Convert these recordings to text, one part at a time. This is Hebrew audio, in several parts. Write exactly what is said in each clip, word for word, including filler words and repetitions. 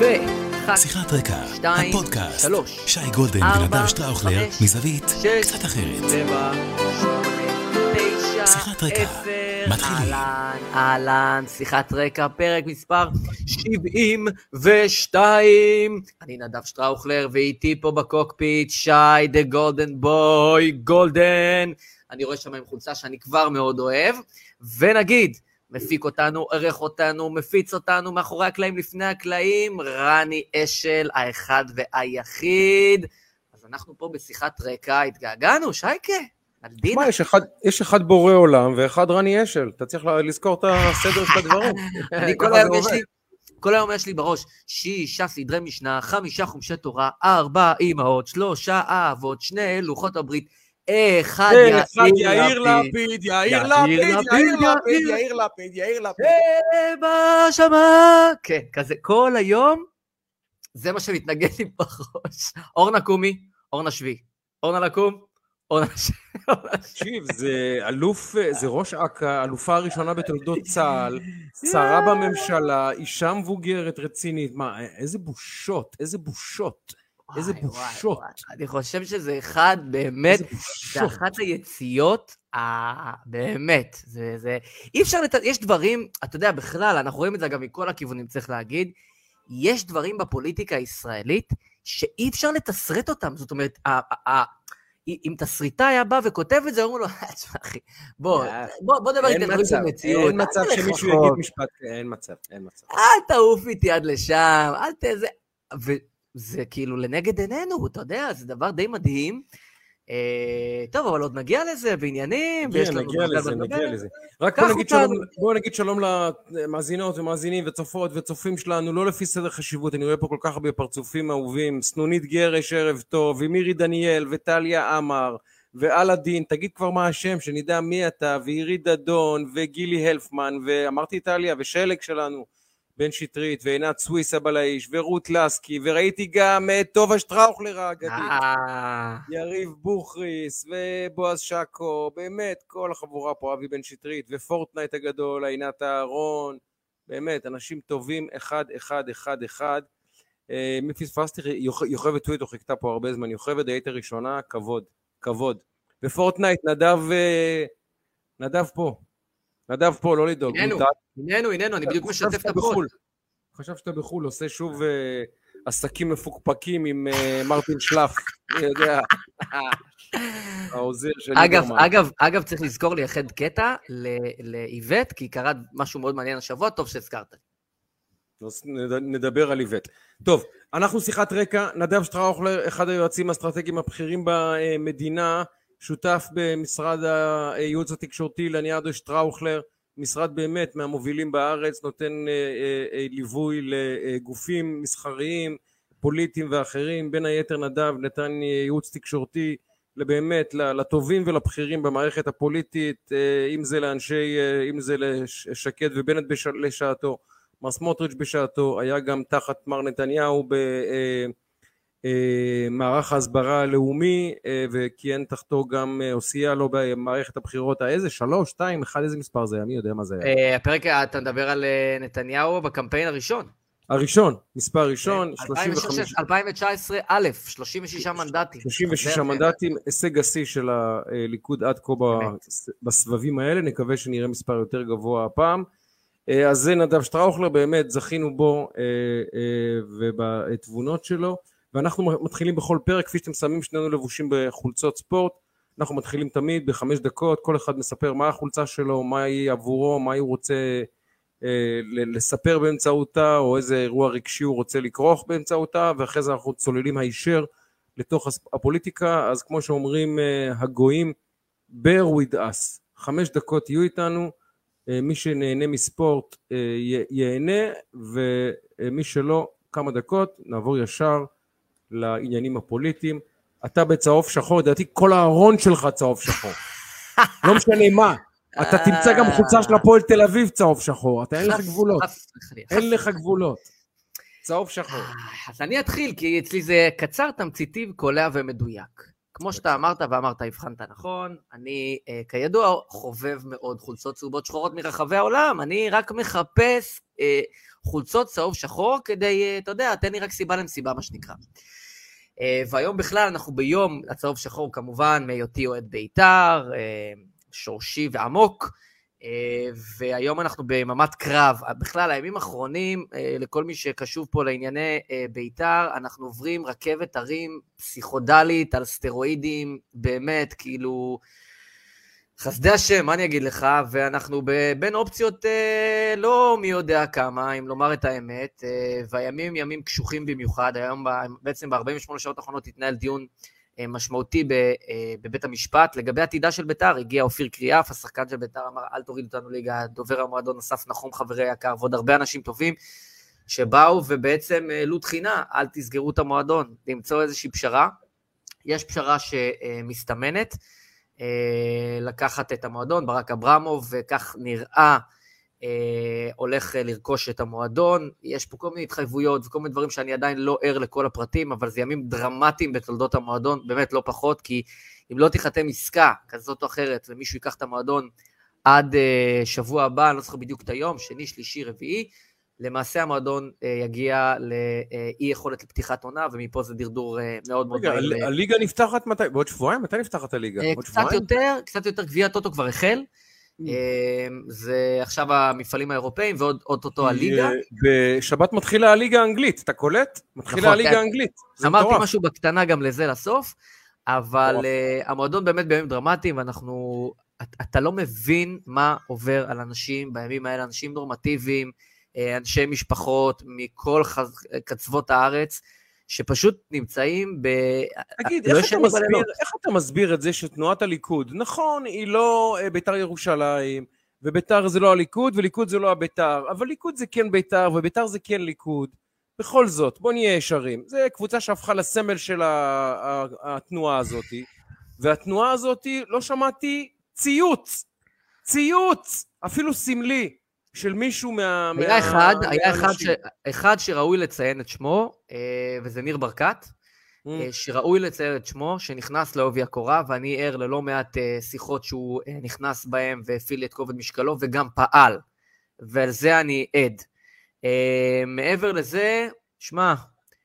ו... שיחת רקע, שתיים, הפודקאסט, שלוש, שי גולדן ארבע, ונדב שטראוכלר, חמש, מזווית שש, קצת אחרת. שבע, שמונה, תשע, שיחת רקע, עשר, מתחילים. אהלן, אהלן, שיחת רקע, פרק מספר שבעים ושתיים. אני נדב שטראוכלר, ואיתי פה בקוקפיט, שי, the golden boy, גולדן. אני רואה שם עם חולצה שאני כבר מאוד אוהב, ונגיד, מפיק אותנו, ערך אותנו, מפיץ אותנו, מאחורי הקלעים, לפני הקלעים, רני אשל, האחד והיחיד. אז אנחנו פה בשיחת רקע, התגעגענו, שייקה, נלדינה. תשמע, יש אחד, יש אחד בורא עולם, ואחד רני אשל, אתה צריך לזכור את הסדר של הדברים. אני כל היום יש לי, כל היום יש לי בראש, שישה סדרי משנה, חמישה חומשי תורה, ארבע אמהות, שלושה אהבות, שני לוחות הברית, אחד יאיר לפיד, יאיר לפיד, יאיר לפיד, יאיר לפיד, יאיר לפיד. בשמה. כן, כזה, כל היום, זה מה שמתנגד לי בראש. אורנה קומי, אורנה שבי. אורנה לקום, אורנה שבי. תקשיב, זה אלוף, זה ראש אכ"א, אלופה הראשונה בתולדות צה"ל, שרה בממשלה, אישה מבוגרת רצינית. מה, איזה בושות, איזה בושות. איזה בושות. אני חושב שזה אחד, באמת, זה אחת היציאות, באמת, זה, זה, אי אפשר, יש דברים, אתה יודע, בכלל, אנחנו רואים את זה גם מכל הכיוונים, צריך להגיד, יש דברים בפוליטיקה הישראלית, שאי אפשר לתסרט אותם, זאת אומרת, אם תסריטה היה בא וכותב את זה, אומרים לו, תשמע אחי, בוא, בוא דבר איתי דברים של מציאות. אין מצב שמישהו יגיד משפט, אין מצב, אין מצב. אל תעוף איתי עד לשם, אל תזה, ו... זה כאילו לנגד עינינו, אתה יודע, זה דבר די מדהים. אה, טוב, אבל עוד נגיע לזה, בעניינים. נגיע, נגיע לזה, נגיע לזה. רק בוא נגיד, שלום, בוא נגיד שלום למאזינות ומאזינים וצופות וצופים שלנו, לא לפי סדר חשיבות, אני רואה פה כל כך הרבה פרצופים אהובים, סנונית גרש, ערב טוב, ומירי דניאל, וטליה אמר, ואלאדין, תגיד כבר מה השם, שנדע מי אתה, ואירי דדון, וגילי הלפמן, ואמרתי טליה, ושלג שלנו, בן שטרית, ועינת סוויסה בלאיש, ורות לסקי, וראיתי גם את טובה שטראוכלר האגדית, יריב בוכריס, ובועז שקו, באמת, כל החבורה פה, אבי בן שטרית, ופורטנייט הגדול, עינת אהרון, באמת, אנשים טובים, אחד, אחד, אחד, אחד. מי פספסתי? יוכבת טוויטר חיכתה פה הרבה זמן, יוכבת היית ראשונה, כבוד, כבוד. ופורטנייט, נדב, נדב פה. נדב פה, לא לדאוג. הננו, הננו, הננו, אני בדיוק משתף את הפוד. חשב שאתה בחול, עושה שוב עסקים מפוקפקים עם מרטין שלף. אני יודע. העוזר של ליברמן. אגב, אגב, צריך לזכור לי אחד קטע לאיבט, כי קרה משהו מאוד מעניין השבוע, טוב שהזכרת. נדבר על איבט. טוב, אנחנו שיחת רקע, נדב שטראוכלר, אחד היועצים האסטרטגיים הבכירים במדינה, שותף במשרד הייעוץ התקשורתי לניאדו שטראוכלר, משרד באמת מהמובילים בארץ, נותן אה, אה, ליווי לגופים מסחריים, פוליטיים ואחרים, בין היתר נדב נתן ייעוץ תקשורתי לבאמת לטובים ולבכירים במערכת הפוליטית, אה, אם זה לאנשי, אה, אם זה לשקד ובנט בש, לשעתו, מר סמוטריץ' בשעתו, היה גם תחת מר נתניהו ב... אה, מערך ההסברה הלאומי, וכיהן תחתו גם עושייה לו במערכת הבחירות, איזה שלוש, שתיים, אחד, איזה מספר זה היה, מי יודע מה זה היה? הפרק, אתה מדבר על נתניהו בקמפיין הראשון. הראשון, מספר ראשון, אלפיים תשע עשרה א', שלושים ושישה מנדטים. שלושים ושישה מנדטים, הישג השיא של הליכוד עד כה בסבבים האלה, נקווה שנראה מספר יותר גבוה הפעם. אז זה נדב שטראוכלר, באמת זכינו בו ובתבונות שלו, ואנחנו מתחילים בכל פרק, כפי שאתם שמים שנינו לבושים בחולצות ספורט, אנחנו מתחילים תמיד בחמש דקות, כל אחד מספר מה החולצה שלו, מה היא עבורו, מה הוא רוצה אה, לספר באמצעותה, או איזה אירוע רגשי הוא רוצה לקרוח באמצעותה, ואחרי זה אנחנו צוללים הישר לתוך הפוליטיקה. אז כמו שאומרים אה, הגויים, bear with us, חמש דקות יהיו איתנו, אה, מי שנהנה מספורט אה, ייהנה, ומי שלא, כמה דקות, נעבור ישר לעניינים הפוליטיים. אתה בצהוב שחור, לדעתי כל הארון שלך צהוב שחור. לא משנה מה. אתה תמצא גם חולצה של הפועל תל אביב צהוב שחור. אתה אין לך גבולות. אין לך גבולות. צהוב שחור. אז אני אתחיל, כי אצלי זה קצר, תמציתי, קולע ומדויק. כמו שאתה אמרת ואמרת, הבחנת נכון, אני כידוע חובב מאוד חולצות צהובות שחורות מרחבי העולם, אני רק מחפש חולצות צהוב שחור כדי, אתה יודע, תן לי רק סיבה למסיבה מה שנקרא. והיום בכלל אנחנו ביום הצהוב שחור כמובן, מהיותי אוהד בית"ר, שורשי ועמוק, והיום אנחנו בממת קרב. בכלל, הימים האחרונים, לכל מי שקשוב פה לענייני בית"ר, אנחנו עוברים רכבת הרים פסיכודלית על סטרואידים, באמת, כאילו, חסדי השם, מה אני אגיד לך, ואנחנו בין אופציות לא מי יודע כמה, אם לומר את האמת, והימים ימים קשוחים במיוחד, היום בעצם ב-ארבעים ושמונה שעות האחרונות התנהל דיון משמעותי בבית המשפט, לגבי עתידה של בית"ר, הגיע אופיר קריאף, השחקן של בית"ר אמר, אל תוריד אותנו ליגה, דובר המועדון אסף נחום חברי יקר, ועוד הרבה אנשים טובים, שבאו ובעצם העלו תחינה, אל תסגרו את המועדון, למצוא איזושהי פשרה, יש פשרה שמסתמנת, לקחת את המועדון, ברק אברמוב, וכך נראה, הולך לרכוש את המועדון, יש פה כל מיני התחייבויות וכל מיני דברים שאני עדיין לא ער לכל הפרטים, אבל זה ימים דרמטיים בתולדות המועדון, באמת לא פחות, כי אם לא תיחתם עסקה כזאת או אחרת, ומישהו ייקח את המועדון עד שבוע הבא, אני לא זוכר בדיוק את היום, שני, שלישי, רביעי, למעשה המועדון יגיע לאי יכולת לפתיחת עונה, ומפה זה דרדור מאוד מאוד... רגע, הליגה נפתחת מתי? בעוד שבועיים? מתי נפתחת הליגה? קצת יותר, קצת יותר, גביע הטוטו כבר החל, זה עכשיו המפעלים האירופאים ועוד אותו הליגה. בשבת מתחילה הליגה האנגלית, אתה קולט? מתחילה הליגה האנגלית. אמרתי משהו בקטנה גם לזה לסוף, אבל המועדון באמת בימים דרמטיים, ואנחנו, אתה לא מבין מה עובר על אנשים בימים האלה, אנשים נורמטיביים, אנשי משפחות מכל קצוות הארץ, שפשוט נמצאים ב... תגיד, איך אתה מסביר, איך אתה מסביר את זה שתנועת הליכוד, נכון, היא לא בית"ר ירושלים, ובית"ר זה לא הליכוד, וליכוד זה לא הבית"ר, אבל ליכוד זה כן בית"ר, ובית"ר זה כן ליכוד. בכל זאת, בוא נהיה ישרים. זה קבוצה שהפכה לסמל של התנועה הזאת, והתנועה הזאת, לא שמעתי ציוץ, ציוץ, אפילו סמלי, של מישהו מה... היה אחד, היה אחד, ש... אחד שראוי לציין את שמו, וזה ניר ברקת, mm. שראוי לציין את שמו, שנכנס לעובי הקורה, ואני ער ללא מעט שיחות שהוא נכנס בהם, והפעיל את כובד משקלו, וגם פעל, ועל זה אני עד. מעבר לזה, שמע,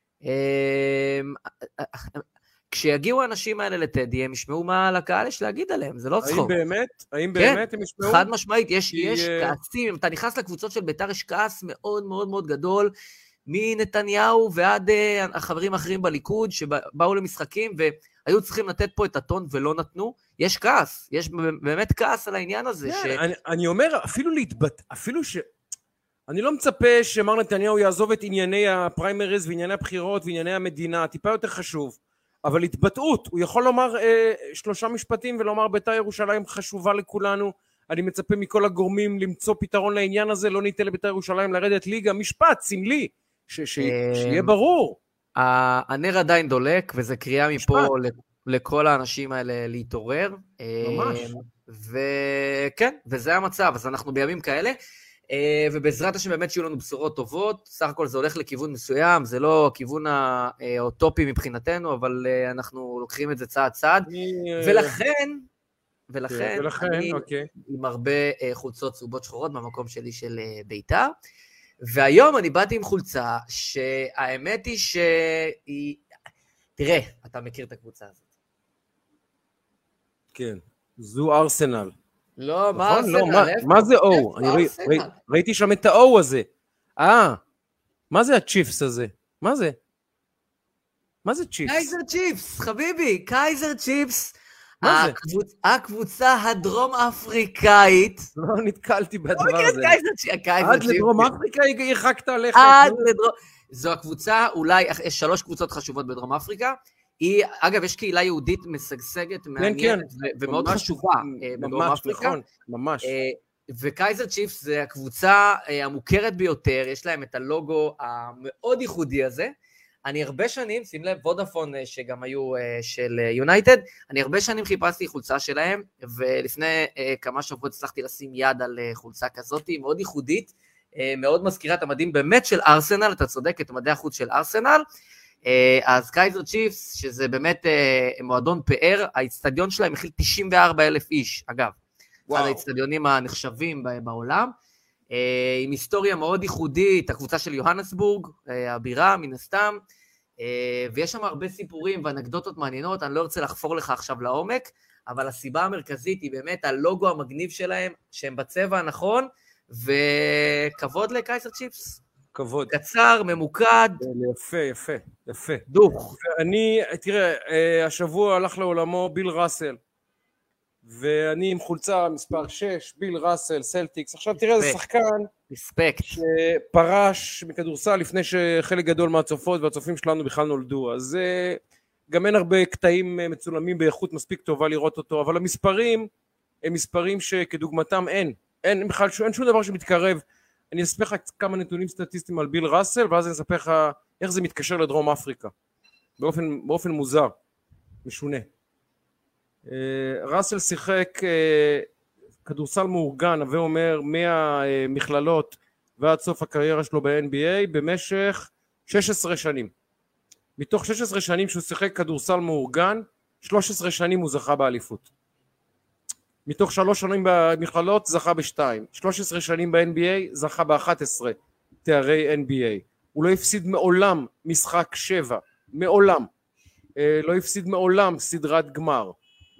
כשיגיעו האנשים האלה לטדי, הם ישמעו מה לקהל יש להגיד עליהם, זה לא צחוק. האם באמת? האם באמת הם ישמעו? חד משמעית, יש כעסים, אם אתה נכנס לקבוצות של בית"ר, יש כעס מאוד מאוד מאוד גדול, מנתניהו ועד החברים האחרים בליכוד, שבאו למשחקים, והיו צריכים לתת פה את הטון ולא נתנו, יש כעס, יש באמת כעס על העניין הזה. אני אומר, אפילו להתבט, אפילו ש... אני לא מצפה שמר נתניהו יעזוב את ענייני הפריימריז וענייני הבחירות וענייני המדינה, טיפה יותר חשוב. אבל התבטאות, הוא יכול לומר אה, שלושה משפטים ולומר בית"ר ירושלים חשובה לכולנו, אני מצפה מכל הגורמים למצוא פתרון לעניין הזה, לא ניתן לבית"ר ירושלים לרדת ליגה, משפט, סמלי, ש- ש- שיהיה ברור. הנר עדיין דולק, וזה קריאה מפה לכל האנשים האלה להתעורר. ממש. וכן, וזה המצב, אז אנחנו בימים כאלה, ובעזרת השם באמת שיהיו לנו בשורות טובות, סך הכל זה הולך לכיוון מסוים, זה לא כיוון האוטופי מבחינתנו, אבל אנחנו לוקחים את זה צעד צעד, ולכן, ולכן, אני עם הרבה חולצות צהובות שחורות במקום שלי של בית"ר, והיום אני באתי עם חולצה שהאמת היא שהיא, תראה, אתה מכיר את הקבוצה הזאת. כן, זו ארסנל. לא, מה ארסנל? מה זה או? ראיתי שם את האו הזה. אה, מה זה הצ'יפס הזה? מה זה? מה זה צ'יפס? קייזר צ'יפס, חביבי, קייזר צ'יפס. מה זה? הקבוצה הדרום אפריקאית. לא נתקלתי בדבר הזה. עד לדרום אפריקה ירחקת עליך. עד לדרום... זו הקבוצה, אולי, יש שלוש קבוצות חשובות בדרום אפריקה. היא, אגב, יש קהילה יהודית משגשגת, מעניינת ומאוד חשובה בדרום אפריקה. ממש. וקייזר צ'יפס זה הקבוצה המוכרת ביותר, יש להם את הלוגו המאוד ייחודי הזה. אני הרבה שנים, שים לב, וודאפון שגם היו של יונייטד, אני הרבה שנים חיפשתי חולצה שלהם, ולפני כמה שבועות הצלחתי לשים יד על חולצה כזאת, מאוד ייחודית, מאוד מזכירה את המדים באמת של ארסנל, אתה צודק, את מדי החוץ של ארסנל, אז קייזר צ'יפס, שזה באמת מועדון פאר, האצטדיון שלהם מכיל תשעים וארבעה אלף איש, אגב, אחד האצטדיונים הנחשבים בעולם, עם היסטוריה מאוד ייחודית, הקבוצה של יוהנסבורג, הבירה מן הסתם, ויש שם הרבה סיפורים ואנקדוטות מעניינות, אני לא רוצה לחפור לך עכשיו לעומק, אבל הסיבה המרכזית היא באמת הלוגו המגניב שלהם, שהם בצבע הנכון, וכבוד לקייזר צ'יפס. כבוד. קצר, ממוקד. יפה, יפה, יפה. דוך. ואני, תראה, השבוע הלך לעולמו ביל ראסל, ואני עם חולצה מספר שש, ביל ראסל, סלטיקס. עכשיו תראה, איזה שחקן ריספקט. שפרש מכדורסל לפני שחלק גדול מהצופות והצופים שלנו בכלל נולדו. אז גם אין הרבה קטעים מצולמים באיכות מספיק טובה לראות אותו, אבל המספרים הם מספרים שכדוגמתם אין. אין בכלל, אין שום דבר שמתקרב. אני אספר לך כמה נתונים סטטיסטיים על ביל ראסל, ואז אני אספר לך איך זה מתקשר לדרום אפריקה. באופן, באופן מוזר, משונה. ראסל שיחק כדורסל מאורגן, הווה אומר, מהמכללות ועד סוף הקריירה שלו ב-אן בי איי במשך שש עשרה שנים. מתוך שש עשרה שנים שהוא שיחק כדורסל מאורגן, שלוש עשרה שנים הוא זכה באליפות. מתוך שלוש שנים במכללות זכה בשתיים, שלוש עשרה שנים ב-אן בי איי זכה ב-אחת עשרה תארי אן בי איי. הוא לא הפסיד מעולם משחק שבע, מעולם. לא הפסיד מעולם סדרת גמר.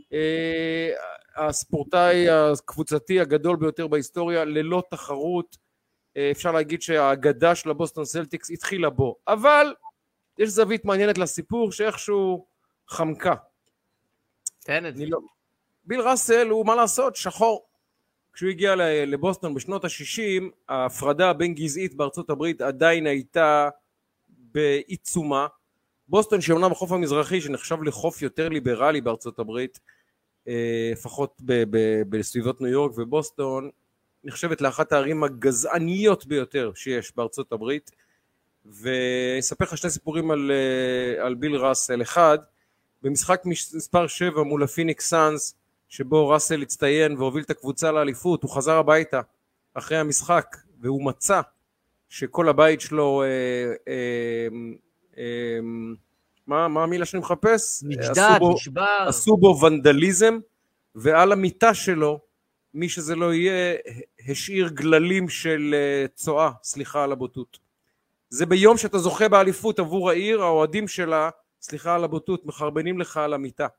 הספורטאי הקבוצתי הגדול ביותר בהיסטוריה, ללא תחרות. אפשר להגיד שהאגדה של הבוסטון סלטיקס התחילה בו, אבל יש זווית מעניינת לסיפור שאיכשהו חמקה. תן את זה. לא... ביל ראסל הוא, מה לעשות, שחור. כשהוא הגיע לבוסטון בשנות ה-שישים, ההפרדה בין גזעית בארצות הברית עדיין הייתה בעיצומה. בוסטון שאומנם החוף המזרחי, שנחשב לחוף יותר ליברלי בארצות הברית, לפחות בסביבות ניו יורק ובוסטון, נחשבת לאחת הערים הגזעניות ביותר שיש בארצות הברית. ואספר לך שני סיפורים על, על ביל ראסל. אחד, במשחק מספר שבע מול הפיניקס סאנס, שבו ראסל הצטיין והוביל את הקבוצה לאליפות, הוא חזר הביתה אחרי המשחק, והוא מצא שכל הבית שלו, אה, אה, אה, מה, מה המילה שאני מחפש? נשדד, נשבר. עשו בו ונדליזם, ועל המיטה שלו, מי שזה לא יהיה, השאיר גללים של צועה, סליחה על הבוטות. זה ביום שאתה זוכה באליפות עבור העיר, האוהדים שלה, סליחה על הבוטות, מחרבנים לך על המיטה.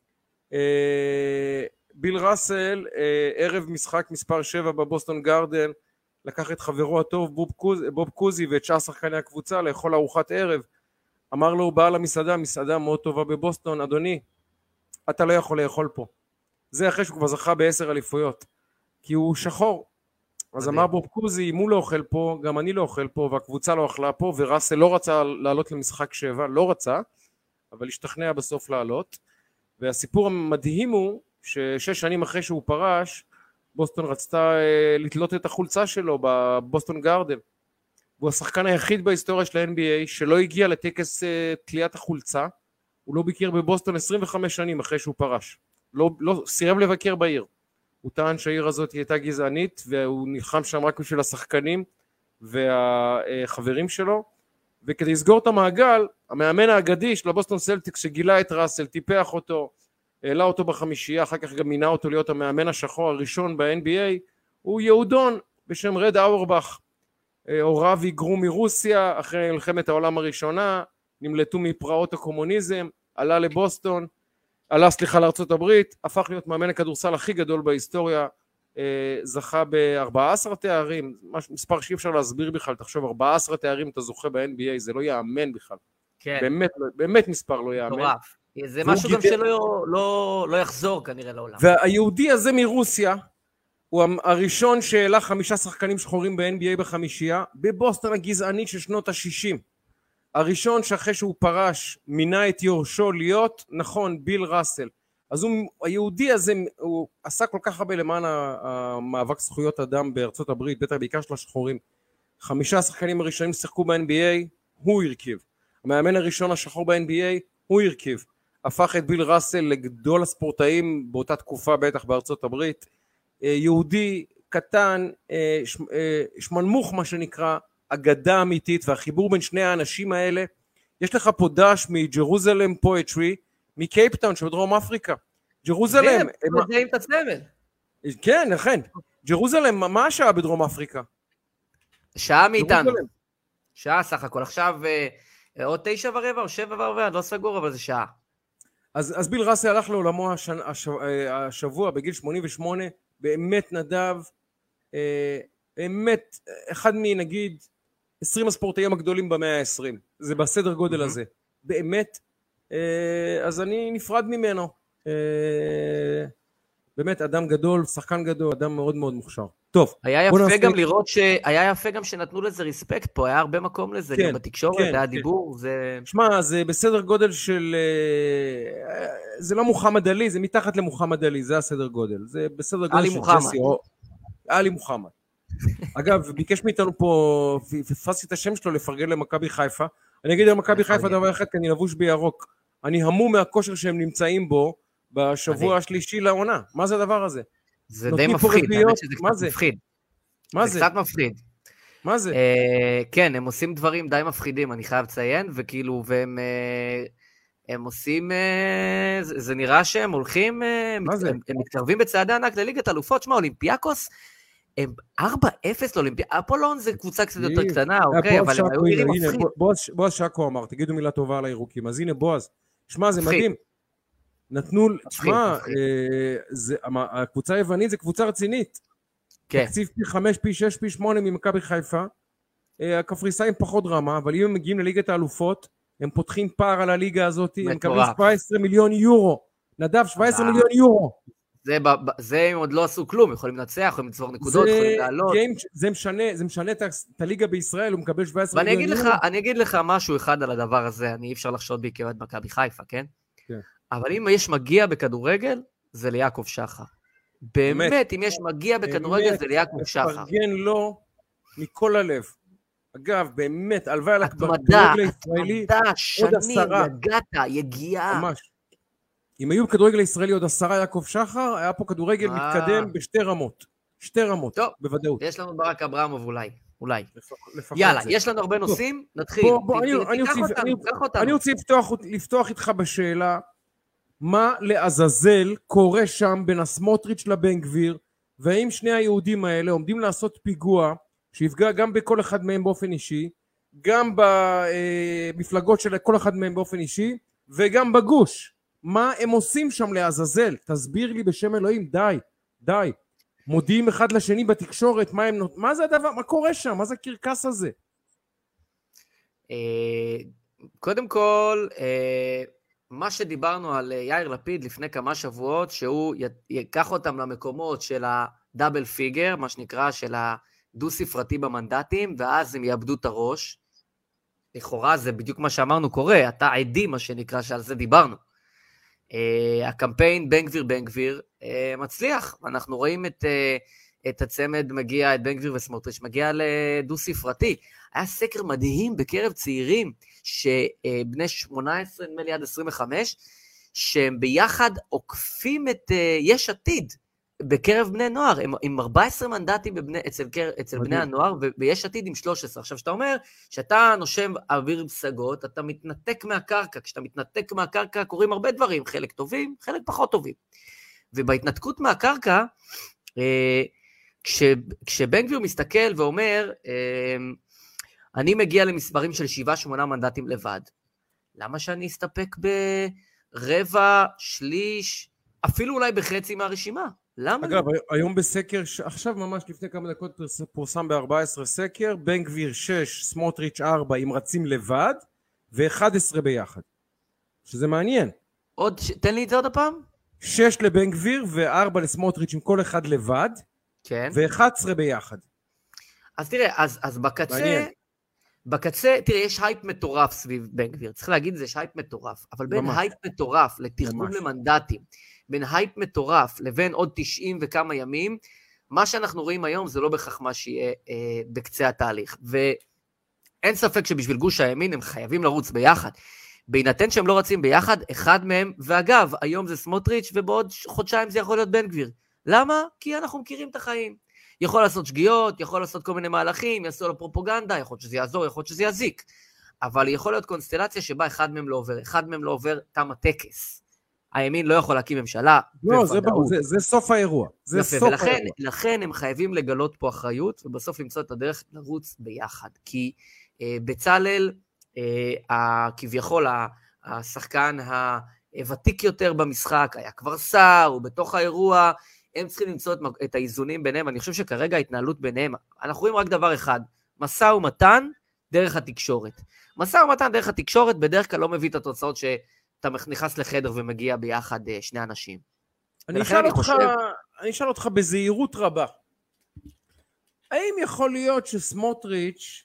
ביל ראסל, ערב משחק מספר שבע בבוסטון גארדן, לקח את חברו הטוב בוב קוזי, בוב קוזי ואת שאר שחקני הקבוצה לאכול ארוחת ערב. אמר לו, הוא בא למסעדה, מסעדה מאוד טובה בבוסטון, אדוני, אתה לא יכול לאכול פה. זה אחרי שהוא כבר זכה בעשר אליפויות, כי הוא שחור. אז אמר בוב קוזי, אם הוא לא אוכל פה, גם אני לא אוכל פה, והקבוצה לא אכלה פה, וראסל לא רצה לעלות למשחק שבע, לא רצה, אבל השתכנע בסוף לעלות. והסיפור המדהים הוא, ששש שנים אחרי שהוא פרש, בוסטון רצתה אה, לתלות את החולצה שלו בבוסטון גארדן. הוא השחקן היחיד בהיסטוריה של ה-אן בי איי שלא הגיע לטקס אה, תליית החולצה. הוא לא ביקר בבוסטון עשרים וחמש שנים אחרי שהוא פרש. לא, לא, סירב לבקר בעיר. הוא טען שהעיר הזאת הייתה גזענית, והוא נלחם שם רק בשביל השחקנים והחברים שלו. וכדי לסגור את המעגל, המאמן האגדי של הבוסטון סלטיקס שגילה את ראסל, טיפח אותו, העלה אותו בחמישייה, אחר כך גם מינה אותו להיות המאמן השחור הראשון ב-אן בי איי, הוא יהודון בשם רד אורבך. הוריו היגרו מרוסיה אחרי מלחמת העולם הראשונה, נמלטו מפרעות הקומוניזם, עלה לבוסטון, עלה סליחה לארצות הברית, הפך להיות מאמן הכדורסל הכי גדול בהיסטוריה, זכה ב-ארבעה עשר תארים, מספר שאי אפשר להסביר בכלל, תחשוב, ארבעה עשר תארים אתה זוכה ב-אן בי איי, זה לא יאמן בכלל. כן. באמת, באמת מספר לא יאמן. טורף. זה משהו גם שלא לא, לא יחזור כנראה לעולם. והיהודי הזה מרוסיה, הוא הראשון שהעלה חמישה שחקנים שחורים ב-אן בי איי בחמישייה, בבוסטון הגזענית של שנות ה-שישים. הראשון שאחרי שהוא פרש, מינה את יורשו להיות, נכון, ביל ראסל. אז הוא, היהודי הזה, הוא עשה כל כך הרבה למען המאבק זכויות אדם בארצות הברית, בטח בעיקר של השחורים. חמישה השחקנים הראשונים ששיחקו ב-אן בי איי, הוא הרכיב. המאמן הראשון השחור ב-אן בי איי, הוא הרכיב. הפך את ביל ראסל לגדול הספורטאים באותה תקופה, בטח בארצות הברית. יהודי קטן, שמנמוך מה שנקרא, אגדה אמיתית, והחיבור בין שני האנשים האלה יש לך פה דש מג'רוזלם פואטרי, מקייפטאון שבדרום אפריקה. ג'רוזלם... הם מזהים את הסמל. כן, לכן. ג'רוזלם, מה השעה בדרום אפריקה? שעה מאיתנו. שעה סך הכל. עכשיו עוד תשע ורבע או שבע ורבע, לא סגור, אבל זה שעה. אז, אז ביל ראסל הלך לעולמו השנ... השבוע בגיל שמונים ושמונה, באמת נדב, באמת אחד מנגיד עשרים הספורטאים הגדולים במאה ה-עשרים, זה בסדר גודל הזה, באמת, אז אני נפרד ממנו, באמת אדם גדול, שחקן גדול, אדם מאוד מאוד מוכשר. טוב. היה יפה גם לראות ש... היה יפה גם שנתנו לזה ריספקט פה, היה הרבה מקום לזה, גם בתקשורת, היה דיבור, זה... שמע, זה בסדר גודל של... זה לא מוחמד עלי, זה מתחת למוחמד עלי, זה הסדר גודל, זה בסדר גודל של ג'סי, עלי מוחמד. אגב, ביקש מאיתנו פה, פספסתי את השם שלו לפרגן למכבי חיפה, אני אגיד למכבי חיפה דבר אחד, כי אני לבוש בירוק, אני המום מהכושר שהם נמצאים בו, בשבוע השלישי לעונה. מה זה הדבר הזה? זה די מפחיד, האמת שזה קצת מפחיד. מה זה? זה קצת מפחיד. מה זה? כן, הם עושים דברים די מפחידים, אני חייב לציין, וכאילו, והם הם עושים, זה נראה שהם הולכים, הם מתקרבים בצעדי ענק לליגת אלופות, שמה, אולימפיאקוס, הם ארבע אפס לאולימפיאקוס, אפולון זה קבוצה קצת יותר קטנה, אוקיי, אבל הם היו נראים מפחיד. בועז שקו אמר, תגידו מילה טובה על הירוקים, אז הנה בועז, שמע, זה מדהים. נתנו, תשמע, הקבוצה היוונית זה קבוצה רצינית. תקציב פי חמש, פי שש, פי שמונה ממכבי חיפה. הקפריסאים פחות דרמה, אבל אם הם מגיעים לליגת האלופות, הם פותחים פער על הליגה הזאת, הם מקבלים שבע עשרה מיליון יורו. נדב, שבע עשרה מיליון יורו. זה הם עוד לא עשו כלום, יכולים לנצח, יכולים לצבור נקודות, יכולים לעלות. זה משנה, זה משנה את הליגה בישראל, הוא מקבל שבע עשרה מיליון יורו. ואני אגיד לך משהו אחד על הדבר הזה, אני אי אפשר לחשוד בי כאוהד מכבי חיפה, כן? כן. אבל אם יש מגיע בכדורגל, זה ליעקב שחר. באמת, אם יש מגיע בכדורגל, זה ליעקב שחר. תפרגן לו מכל הלב. אגב, באמת, הלוואי על הכדורגל הישראלי, התמדה, שנים, יגעת, יגיעה. ממש. אם היו בכדורגל הישראלי עוד עשרה יעקב שחר, היה פה כדורגל מתקדם בשתי רמות. שתי רמות, טוב, בוודאות. יש לנו ברק אברמוב אולי. אולי. יאללה, יש לנו הרבה נושאים, נתחיל. אני רוצה לפתוח איתך בשאלה, מה לעזאזל קורה שם בין הסמוטריץ' לבן גביר, והאם שני היהודים האלה עומדים לעשות פיגוע, שיפגע גם בכל אחד מהם באופן אישי, גם במפלגות של כל אחד מהם באופן אישי, וגם בגוש. מה הם עושים שם לעזאזל? תסביר לי בשם אלוהים, די, די. מודיעים אחד לשני בתקשורת, מה הם... מה זה הדבר? מה קורה שם? מה זה הקרקס הזה? קודם כל, מה שדיברנו על יאיר לפיד לפני כמה שבועות, שהוא ייקח אותם למקומות של הדאבל פיגר, מה שנקרא, של הדו ספרתי במנדטים, ואז הם יאבדו את הראש. לכאורה זה בדיוק מה שאמרנו קורה, אתה עדי מה שנקרא, שעל זה דיברנו. הקמפיין בן גביר בן גביר מצליח, אנחנו רואים את, את הצמד מגיע, את בן גביר וסמוטריץ' מגיע לדו ספרתי. היה סקר מדהים בקרב צעירים, שבני שמונה עשרה נדמה לי עד עשרים וחמש, שהם ביחד עוקפים את יש עתיד, בקרב בני נוער, הם עם ארבעה עשר מנדטים בבני, אצל, אצל בני הנוער, ויש עתיד עם שלוש עשרה. עכשיו, שאתה אומר שאתה נושם אוויר פסגות, אתה מתנתק מהקרקע, כשאתה מתנתק מהקרקע קורים הרבה דברים, חלק טובים, חלק פחות טובים. ובהתנתקות מהקרקע, כש, כשבן גביר מסתכל ואומר, אני מגיע למספרים של שבעה שמונה מנדטים לבד, למה שאני אסתפק ברבע, שליש, אפילו אולי בחצי מהרשימה? למה? אגב, היום בסקר, עכשיו ממש לפני כמה דקות פורסם ב-ארבע עשרה סקר, בן גביר שש, סמוטריץ' ארבע, אם רצים לבד, ו-אחד עשר ביחד. שזה מעניין. עוד, תן לי את זה עוד הפעם. שש לבן גביר ו-ארבע לסמוטריץ' עם כל אחד לבד, כן. ו-אחד עשר ביחד. אז תראה, אז, אז בקצה, מעניין. בקצה, תראה, יש הייפ מטורף סביב בן גביר. צריך להגיד את זה, יש הייפ מטורף. אבל בין ממש. הייפ מטורף לתרגום למנדטים, בין הייפ מטורף לבין עוד תשעים וכמה ימים, מה שאנחנו רואים היום זה לא בכך מה שיהיה אה, בקצה התהליך. ואין ספק שבשביל גוש הימין הם חייבים לרוץ ביחד. בהינתן שהם לא רצים ביחד, אחד מהם, ואגב, היום זה סמוטריץ' ובעוד חודשיים זה יכול להיות בן גביר. למה? כי אנחנו מכירים את החיים. יכול לעשות שגיאות, יכול לעשות כל מיני מהלכים, יעשו לו פרופוגנדה, יכול להיות שזה יעזור, יכול להיות שזה יזיק. אבל יכול להיות קונסטלציה שבה אחד מהם לא עובר, אחד מהם לא עובר תם הטקס. הימין לא יכול להקים ממשלה. לא, זה ברור, זה, זה סוף האירוע. זה יפה, סוף ולכן, האירוע. לכן הם חייבים לגלות פה אחריות, ובסוף למצוא את הדרך לרוץ ביחד. כי אה, בצלאל, אה, כביכול השחקן הוותיק יותר במשחק, היה כבר שר, הוא בתוך האירוע, הם צריכים למצוא את, את האיזונים ביניהם, אני חושב שכרגע ההתנהלות ביניהם, אנחנו רואים רק דבר אחד, משא ומתן דרך התקשורת. משא ומתן דרך התקשורת בדרך כלל לא מביא את התוצאות שאתה נכנס לחדר ומגיע ביחד שני אנשים. אני אשאל אותך, חושב... אני אשאל אותך בזהירות רבה, האם יכול להיות שסמוטריץ'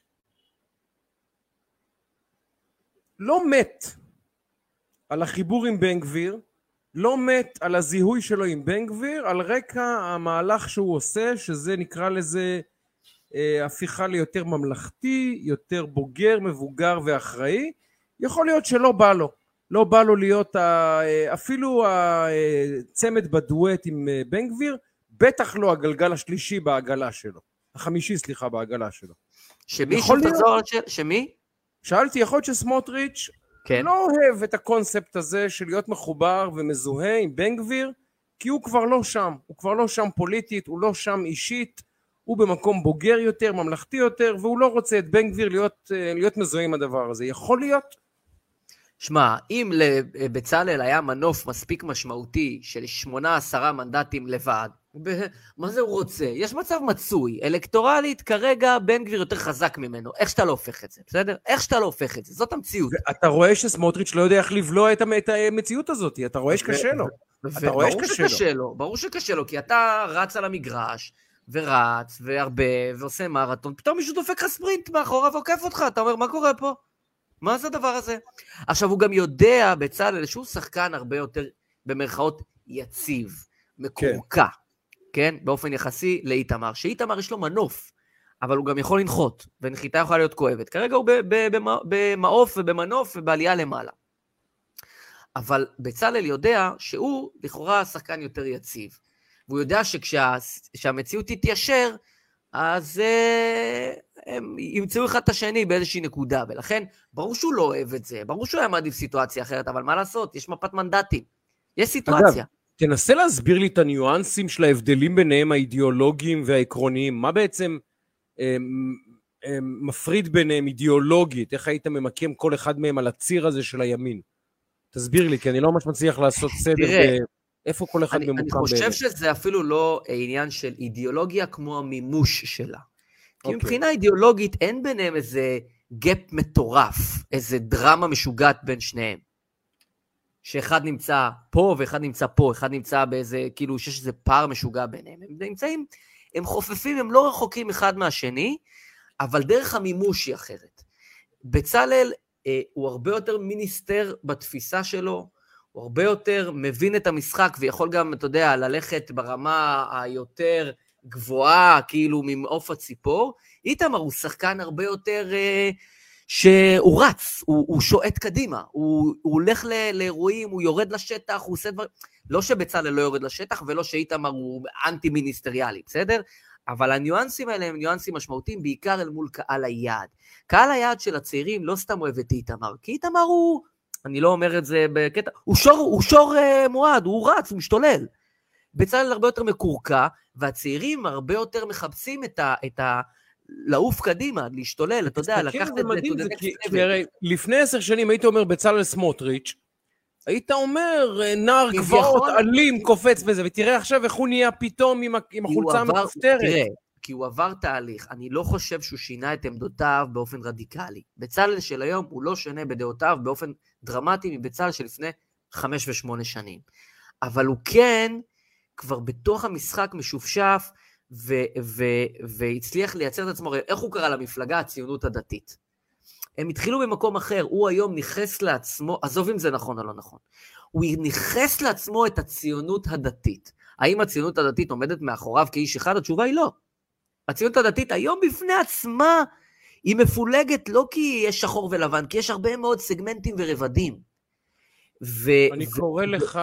לא מת על החיבור עם בן גביר, לא מת על הזיהוי שלו עם בן גביר, על רקע המהלך שהוא עושה, שזה נקרא לזה אה, הפיכה ליותר ממלכתי, יותר בוגר, מבוגר ואחראי, יכול להיות שלא בא לו, לא בא לו להיות ה, אפילו הצמד בדואט עם בן גביר, בטח לא הגלגל השלישי בעגלה שלו, החמישי סליחה בעגלה שלו. שמישהו תחזור, ש... שמי? שאלתי, יכול להיות שסמוטריץ' כן. לא אוהב את הקונספט הזה של להיות מחובר ומזוהה עם בן גביר, כי הוא כבר לא שם, הוא כבר לא שם פוליטית, הוא לא שם אישית, הוא במקום בוגר יותר, ממלכתי יותר, והוא לא רוצה את בן גביר להיות, להיות מזוהה עם הדבר הזה. יכול להיות? שמע, אם לבצלאל היה מנוף מספיק משמעותי של שמונה עשרה מנדטים לבד, מה זה הוא רוצה? יש מצב מצוי, אלקטורלית כרגע בן גביר יותר חזק ממנו, איך שאתה לא הופך את זה, בסדר? איך שאתה לא הופך את זה, זאת המציאות. אתה רואה שסמוטריץ' לא יודע איך לבלוע את המציאות הזאת, אתה רואה שקשה לו. אתה רואה שקשה לו, ברור שקשה לו, כי אתה רץ על המגרש, ורץ, והרבה, ועושה מרתון, פתאום מישהו דופק לך ספרינט מאחורה ועוקף אותך, אתה אומר, מה קורה פה? מה זה הדבר הזה? עכשיו, הוא גם יודע, בצלאל, שהוא שחקן הרבה יותר, במרכאות, יציב, מקורקע, כן? באופן יחסי לאיתמר, שאיתמר יש לו מנוף, אבל הוא גם יכול לנחות, ונחיתה יכולה להיות כואבת. כרגע הוא במעוף ובמנוף ובעלייה למעלה. אבל בצלאל יודע שהוא לכאורה שחקן יותר יציב, והוא יודע שכשהמציאות תתיישר, אז הם ימצאו אחד את השני באיזושהי נקודה, ולכן ברור שהוא לא אוהב את זה, ברור שהוא היה מעדיף סיטואציה אחרת, אבל מה לעשות? יש מפת מנדטים, יש סיטואציה. אגב, תנסה להסביר לי את הניואנסים של ההבדלים ביניהם האידיאולוגיים והעקרוניים, מה בעצם הם, הם מפריד ביניהם אידיאולוגית, איך היית ממקם כל אחד מהם על הציר הזה של הימין? תסביר לי, כי אני לא ממש מצליח לעשות סדר תראה, ב... איפה כל אחד אני, ממוקם אני חושב באמת. שזה אפילו לא עניין של אידיאולוגיה כמו המימוש שלה. כי אוקיי. מבחינה אידיאולוגית אין ביניהם איזה גאפ מטורף, איזה דרמה משוגעת בין שניהם. שאחד נמצא פה ואחד נמצא פה, אחד נמצא באיזה, כאילו שיש איזה פער משוגע ביניהם. הם נמצאים, הם חופפים, הם לא רחוקים אחד מהשני, אבל דרך המימוש היא אחרת. בצלאל אה, הוא הרבה יותר מיניסטר בתפיסה שלו, הוא הרבה יותר מבין את המשחק, ויכול גם, אתה יודע, ללכת ברמה היותר גבוהה, כאילו ממעוף הציפור. איתמר הוא שחקן הרבה יותר, אה, שהוא רץ, הוא, הוא שועט קדימה, הוא, הוא הולך לאירועים, הוא יורד לשטח, הוא עושה דבר, לא שבצלאל לא יורד לשטח, ולא שאיתמר הוא אנטי מיניסטריאלי, בסדר? אבל הניואנסים האלה הם ניואנסים משמעותיים, בעיקר אל מול קהל היעד. קהל היעד של הצעירים לא סתם אוהב את איתמר, כי איתמר הוא, אני לא אומר את זה בקטע, הוא שור, הוא שור uh, מועד, הוא רץ, הוא משתולל. בצלאל הרבה יותר מקורקע, והצעירים הרבה יותר מחפשים את ה... את ה לעוף קדימה, להשתולל, אתה יודע, לקחת את זה. כי הרי לפני עשר שנים היית אומר בצלאל סמוטריץ', היית אומר נער גבעות, אלים, קופץ וזה, ותראה עכשיו איך הוא נהיה פתאום עם החולצה המכופתרת. תראה, כי הוא עבר תהליך, אני לא חושב שהוא שינה את עמדותיו באופן רדיקלי. בצלאל של היום הוא לא שונה בדעותיו באופן דרמטי מבצלאל של לפני חמש ושמונה שנים. אבל הוא כן כבר בתוך המשחק משופשף, ו- ו- והצליח לייצר את עצמו, איך הוא קרא למפלגה? הציונות הדתית. הם התחילו במקום אחר, הוא היום נכנס לעצמו, עזוב אם זה נכון או לא נכון, הוא נכנס לעצמו את הציונות הדתית. האם הציונות הדתית עומדת מאחוריו כאיש אחד? התשובה היא לא. הציונות הדתית היום בפני עצמה, היא מפולגת לא כי יש שחור ולבן, כי יש הרבה מאוד סגמנטים ורבדים. ו- אני ו- קורא לך...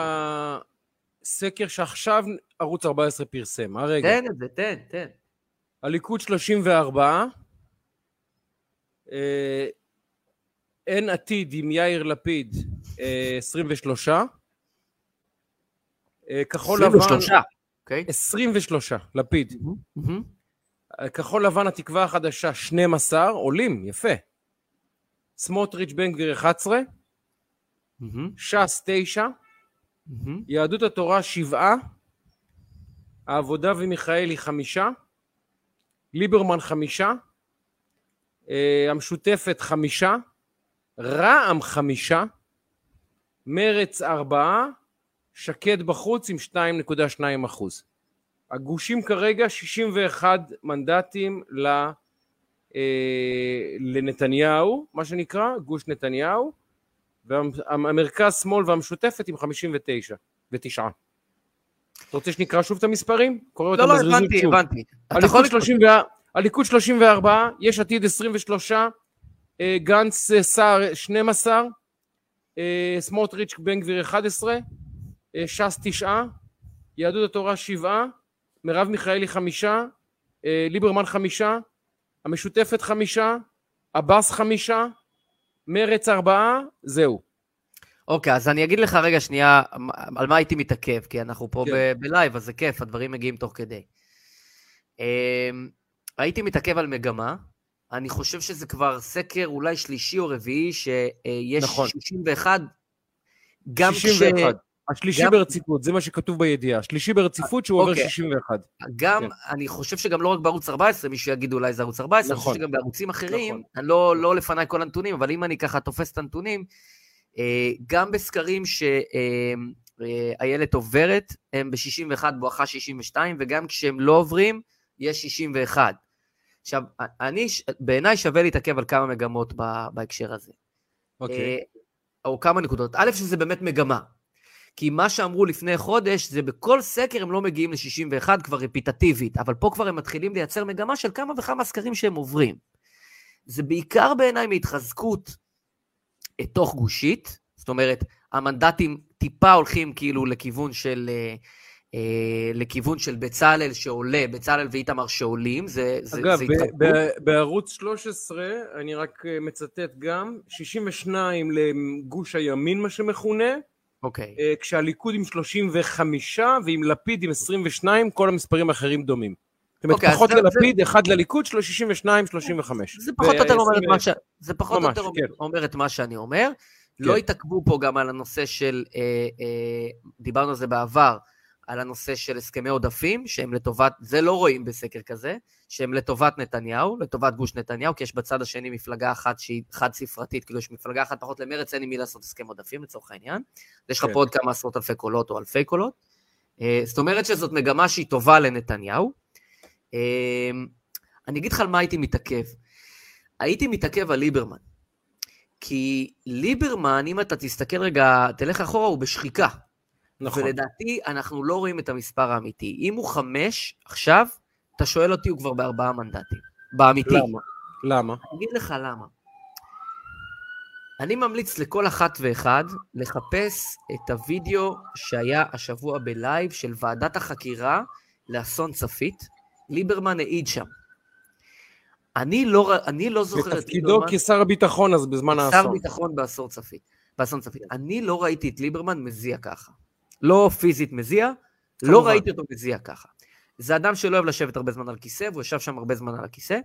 סקר שעכשיו ערוץ ארבע עשרה פרסם, הרגע. תן את זה, תן, תן. הליכוד שלושים וארבע, אין עתיד עם יאיר לפיד עשרים ושלוש. כחול לבן... עשרים ושלוש, אוקיי. עשרים ושלוש, לפיד. כחול לבן התקווה החדשה שנים עשר, עולים, יפה. סמוטריץ' בן גביר אחת עשרה, ש"ס תשע, יהדות התורה שבעה, העבודה ומיכאלי חמישה, ליברמן חמישה, המשותפת חמישה, רע"מ חמישה, מרץ ארבעה, שקד בחוץ עם שתיים נקודה שתיים אחוז. הגושים כרגע שישים ואחד מנדטים לנתניהו, מה שנקרא, גוש נתניהו, והמרכז שמאל והמשותפת עם חמישים ותשע ותשע. אתה רוצה שנקרא שוב את המספרים? לא, לא, הבנתי, הבנתי. הליכוד שלושים וארבע, יש עתיד עשרים ושלוש, גנץ סער שנים עשר, סמוטריץ' בן גביר אחת עשרה, ש"ס תשעה, יהדות התורה שבעה, מרב מיכאלי חמישה, ליברמן חמישה, המשותפת חמישה, אבס חמישה, מרץ ארבעה, זהו. אוקיי, אז אני אגיד לך רגע שנייה על מה הייתי מתעכב, כי אנחנו פה כן. בלייב, אז זה כיף, הדברים מגיעים תוך כדי. הייתי מתעכב על מגמה, אני חושב שזה כבר סקר אולי שלישי או רביעי, שיש נכון. שישים ואחת, גם שישים ואחת. כש... השלישי גם... ברציפות, זה מה שכתוב בידיעה, השלישי ברציפות שהוא אוקיי. עובר שישים ואחת. גם, כן. אני חושב שגם לא רק בערוץ ארבע עשרה, מישהו יגיד אולי זה ערוץ ארבע עשרה, נכון. אני חושב שגם בערוצים אחרים, נכון. אני לא, לא לפניי כל הנתונים, אבל אם אני ככה תופס את הנתונים, גם בסקרים שהילד עוברת, הם ב-שישים ואחת בואכה שישים ושתיים, וגם כשהם לא עוברים, יש שישים ואחת. עכשיו, אני, בעיניי שווה להתעכב על כמה מגמות בהקשר הזה. אוקיי. או כמה נקודות. א', שזה באמת מגמה. כי מה שאמרו לפני חודש, זה בכל סקר הם לא מגיעים ל-שישים ואחת כבר רפיטטיבית, אבל פה כבר הם מתחילים לייצר מגמה של כמה וכמה סקרים שהם עוברים. זה בעיקר בעיניי מהתחזקות תוך גושית, זאת אומרת, המנדטים טיפה הולכים כאילו לכיוון של, אה, לכיוון של בצלאל שעולה, בצלאל ואיתמר שעולים, זה, אגב, זה התחזקות. ב- בערוץ שלוש עשרה, אני רק מצטט גם, שישים ושתיים לגוש הימין מה שמכונה, אוקיי. כשהליכוד עם שלושים וחמש ועם לפיד עם עשרים ושתיים, כל המספרים האחרים דומים. זאת אומרת, אוקיי, פחות זה, ללפיד, זה... אחד לליכוד, שישים ושתיים, שלושים וחמש. זה פחות או יותר אומר את מה ש... זה פחות ממש, או יותר כן. אומר את מה שאני אומר. כן. לא התעכבו פה גם על הנושא של, אה, אה, דיברנו על זה בעבר, על הנושא של הסכמי עודפים, שהם לטובת, זה לא רואים בסקר כזה, שהם לטובת נתניהו, לטובת גוש נתניהו, כי יש בצד השני מפלגה אחת שהיא חד ספרתית, כאילו יש מפלגה אחת פחות למרץ, אין עם מי לעשות הסכם עודפים לצורך העניין, יש לך פה עוד כמה עשרות אלפי קולות או אלפי קולות, זאת אומרת שזאת מגמה שהיא טובה לנתניהו. אני אגיד לך על מה הייתי מתעכב, הייתי מתעכב על ליברמן, כי ליברמן, אם אתה תסתכל רגע, תלך אחורה, הוא בשחיקה, נכון. ולדעתי אנחנו לא רואים את המספר האמיתי, אם הוא חמש עכשיו, אתה שואל אותי, הוא כבר בארבעה מנדטים. באמיתי. למה? למה? אני אגיד לך למה. אני ממליץ לכל אחת ואחד לחפש את הוידאו שהיה השבוע בלייב של ועדת החקירה לאסון צפית. ליברמן העיד שם. אני לא, אני לא זוכר את ליברמן. בתפקידו כשר הביטחון אז בזמן האסון. שר ביטחון באסון צפית. באסון צפית. אני לא ראיתי את ליברמן מזיע ככה. לא פיזית מזיע, לא ראיתי אותו מזיע ככה. זה אדם שלא אוהב לשבת הרבה זמן על כיסא, והוא ישב שם הרבה זמן על הכיסא,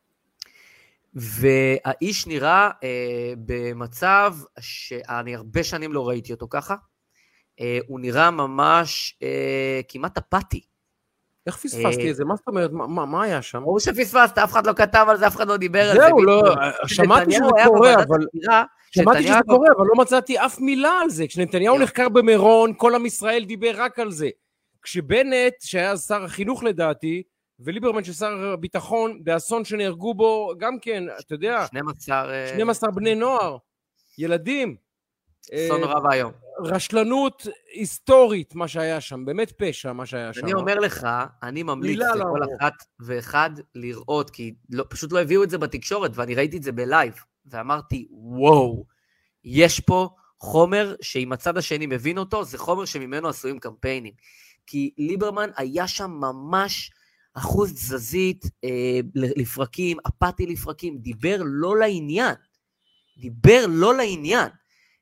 והאיש נראה אה, במצב שאני הרבה שנים לא ראיתי אותו ככה, אה, הוא נראה ממש אה, כמעט אפתי. איך פספסתי את זה? מה זאת אומרת? מה, מה היה שם? הוא שפספסת, אף אחד לא כתב על זה, אף אחד לא דיבר על זה. זהו, לא, שמעתי שזה קורה, אבל... שמעתי שזה קורה, אבל לא מצאתי אף מילה על זה. כשנתניהו נחקר במירון, כל עם ישראל דיבר רק על זה. כשבנט, שהיה שר החינוך לדעתי, וליברמן ששר הביטחון, באסון שנהרגו בו, גם כן, אתה יודע, שנים עשר בני נוער, ילדים. אסון נורא והיום. רשלנות היסטורית, מה שהיה שם, באמת פשע, מה שהיה שם. אני אומר לך, אני ממליץ לכל אחת ואחד לראות, כי לא, פשוט לא הביאו את זה בתקשורת, ואני ראיתי את זה בלייב, ואמרתי, וואו, יש פה חומר שאם הצד השני מבין אותו, זה חומר שממנו עשויים קמפיינים. כי ליברמן היה שם ממש אחוז תזזית אה, לפרקים, אפתי לפרקים, דיבר לא לעניין. דיבר לא לעניין.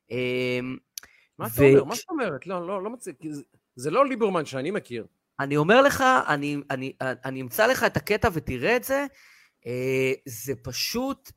מה אתה אומר? מה זאת אומרת? לא, לא, לא מצליח, זה לא ליברמן שאני מכיר. אני אומר לך, אני, אני, אני אמצא לך את הקטע ותראה את זה, זה פשוט,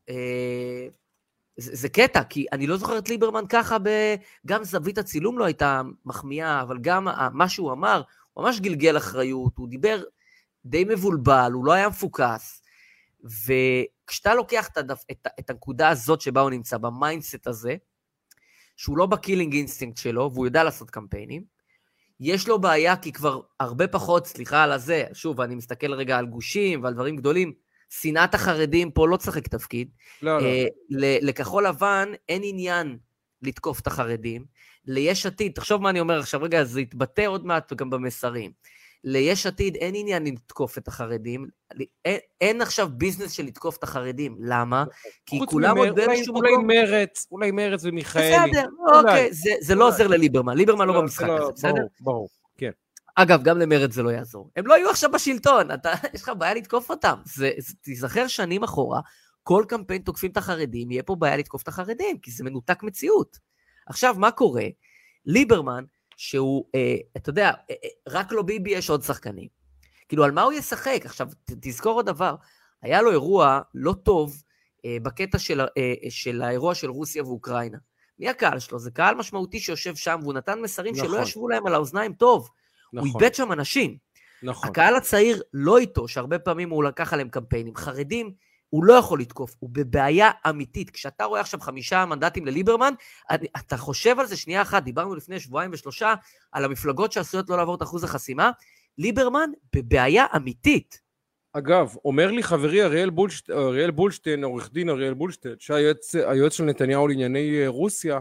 זה, זה קטע, כי אני לא זוכר את ליברמן ככה, גם זווית הצילום לא הייתה מחמיאה, אבל גם מה שהוא אמר, הוא ממש גלגל אחריות, הוא דיבר די מבולבל, הוא לא היה מפוקס, וכשאתה לוקח את, הדף, את, את הנקודה הזאת שבה הוא נמצא, במיינדסט הזה, שהוא לא בקילינג אינסטינקט שלו, והוא יודע לעשות קמפיינים, יש לו בעיה כי כבר הרבה פחות, סליחה על הזה, שוב, אני מסתכל רגע על גושים ועל דברים גדולים, שנאת החרדים פה לא צחק תפקיד. לא, לא. לכחול לבן אין עניין לתקוף את החרדים. ליש עתיד, תחשוב מה אני אומר עכשיו, רגע, זה יתבטא עוד מעט וגם במסרים. ליש עתיד אין עניין לתקוף את החרדים, אין, אין עכשיו ביזנס של לתקוף את החרדים. למה? כי כולם עוד באיזשהו מקום... אולי מרץ, אולי מרץ ומיכאלי. בסדר, אוקיי, זה, זה לא עוזר לליברמן, ליברמן לא במשחק הזה, בסדר? ברור, ברור, כן. אגב, גם למרץ זה לא יעזור. הם לא יהיו עכשיו בשלטון, אתה, יש לך בעיה לתקוף אותם. זה, זה, תזכר שנים אחורה, כל קמפיין תוקפים את החרדים, יהיה פה בעיה לתקוף את החרדים, כי זה מנותק מציאות. עכשיו, מה קורה? ליברמן, שהוא, אה, אתה יודע, אה, רק לא ביבי יש עוד שחקנים. כאילו, על מה הוא ישחק? עכשיו, ת, תזכור עוד דבר, היה לו אירוע לא טוב, אה, בקטע של, אה, של האירוע של רוסיה ואוקראינה. מי הקהל שלו? זה קהל משמעותי שיושב שם, והוא נתן מסרים נכון. שלא ישבו להם על האוזניים טוב. נכון. הוא איבד שם אנשים. נכון. הקהל הצעיר לא איתו, שהרבה פעמים הוא לקח עליהם קמפיינים. חרדים, הוא לא יכול לתקוף, הוא בבעיה אמיתית. כשאתה רואה עכשיו חמישה מנדטים לליברמן, אתה חושב על זה שנייה אחת, דיברנו לפני שבועיים ושלושה, על המפלגות שעשויות לא לעבור את אחוז החסימה, ליברמן בבעיה אמיתית. אגב, אומר לי חברי אריאל בולשטיין, אריאל בולשטיין, עורך דין אריאל בולשטיין, שהיועץ של נתניהו לענייני רוסיה,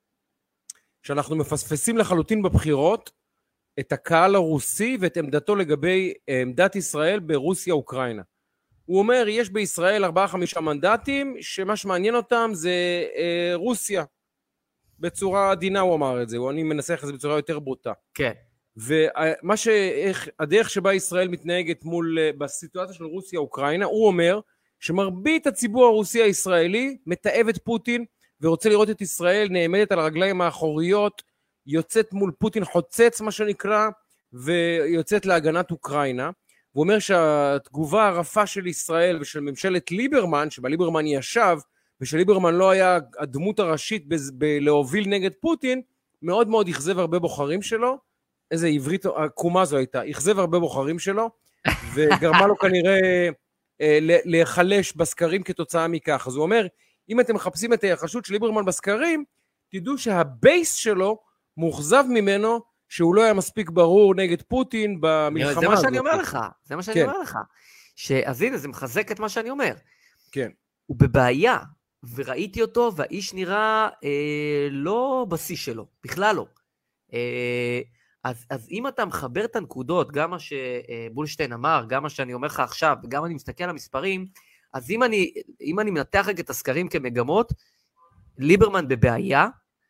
שאנחנו מפספסים לחלוטין בבחירות, את הקהל הרוסי ואת עמדתו לגבי עמדת ישראל ברוסיה-אוקראינה. הוא אומר, יש בישראל ארבעה חמישה מנדטים, שמה שמעניין אותם זה אה, רוסיה. בצורה עדינה הוא אמר את זה, אני מנסח את זה בצורה יותר בוטה. כן. ומה ש... הדרך שבה ישראל מתנהגת מול, בסיטואציה של רוסיה-אוקראינה, הוא אומר שמרבית הציבור הרוסי הישראלי מתאהב את פוטין, ורוצה לראות את ישראל נעמדת על הרגליים האחוריות, יוצאת מול פוטין חוצץ מה שנקרא, ויוצאת להגנת אוקראינה. הוא אומר שהתגובה הרפה של ישראל ושל ממשלת ליברמן, שבה ליברמן ישב, ושליברמן לא היה הדמות הראשית ב- ב- להוביל נגד פוטין, מאוד מאוד יחזב הרבה בוחרים שלו, איזה עברית, הקומה זו הייתה, יחזב הרבה בוחרים שלו, וגרמה לו כנראה אה, להיחלש בסקרים כתוצאה מכך. אז הוא אומר, אם אתם מחפשים את היחשות של ליברמן בסקרים, תדעו שהבייס שלו מוחזב ממנו, שהוא לא היה מספיק ברור נגד פוטין במלחמה הזאת. זה מה שאני אומר לך, זה מה שאני אומר לך. אז הנה, זה מחזק את מה שאני אומר. כן. הוא בבעיה, וראיתי אותו, והאיש נראה אה, לא בשיא שלו, בכלל לא. אה, אז, אז אם אתה מחבר את הנקודות, גם מה שבולשטיין אמר, גם מה שאני אומר לך עכשיו, וגם אני מסתכל על המספרים, אז אם אני, אם אני מנתח את הסקרים כמגמות, ליברמן בבעיה,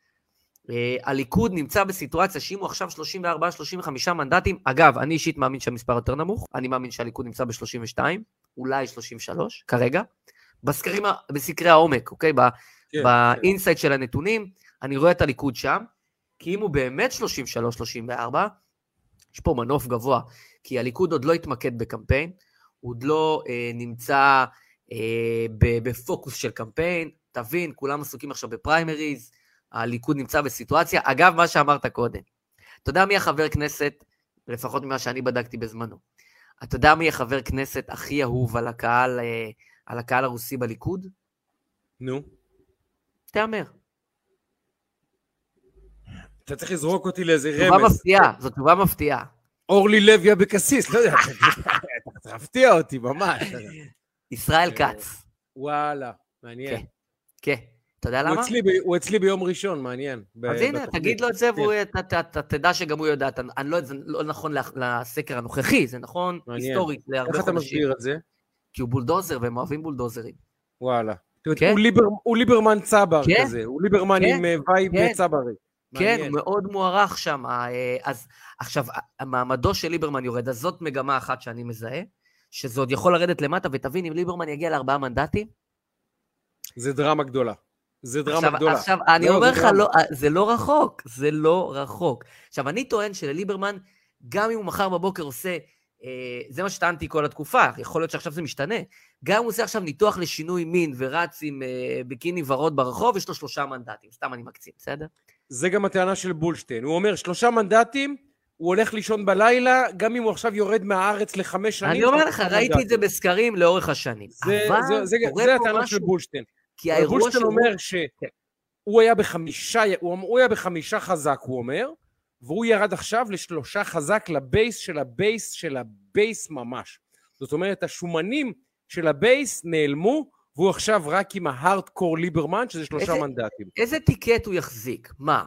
הליכוד נמצא בסיטואציה שאם הוא עכשיו שלושים וארבעה שלושים וחמישה מנדטים, אגב, אני אישית מאמין שהמספר יותר נמוך, אני מאמין שהליכוד נמצא ב-שלושים ושתיים, אולי שלושים ושלוש, כרגע, בסקרים, בסקרי העומק, אוקיי? באינסייט של הנתונים, אני רואה את הליכוד שם, כי אם הוא באמת שלושים ושלוש שלושים וארבע, יש פה מנוף גבוה, כי הליכוד עוד לא התמקד בקמפיין, הוא עוד לא אה, נמצא אה, בפוקוס של קמפיין, תבין, כולם עסוקים עכשיו בפריימריז, הליכוד נמצא בסיטואציה, אגב, מה שאמרת קודם, אתה יודע מי החבר כנסת, לפחות ממה שאני בדקתי בזמנו, אתה יודע מי החבר כנסת הכי אהוב על הקהל, על הקהל הרוסי בליכוד? נו. תאמר. אתה צריך לזרוק אותי לאיזה רמז. תשובה מפתיעה, זו תשובה מפתיעה. אורלי לוי אבקסיס, לא יודע, אתה תפתיע אותי ממש. ישראל כץ. וואלה, מעניין. כן, כן. אתה יודע למה? הוא אצלי ביום ראשון, מעניין. אז הנה, תגיד לו את זה, ואתה תדע שגם הוא יודע, אני לא יודע, זה לא נכון לסקר הנוכחי, זה נכון היסטורית להרבה חודשים. איך אתה מסביר את זה? כי הוא בולדוזר, והם אוהבים בולדוזרים. וואלה. הוא ליברמן צבר כזה, הוא ליברמן עם וייב צברי. כן, הוא מאוד מוערך שם. אז עכשיו, המעמדו של ליברמן יורד, אז זאת מגמה אחת שאני מזהה, שזה עוד יכול לרדת למטה, ותבין, אם ליברמן יגיע לארבעה מנדטים, זה דרמה גדולה. זה דרמה גדולה. עכשיו, אני אומר לך, זה לא רחוק, זה לא רחוק. עכשיו, אני טוען שלליברמן, גם אם הוא מחר בבוקר עושה, זה מה שטענתי כל התקופה, יכול להיות שעכשיו זה משתנה, גם אם הוא עושה עכשיו ניתוח לשינוי מין, ורץ עם ביקיני ורוד ברחוב, יש לו שלושה מנדטים, סתם אני מקצין, בסדר? זה גם הטענה של בולשטיין, הוא אומר, שלושה מנדטים, הוא הולך לישון בלילה, גם אם הוא עכשיו יורד מהארץ לחמש שנים. אני אומר לך, ראיתי את זה בסקרים לאורך השנים. זה הטענה של בולשטיין. בולשטיין אומר שהוא היה בחמישה, הוא היה בחמישה חזק, הוא אומר, והוא ירד עכשיו לשלושה חזק לבייס של הבייס של הבייס ממש. זאת אומרת, השומנים של הבייס נעלמו, והוא עכשיו רק עם ההארדקור ליברמן, שזה שלושה מנדטים. איזה טיקט הוא יחזיק? מה?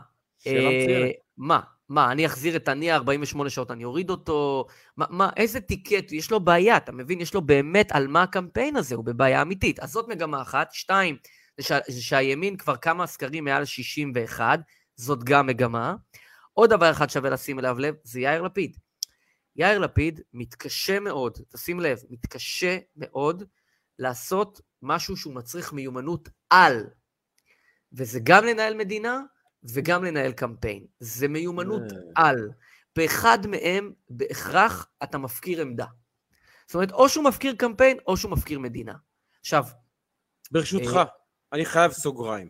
מה? מה, אני אחזיר את אני ארבעים ושמונה שעות, אני אוריד אותו, מה, מה, איזה טיקט, יש לו בעיה, אתה מבין, יש לו באמת על מה הקמפיין הזה, הוא בבעיה אמיתית, אז זאת מגמה אחת, שתיים, זה, שה, זה שהימין כבר כמה סקרים מעל שישים ואחת, זאת גם מגמה, עוד דבר אחד שווה לשים אליו לב, זה יאיר לפיד, יאיר לפיד מתקשה מאוד, תשים לב, מתקשה מאוד לעשות משהו שהוא מצריך מיומנות על, וזה גם לנהל מדינה, וגם לנהל קמפיין. זה מיומנות על. באחד מהם, בהכרח, אתה מפקיר עמדה. זאת אומרת, או שהוא מפקיר קמפיין, או שהוא מפקיר מדינה. עכשיו... ברשותך, אני חייב סוגריים.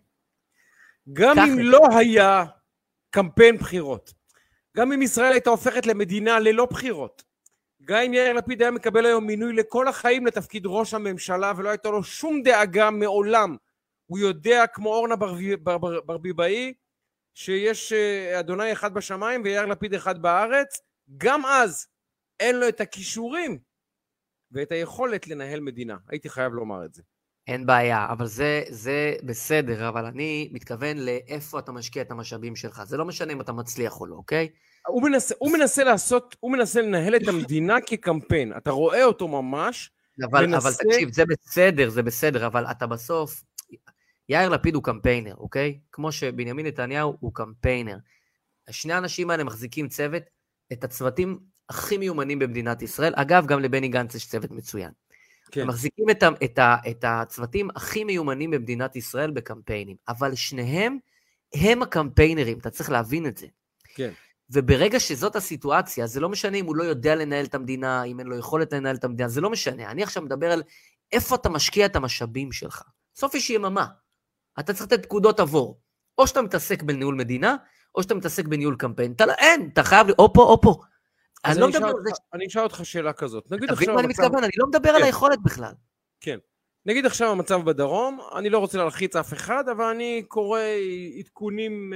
גם אם לא היה קמפיין בחירות, גם אם ישראל הייתה הופכת למדינה ללא בחירות, גם אם יאיר לפיד היה מקבל היום מינוי לכל החיים לתפקיד ראש הממשלה, ולא הייתה לו שום דאגה מעולם, הוא יודע, כמו אורנה ברביבאי, שיש אדוני אחד בשמיים ויאיר לפיד אחד בארץ, גם אז אין לו את הכישורים ואת היכולת לנהל מדינה. הייתי חייב לומר את זה. אין בעיה, אבל זה, זה בסדר, אבל אני מתכוון לאיפה אתה משקיע את המשאבים שלך. זה לא משנה אם אתה מצליח או לא, אוקיי? הוא מנסה, הוא מנסה לעשות, הוא מנסה לנהל את המדינה כקמפיין. אתה רואה אותו ממש. אבל, מנסה... אבל תקשיב, זה בסדר, זה בסדר, אבל אתה בסוף... יאיר לפיד הוא קמפיינר, אוקיי? כמו שבנימין נתניהו הוא קמפיינר. השני האנשים האלה מחזיקים צוות, את הצוותים הכי מיומנים במדינת ישראל. אגב, גם לבני גנץ יש צוות מצוין. כן. הם מחזיקים את, את, את הצוותים הכי מיומנים במדינת ישראל בקמפיינים. אבל שניהם הם הקמפיינרים, אתה צריך להבין את זה. כן. וברגע שזאת הסיטואציה, זה לא משנה אם הוא לא יודע לנהל את המדינה, אם אין לו יכולת לנהל את המדינה, זה לא משנה. אני עכשיו מדבר על איפה אתה משקיע את המשאבים שלך. סוף יש יממה. אתה צריך לתת פקודות עבור. או שאתה מתעסק בניהול מדינה, או שאתה מתעסק בניהול קמפיין. אתה לא, אין, אתה חייב, או פה, או פה. אני לא מדבר על זה. אני אשאל אותך שאלה כזאת. נגיד עכשיו המצב... אני מתכוון, אני לא מדבר על היכולת בכלל. כן. נגיד עכשיו המצב בדרום, אני לא רוצה להלחיץ אף אחד, אבל אני קורא עדכונים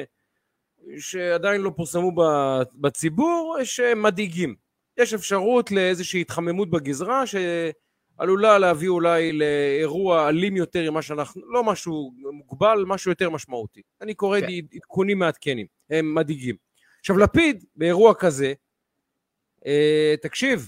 שעדיין לא פורסמו בציבור, שמדאיגים. יש אפשרות לאיזושהי התחממות בגזרה, ש... עלולה להביא אולי לאירוע אלים יותר, מה שאנחנו, לא משהו מוגבל, משהו יותר משמעותי. אני קורא כן. עדכונים מעדכנים, הם מדאיגים. עכשיו לפיד, באירוע כזה, אה, תקשיב,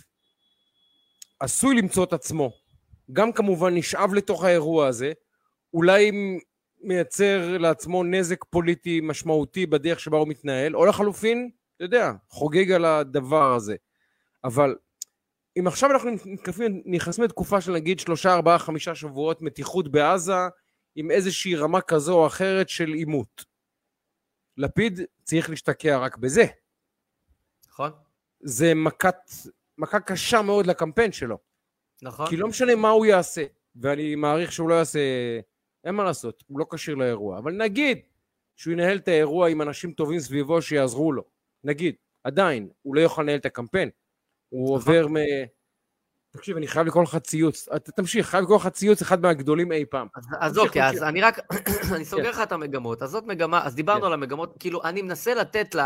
עשוי למצוא את עצמו, גם כמובן נשאב לתוך האירוע הזה, אולי מייצר לעצמו נזק פוליטי משמעותי בדרך שבה הוא מתנהל, או לחלופין, אתה יודע, חוגג על הדבר הזה. אבל אם עכשיו אנחנו נכנסים לתקופה של נגיד שלושה, ארבעה, חמישה שבועות מתיחות בעזה, עם איזושהי רמה כזו או אחרת של עימות. לפיד צריך להשתקע רק בזה. נכון. זה מכת, מכה קשה מאוד לקמפיין שלו. נכון. כי לא משנה מה הוא יעשה, ואני מעריך שהוא לא יעשה, אין מה לעשות, הוא לא קשיר לאירוע. אבל נגיד שהוא ינהל את האירוע עם אנשים טובים סביבו שיעזרו לו. נגיד, עדיין, הוא לא יוכל לנהל את הקמפיין. הוא עובר מ... תקשיב, אני חייב לקרוא לך ציוץ. אתה תמשיך, חייב לקרוא לך ציוץ אחד מהגדולים אי פעם. אז אוקיי, אז אני רק... אני סוגר לך את המגמות. אז זאת מגמה, אז דיברנו על המגמות, כאילו, אני מנסה לתת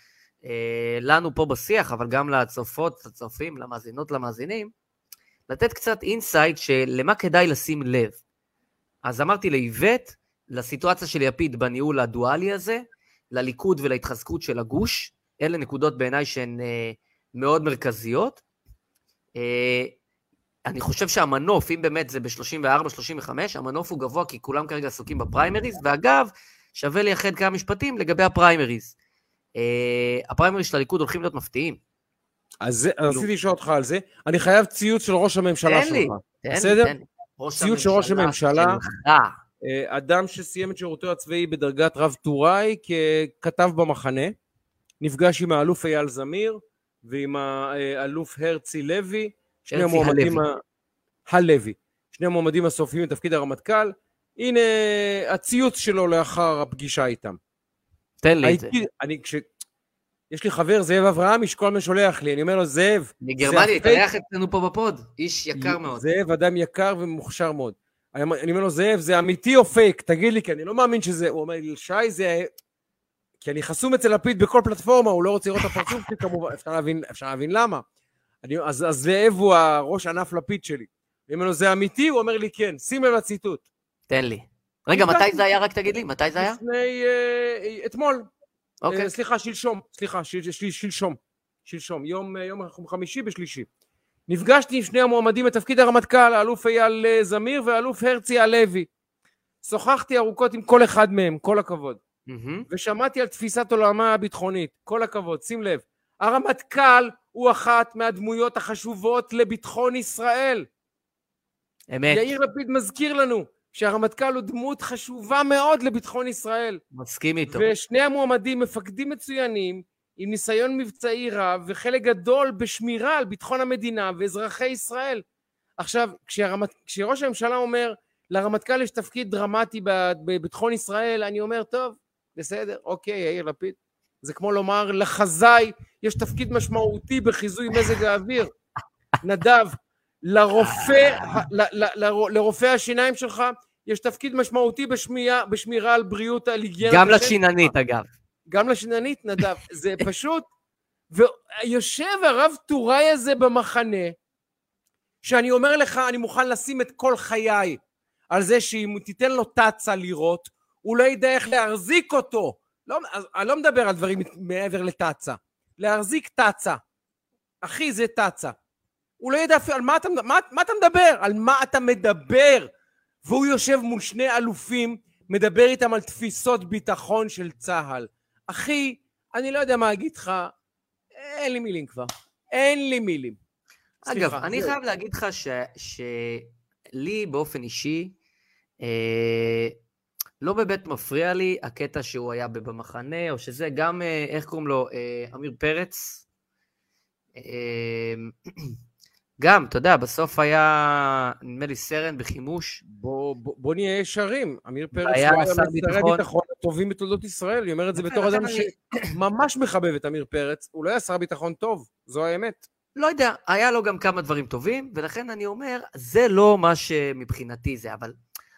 לנו פה בשיח, אבל גם לצופות, לצופים, למאזינות, למאזינים, לתת קצת אינסייט של למה כדאי לשים לב. אז אמרתי לאיבט, לסיטואציה של לפיד בניהול הדואלי הזה, לליכוד ולהתחזקות של הגוש, אלה נקודות בעיניי שהן מאוד מרכזיות. אני חושב שהמנוף, אם באמת זה ב-שלושים וארבע שלושים וחמש, המנוף הוא גבוה כי כולם כרגע עסוקים בפריימריז, ואגב, שווה לייחד כמה משפטים לגבי הפריימריז. הפריימריז של הליכוד הולכים להיות מפתיעים. אז רציתי לשאול אותך על זה. אני חייב ציוץ של ראש הממשלה שלך. בסדר? ציוץ של ראש הממשלה. אדם שסיים את שירותו הצבאי בדרגת רב טוראי ככתב במחנה, נפגש עם האלוף אייל זמיר ועם האלוף הרצי לוי, שני המועמדים הלוי, שני המועמדים הסופיים לתפקיד הרמטכ"ל. הנה הציוץ שלו לאחר הפגישה איתם. תן לי את זה. אני, כש... יש לי חבר, זאב אברהם, איש כל מה שולח לי, אני אומר לו, זאב... מגרמניה, תריח אצלנו פה בפוד, איש יקר מאוד. זאב, אדם יקר ומוכשר מאוד. אני אומר לו, זאב, זה אמיתי או פייק? תגיד לי, כי אני לא מאמין שזה... הוא אומר לי, שי, זה... כי אני חסום אצל לפיד בכל פלטפורמה, הוא לא רוצה לראות את הפרצוף שלי, כמובן, אפשר להבין, אפשר להבין למה. אני, אז, אז זאב הוא הראש ענף לפיד שלי. אני אומר לו, זה אמיתי? הוא אומר לי, כן, שים לב לציטוט. תן לי. רגע, מתי זה היה? רק תגיד לי, מתי זה היה? לפני... אתמול. אוקיי. סליחה, שלשום, סליחה, שלשום, שלשום, יום, יום חמישי בשלישי. נפגשתי עם שני המועמדים לתפקיד הרמטכ"ל, האלוף אייל זמיר והאלוף הרצי הלוי. שוחחתי ארוכות עם כל אחד מהם, כל הכבוד. ושמעתי על תפיסת עולמה הביטחונית, כל הכבוד, שים לב. הרמטכ"ל הוא אחת מהדמויות החשובות לביטחון ישראל. אמת. יאיר לפיד מזכיר לנו שהרמטכ"ל הוא דמות חשובה מאוד לביטחון ישראל. מסכים איתו. ושני המועמדים מפקדים מצוינים, עם ניסיון מבצעי רב, וחלק גדול בשמירה על ביטחון המדינה ואזרחי ישראל. עכשיו, כשהרמט... כשראש הממשלה אומר, לרמטכ"ל יש תפקיד דרמטי בביטחון ישראל, אני אומר, טוב, בסדר, אוקיי, יאיר לפיד. זה כמו לומר, לחזאי יש תפקיד משמעותי בחיזוי מזג האוויר. נדב, לרופא, ל, ל, ל, לרופא השיניים שלך יש תפקיד משמעותי בשמירה, בשמירה על בריאות, על היגיינה. גם לשיננית, אגב. גם לשיננית, נדב. זה פשוט, ויושב הרב טוראי הזה במחנה, שאני אומר לך, אני מוכן לשים את כל חיי על זה שאם תיתן לו תצה לראות, הוא לא ידע איך להחזיק אותו. לא, אני לא מדבר על דברים מעבר לתצה. להחזיק תצה. אחי, זה תצה. הוא לא ידע על מה אתה, מה, מה אתה מדבר, על מה אתה מדבר, והוא יושב מול שני אלופים, מדבר איתם על תפיסות ביטחון של צהל. אחי, אני לא יודע מה אגיד לך, אין לי מילים כבר, אין לי מילים. אגב, סליחה, אני זה... חייב להגיד לך ש... שלי באופן אישי, אה, לא באמת מפריע לי הקטע שהוא היה במחנה, או שזה גם, אה, איך קוראים לו, אה, אמיר פרץ, אה, גם, אתה יודע, בסוף היה, נדמה לי, סרן בחימוש. בוא, בוא, בוא נהיה ישרים. אמיר פרץ היה שרי ביטחון הטובים בתולדות ישראל. אני אומר את זה בתור אדם שממש מחבב את אמיר פרץ. הוא לא היה שר ביטחון טוב, זו האמת. לא יודע, היה לו גם כמה דברים טובים, ולכן אני אומר, זה לא מה שמבחינתי זה, אבל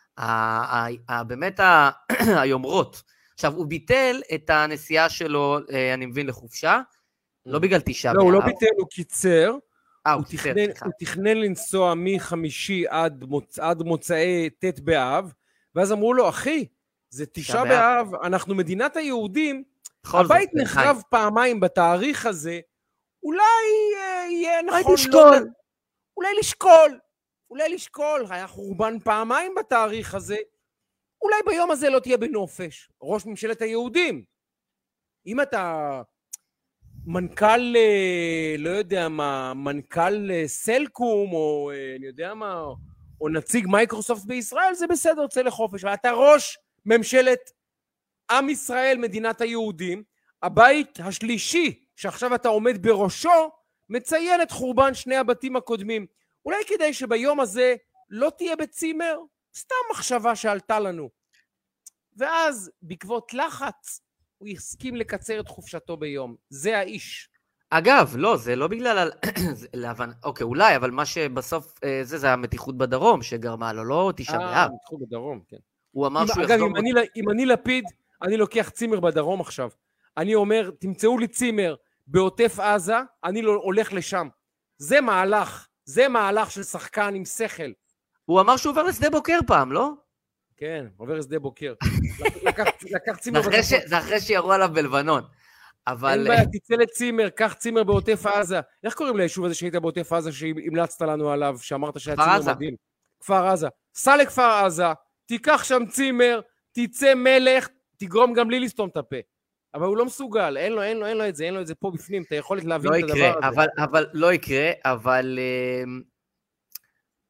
באמת היומרות. עכשיו, הוא ביטל את הנסיעה שלו, אני מבין, לחופשה, לא בגלל תשעה באב. לא, הוא לא ביטל, הוא קיצר. הוא, הוא, תכנן, הוא תכנן לנסוע מחמישי עד, מוצ... עד מוצאי ת' באב, ואז אמרו לו, אחי, זה תשעה באב, אנחנו מדינת היהודים, הבית זאת, נחרב פעמיים בתאריך הזה, אולי אה, יהיה נכון... לשקול. לא... אולי לשקול. אולי לשקול. היה חורבן פעמיים בתאריך הזה, אולי ביום הזה לא תהיה בנופש. ראש ממשלת היהודים. אם אתה... מנכ"ל, לא יודע מה, מנכ"ל סלקום, או אני יודע מה, או נציג מייקרוסופט בישראל, זה בסדר, צא לחופש. ואתה ראש ממשלת עם ישראל, מדינת היהודים, הבית השלישי, שעכשיו אתה עומד בראשו, מציין את חורבן שני הבתים הקודמים. אולי כדי שביום הזה לא תהיה בצימר, סתם מחשבה שעלתה לנו. ואז, בעקבות לחץ, הוא הסכים לקצר את חופשתו ביום. זה האיש. אגב, לא, זה לא בגלל... אוקיי, אולי, אבל מה שבסוף זה, זה המתיחות בדרום שגרמה לו, לא תשעה באב. אה, המתיחות בדרום, כן. הוא אמר שהוא יחזור... אגב, אם אני לפיד, אני לוקח צימר בדרום עכשיו. אני אומר, תמצאו לי צימר בעוטף עזה, אני לא הולך לשם. זה מהלך, זה מהלך של שחקן עם שכל. הוא אמר שהוא עובר לשדה בוקר פעם, לא? כן, עובר לשדה בוקר. לקח צימר... זה אחרי שירו עליו בלבנון. אבל... אין בעיה, תצא לצימר, קח צימר בעוטף עזה. איך קוראים ליישוב הזה שהיית בעוטף עזה, שהמלצת לנו עליו, שאמרת שהיה צימר מדהים? כפר עזה. סע לכפר עזה, תיקח שם צימר, תצא מלך, תגרום גם לי לסתום את הפה. אבל הוא לא מסוגל, אין לו, אין לו, אין לו את זה, אין לו את זה פה בפנים, אתה יכולת להבין את הדבר הזה. אבל, אבל, לא יקרה, אבל...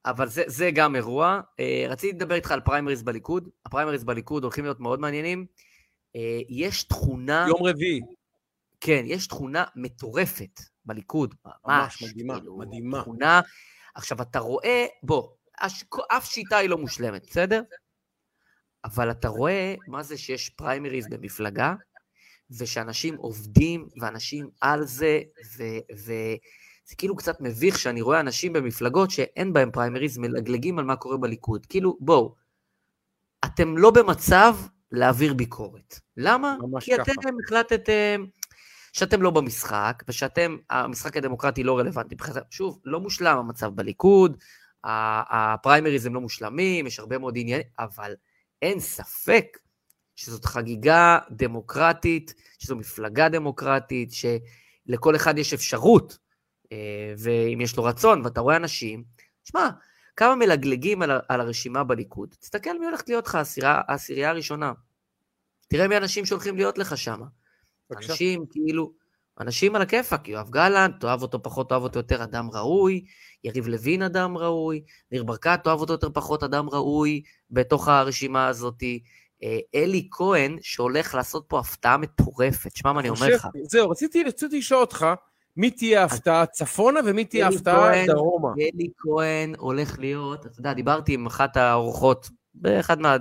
אבל זה, זה גם אירוע. רציתי לדבר איתך על פריימריז בליכוד. הפריימריז בליכוד הולכים להיות מאוד מעניינים. יש תכונה... יום רביעי. כן, יש תכונה מטורפת בליכוד. ממש מדהימה, כאילו, מדהימה. תכונה... עכשיו, אתה רואה... בוא, אף שיטה היא לא מושלמת, בסדר? אבל אתה רואה מה זה שיש פריימריז במפלגה, ושאנשים עובדים, ואנשים על זה, וזה כאילו קצת מביך שאני רואה אנשים במפלגות שאין בהם פריימריז, מלגלגים על מה קורה בליכוד. כאילו, בואו, אתם לא במצב להעביר ביקורת. למה? כי אתם החלטתם שאתם לא במשחק, ושאתם, המשחק הדמוקרטי לא רלוונטי. שוב, לא מושלם המצב בליכוד, הפריימריז הם לא מושלמים, יש הרבה מאוד עניינים, אבל אין ספק שזאת חגיגה דמוקרטית, שזו מפלגה דמוקרטית, שלכל אחד יש אפשרות, ואם יש לו רצון, ואתה רואה אנשים, שמע, כמה מלגלגים על, על הרשימה בליכוד, תסתכל מי הולכת להיות לך, העשירייה הראשונה, תראה מי אנשים שהולכים להיות לך שם, בבקשה. אנשים כאילו, אנשים על הכיפק, יואב גלנט, תאהב אותו פחות, תאהב אותו יותר, אדם ראוי, יריב לוין אדם ראוי, ניר ברקת, תאהב אותו יותר פחות, אדם ראוי, בתוך הרשימה הזאת, אלי כהן, שהולך לעשות פה הפתעה מטורפת, שמע מה אני אומר לך. זהו, רציתי, רציתי לשאול אותך, מי תהיה הפתעה צפונה, ומי תהיה הפתעה דרומה? אלי כהן הולך להיות, אתה יודע, דיברתי עם אחת האורחות, באחד מה,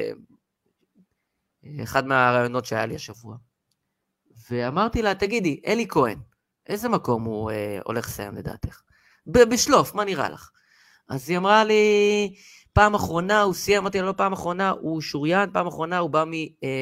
אחד מהרעיונות שהיה לי השבוע, ואמרתי לה, תגידי, אלי כהן, איזה מקום הוא הולך לסיים לדעתך? בשלוף, מה נראה לך? אז היא אמרה לי, פעם אחרונה הוא סיים, אמרתי לה, לא פעם אחרונה, הוא שוריין, פעם אחרונה הוא בא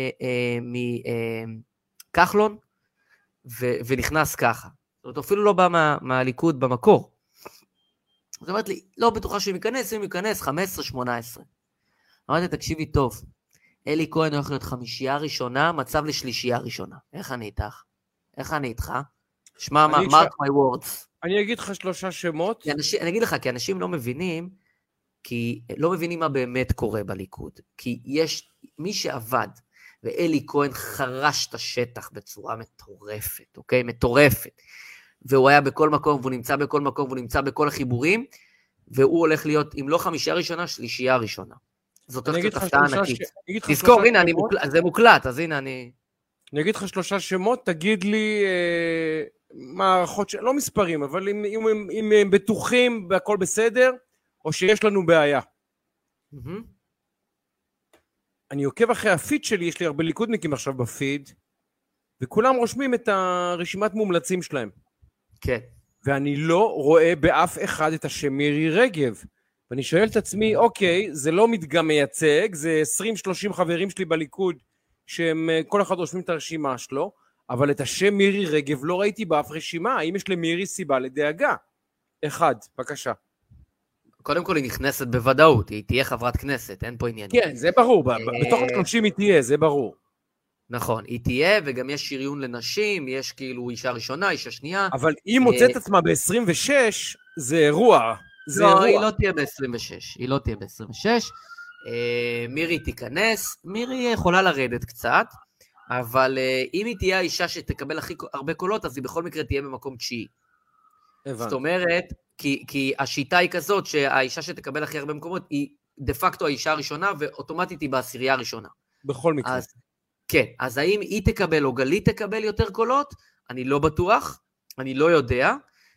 מכחלון, ונכנס ככה. זאת אומרת, אפילו לא בא מהליכוד במקור. אז אמרת לי, לא בטוחה שהוא ייכנס, אם ייכנס, חמש עשרה שמונה עשרה. אמרתי, תקשיבי טוב, אלי כהן הולך להיות חמישייה ראשונה, מצב לשלישייה ראשונה. איך אני איתך? איך אני איתך? שמע, mark my words. אני אגיד לך שלושה שמות. אני אגיד לך, כי אנשים לא מבינים, כי לא מבינים מה באמת קורה בליכוד. כי יש מי שעבד, ואלי כהן חרש את השטח בצורה מטורפת, אוקיי? מטורפת. והוא היה בכל מקום, והוא נמצא בכל מקום, והוא נמצא בכל החיבורים, והוא הולך להיות, אם לא חמישייה ראשונה, שלישייה ראשונה. זאת הולכת הפתעה ענקית. תזכור, הנה, זה מוקלט, אז הנה אני... אני אגיד לך שלושה שמות, תגיד לי מערכות, לא מספרים, אבל אם הם בטוחים, והכל בסדר, או שיש לנו בעיה. אני עוקב אחרי הפיד שלי, יש לי הרבה ליכודניקים עכשיו בפיד, וכולם רושמים את הרשימת מומלצים שלהם. כן. ואני לא רואה באף אחד את השם מירי רגב. ואני שואל את עצמי, אוקיי, זה לא מדגם מייצג, זה עשרים שלושים חברים שלי בליכוד, שהם כל אחד רושמים את הרשימה שלו, אבל את השם מירי רגב לא ראיתי באף רשימה. האם יש למירי סיבה לדאגה? אחד, בבקשה. קודם כל היא נכנסת בוודאות, היא תהיה חברת כנסת, אין פה עניין. כן, זה ברור, בתוך ה-שלושים היא תהיה, זה ברור. נכון, היא תהיה, וגם יש שריון לנשים, יש כאילו אישה ראשונה, אישה שנייה. אבל היא מוצאת עצמה ב-עשרים ושש, זה אירוע. לא, היא לא תהיה ב-עשרים ושש, היא לא תהיה ב-עשרים ושש. מירי תיכנס, מירי יכולה לרדת קצת, אבל אם היא תהיה האישה שתקבל הכי הרבה קולות, אז היא בכל מקרה תהיה במקום תשיעי. זאת אומרת, כי, כי השיטה היא כזאת, שהאישה שתקבל הכי הרבה מקומות, היא דה פקטו האישה הראשונה, ואוטומטית היא בעשירייה הראשונה. בכל מקרה. אז, כן, אז האם היא תקבל או גלית תקבל יותר קולות? אני לא בטוח, אני לא יודע,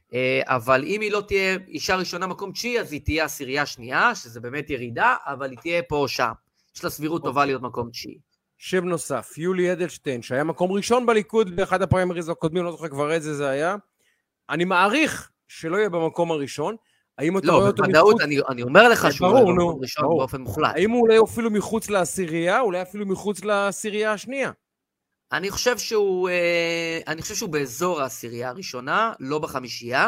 אבל אם היא לא תהיה אישה ראשונה מקום תשיעי, אז היא תהיה עשירייה שנייה, שזה באמת ירידה, אבל היא תהיה פה או שם. יש לה סבירות okay. טובה להיות מקום תשיעי. שם נוסף, יולי אדלשטיין, שהיה מקום ראשון בליכוד, באחד הפריימריז הקודמים, לא זוכר כבר איזה זה היה. אני מעריך שלא יהיה במקום הראשון. האם אתה לא, רואה אותו בוודאות, אני, אני אומר לך שהוא ברור, יהיה במקום נו, ראשון ברור. באופן מוחלט. האם הוא אולי אפילו מחוץ לעשירייה, אולי אפילו מחוץ לעשירייה השנייה? אני חושב שהוא, אני חושב שהוא באזור העשירייה הראשונה, לא בחמישייה.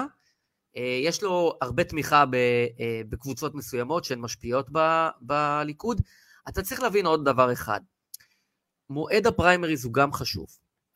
יש לו הרבה תמיכה בקבוצות מסוימות שהן משפיעות ב, בליכוד. אתה צריך להבין עוד דבר אחד. מועד הפריימריז הוא גם חשוב.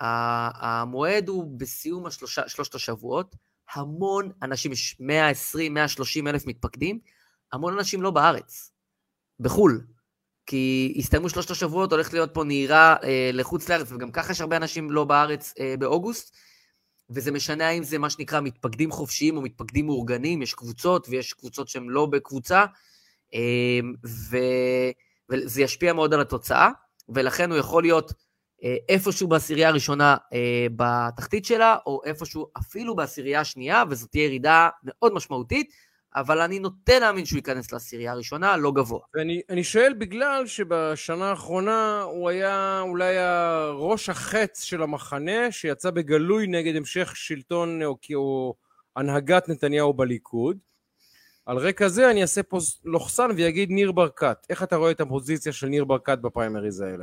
המועד הוא בסיום השלושה, שלושת השבועות, המון אנשים, יש מאה ועשרים, מאה ושלושים אלף מתפקדים, המון אנשים לא בארץ, בחול, כי הסתיימו שלושת השבועות, הולך להיות פה נהירה אה, לחוץ לארץ, וגם ככה יש הרבה אנשים לא בארץ אה, באוגוסט, וזה משנה האם זה מה שנקרא מתפקדים חופשיים או מתפקדים מאורגנים, יש קבוצות ויש קבוצות שהן לא בקבוצה, ו... וזה ישפיע מאוד על התוצאה, ולכן הוא יכול להיות איפשהו בעשירייה הראשונה בתחתית שלה, או איפשהו אפילו בעשירייה השנייה, וזאת תהיה ירידה מאוד משמעותית, אבל אני נוטה להאמין שהוא ייכנס לעשירייה הראשונה, לא גבוה. ואני אני שואל בגלל שבשנה האחרונה הוא היה אולי הראש החץ של המחנה, שיצא בגלוי נגד המשך שלטון או, או הנהגת נתניהו בליכוד. על רקע זה אני אעשה פה לוחסן ויגיד ניר ברקת. איך אתה רואה את הפוזיציה של ניר ברקת בפריימריז האלה?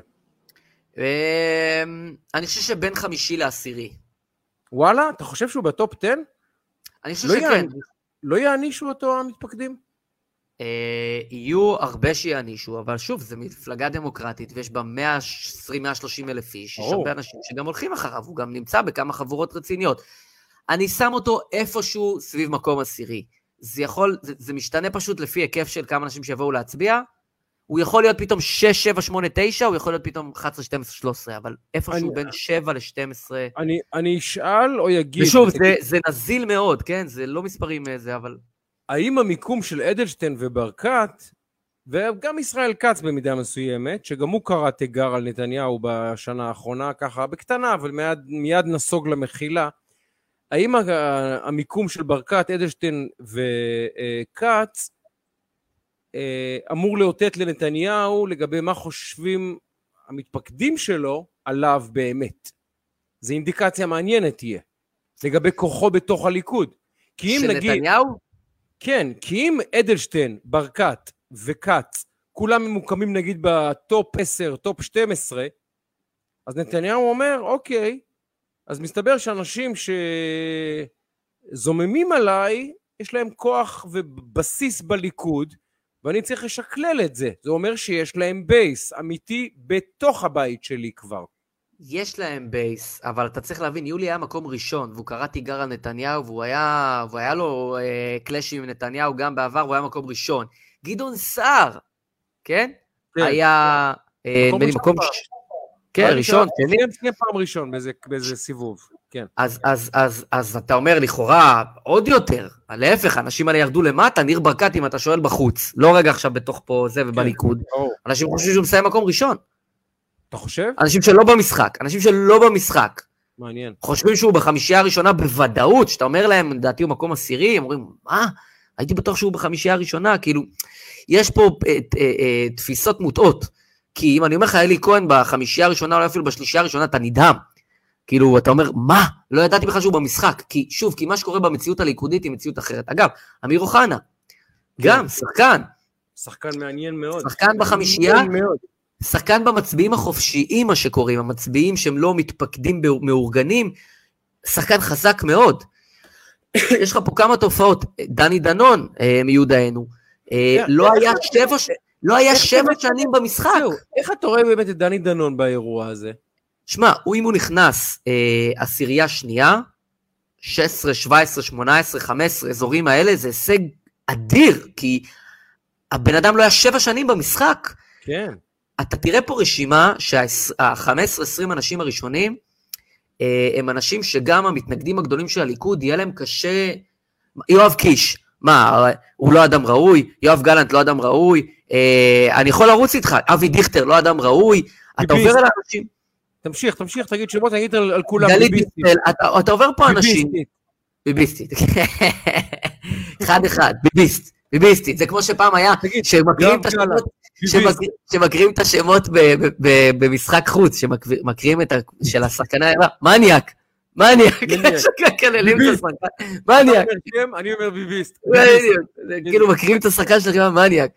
אני חושב שבין חמישי לעשירי. וואלה? אתה חושב שהוא בטופ עשר? אני חושב שכן. לא יענישו אותו המתפקדים? יהיו הרבה שיענישו, אבל שוב, זו מפלגה דמוקרטית, ויש בה מאה עשרים עד מאה שלושים אלף איש, יש הרבה אנשים שגם הולכים אחריו, הוא גם נמצא בכמה חבורות רציניות. אני שם אותו איפשהו סביב מקום עשירי. זה יכול, זה, זה משתנה פשוט לפי היקף של כמה אנשים שיבואו להצביע, הוא יכול להיות פתאום שש, שבע, שמונה, תשע, הוא יכול להיות פתאום אחת עשרה, שתים עשרה, שלוש עשרה, אבל איפשהו אני, בין שבע ל-שתים עשרה. אני, אני אשאל או יגיד... ושוב, זה, זה נזיל מאוד, כן? זה לא מספרים זה, אבל... האם המיקום של אדלשטיין וברקת, וגם ישראל כץ במידה מסוימת, שגם הוא קרא תיגר על נתניהו בשנה האחרונה, ככה בקטנה, אבל מיד, מיד נסוג למחילה, האם המיקום של ברקת, אדלשטיין וכץ, אמור לאותת לנתניהו לגבי מה חושבים המתפקדים שלו עליו באמת? זו אינדיקציה מעניינת תהיה, לגבי כוחו בתוך הליכוד. כי אם של נגיד... נתניהו? כן, כי אם אדלשטיין, ברקת וכץ, כולם ממוקמים נגיד בטופ עשר, טופ שתים עשרה, אז נתניהו אומר, אוקיי, אז מסתבר שאנשים שזוממים עליי, יש להם כוח ובסיס בליכוד, ואני צריך לשקלל את זה. זה אומר שיש להם בייס אמיתי בתוך הבית שלי כבר. יש להם בייס, אבל אתה צריך להבין, יולי היה מקום ראשון, והוא קרא תיגר על נתניהו, והוא היה, והוא היה לו אה, קלאשים עם נתניהו גם בעבר, והוא היה מקום ראשון. גדעון סער, כן? כן. היה... אה, מקום ראשון. מקום... כן, ראשון, שני. שני פעם ראשון באיזה, באיזה סיבוב, כן. אז, אז, אז, אז אתה אומר לכאורה עוד יותר, להפך, אנשים האלה ירדו למטה, ניר ברקת אם אתה שואל בחוץ, לא רגע עכשיו בתוך פה זה ובליכוד, כן. אנשים חושבים שהוא מסיים מקום ראשון. אתה חושב? אנשים שלא במשחק, אנשים שלא במשחק. מעניין. חושבים שהוא בחמישייה הראשונה בוודאות, שאתה אומר להם, לדעתי הוא מקום עשירי, הם אומרים, מה? הייתי בטוח שהוא בחמישייה הראשונה, כאילו, יש פה אה, אה, אה, תפיסות מוטעות, כי אם אני אומר לך, אלי כהן בחמישייה הראשונה, אולי אפילו בשלישייה הראשונה, אתה נדהם. כאילו, אתה אומר, מה? לא ידעתי בכלל שהוא במשחק. כי, שוב, כי מה שקורה במציאות הליכודית היא מציאות אחרת. אגב, אמיר אוחנה, גם, שחקן. שחקן מעניין מאוד. שחקן בחמישייה, שחקן במצביעים החופשיים, מה שקוראים, המצביעים שהם לא מתפקדים מאורגנים, שחקן חזק מאוד. יש לך פה כמה תופעות. דני דנון, מיודענו, לא היה שבע... לא היה שבע שנים במשחק. איך אתה רואה באמת את דני דנון באירוע הזה? שמע, הוא אם הוא נכנס אה, עשירייה שנייה, שש עשרה, שבע עשרה, שמונה עשרה, חמש עשרה, אזורים האלה, זה הישג אדיר, כי הבן אדם לא היה שבע שנים במשחק. כן. אתה תראה פה רשימה שה-חמש עשרה עשרים אנשים הראשונים, אה, הם אנשים שגם המתנגדים הגדולים של הליכוד, יהיה להם קשה, יואב קיש, מה, הוא לא אדם ראוי, יואב גלנט לא אדם ראוי, אה, אני יכול לרוץ איתך, אבי דיכטר לא אדם ראוי, אתה עובר על האנשים. תמשיך, תמשיך, תגיד שמות, תגיד על, על כולם. גלית דיכטר, אתה, אתה עובר פה אנשים. ביביסטית. אחד אחד, ביביסט, ביביסטית, זה כמו שפעם היה, שמקריאים את השמות, שמקריאים את השמות במשחק חוץ, שמקריאים את של השחקני, מניאק. מניאק, כללים את השחקן, מניאק. אני אומר ביביסט. כאילו מקריאים את השחקן שלכם, מניאק.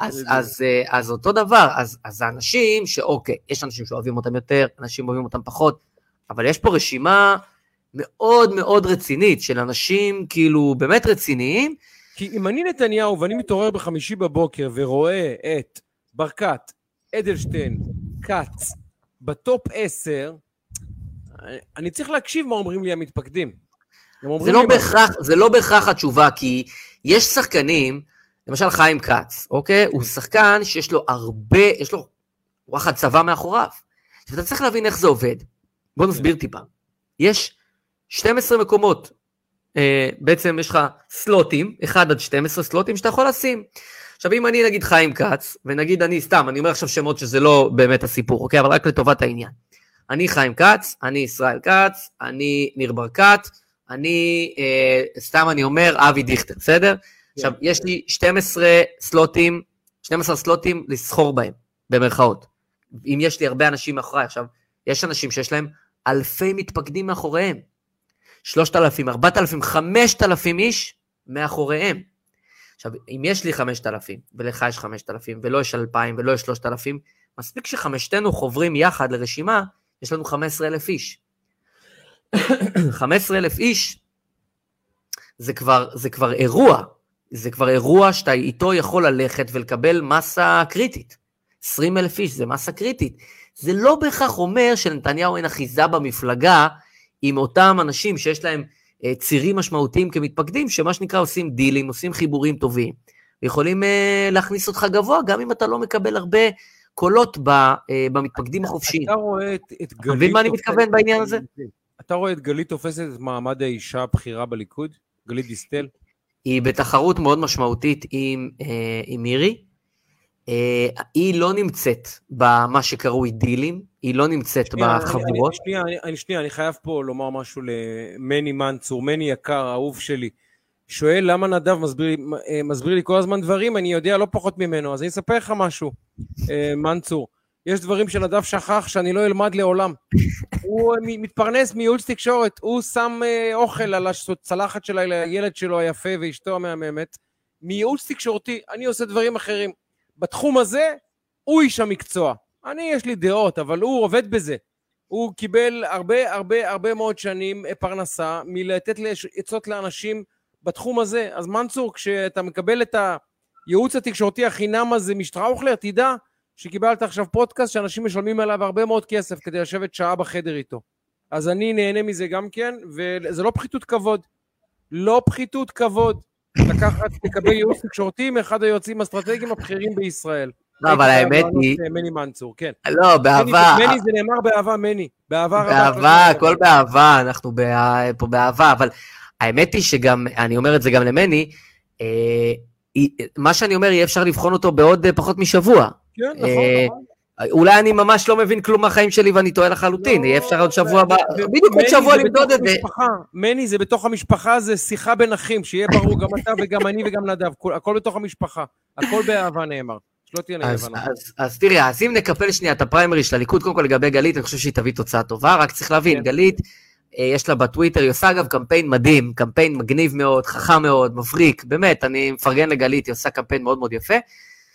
אז אותו דבר, אז האנשים שאוקיי, יש אנשים שאוהבים אותם יותר, אנשים אוהבים אותם פחות, אבל יש פה רשימה מאוד מאוד רצינית, של אנשים כאילו באמת רציניים. כי אם אני נתניהו ואני מתעורר בחמישי בבוקר ורואה את ברקת, אדלשטיין, כץ, בטופ עשר, אני צריך להקשיב מה אומרים לי המתפקדים. זה לא בהכרח, זה לא בהכרח התשובה, כי יש שחקנים, למשל חיים כץ, אוקיי? הוא שחקן שיש לו הרבה, יש לו וואחד צבא מאחוריו. ואתה צריך להבין איך זה עובד. בוא נסביר טיפה. יש שתים עשרה מקומות, בעצם יש לך סלוטים, אחד עד שתים עשרה סלוטים שאתה יכול לשים. עכשיו אם אני נגיד חיים כץ, ונגיד אני סתם, אני אומר עכשיו שמות שזה לא באמת הסיפור, אוקיי? אבל רק לטובת העניין. אני חיים כץ, אני ישראל כץ, אני ניר ברקת, אני, אה, סתם אני אומר, אבי דיכטר, בסדר? עכשיו, יש לי שתים עשרה סלוטים, שתים עשרה סלוטים לסחור בהם, במרכאות. אם יש לי הרבה אנשים מאחוריי, עכשיו, יש אנשים שיש להם אלפי מתפקדים מאחוריהם. שלושת אלפים, ארבעת אלפים, חמשת אלפים איש מאחוריהם. עכשיו, אם יש לי חמשת אלפים, ולך יש חמשת אלפים, ולא יש אלפיים, ולא יש שלושת אלפים, מספיק שחמשתנו חוברים יחד לרשימה, יש לנו חמישה עשר אלף איש. חמישה עשר אלף איש, זה כבר, זה כבר אירוע, זה כבר אירוע שאתה איתו יכול ללכת ולקבל מסה קריטית. עשרים אלף איש, זה מסה קריטית. זה לא בהכרח אומר שלנתניהו אין אחיזה במפלגה, עם אותם אנשים שיש להם uh, צירים משמעותיים כמתפקדים, שמה שנקרא עושים דילים, עושים חיבורים טובים, ויכולים uh, להכניס אותך גבוה, גם אם אתה לא מקבל הרבה קולות ב, uh, במתפקדים החופשיים. אתה רואה את, את גלית... מבין מה אני מתכוון בעניין הזה? אתה רואה את גלית תופסת את מעמד האישה הבכירה בליכוד? גלית דיסטל? היא בתחרות מאוד משמעותית עם, uh, עם מירי, Uh, היא לא נמצאת במה שקרוי דילים, היא לא נמצאת שנייה, בחבורות. אני, שנייה, אני, אני, שנייה, אני חייב פה לומר משהו למני מנצור, מני יקר, האהוב שלי, שואל למה נדב מסביר, מסביר לי כל הזמן דברים, אני יודע לא פחות ממנו, אז אני אספר לך משהו, מנצור, יש דברים שנדב שכח שאני לא אלמד לעולם, הוא מתפרנס מייעוץ תקשורת, הוא שם אוכל על הצלחת של הילד שלו היפה ואשתו המהממת, מייעוץ תקשורתי, אני עושה דברים אחרים, בתחום הזה, הוא איש המקצוע. אני, יש לי דעות, אבל הוא עובד בזה. הוא קיבל הרבה, הרבה, הרבה מאוד שנים פרנסה, מלתת עצות לאנשים בתחום הזה. אז מנצור, כשאתה מקבל את הייעוץ התקשורתי החינם הזה משטראוכלר, תדע שקיבלת עכשיו פודקאסט שאנשים משלמים עליו הרבה מאוד כסף, כדי לשבת שעה בחדר איתו. אז אני נהנה מזה גם כן, וזה לא פחיתות כבוד. לא פחיתות כבוד. לקחת, לקבל ייעוץ תקשורתי מאחד היועצים האסטרטגיים הבכירים בישראל. לא, אבל האמת היא... מני מנצור, כן. לא, באהבה... מני זה נאמר באהבה, מני. באהבה רבה. באהבה, הכל באהבה, אנחנו פה באהבה, אבל האמת היא שגם, אני אומר את זה גם למני, מה שאני אומר, יהיה אפשר לבחון אותו בעוד פחות משבוע. כן, נכון, נכון. אולי אני ממש לא מבין כלום מהחיים שלי ואני טועה לחלוטין, יהיה אפשר עוד שבוע הבא, בדיוק עוד שבוע למדוד את זה. מני זה בתוך המשפחה, זה שיחה בין אחים, שיהיה ברור גם אתה וגם אני וגם נדב, הכל בתוך המשפחה, הכל באהבה נאמר, שלא תהיה נאבנה. אז תראה, אז אם נקפל שנייה את הפריימרי של הליכוד, קודם כל לגבי גלית, אני חושב שהיא תביא תוצאה טובה, רק צריך להבין, גלית, יש לה בטוויטר, היא עושה אגב קמפיין מדהים, קמפיין מגניב מאוד, חכם מאוד, מבריק, באמת, אני מפרגן לגלית, היא עושה קמפיין מאוד מאוד יפה.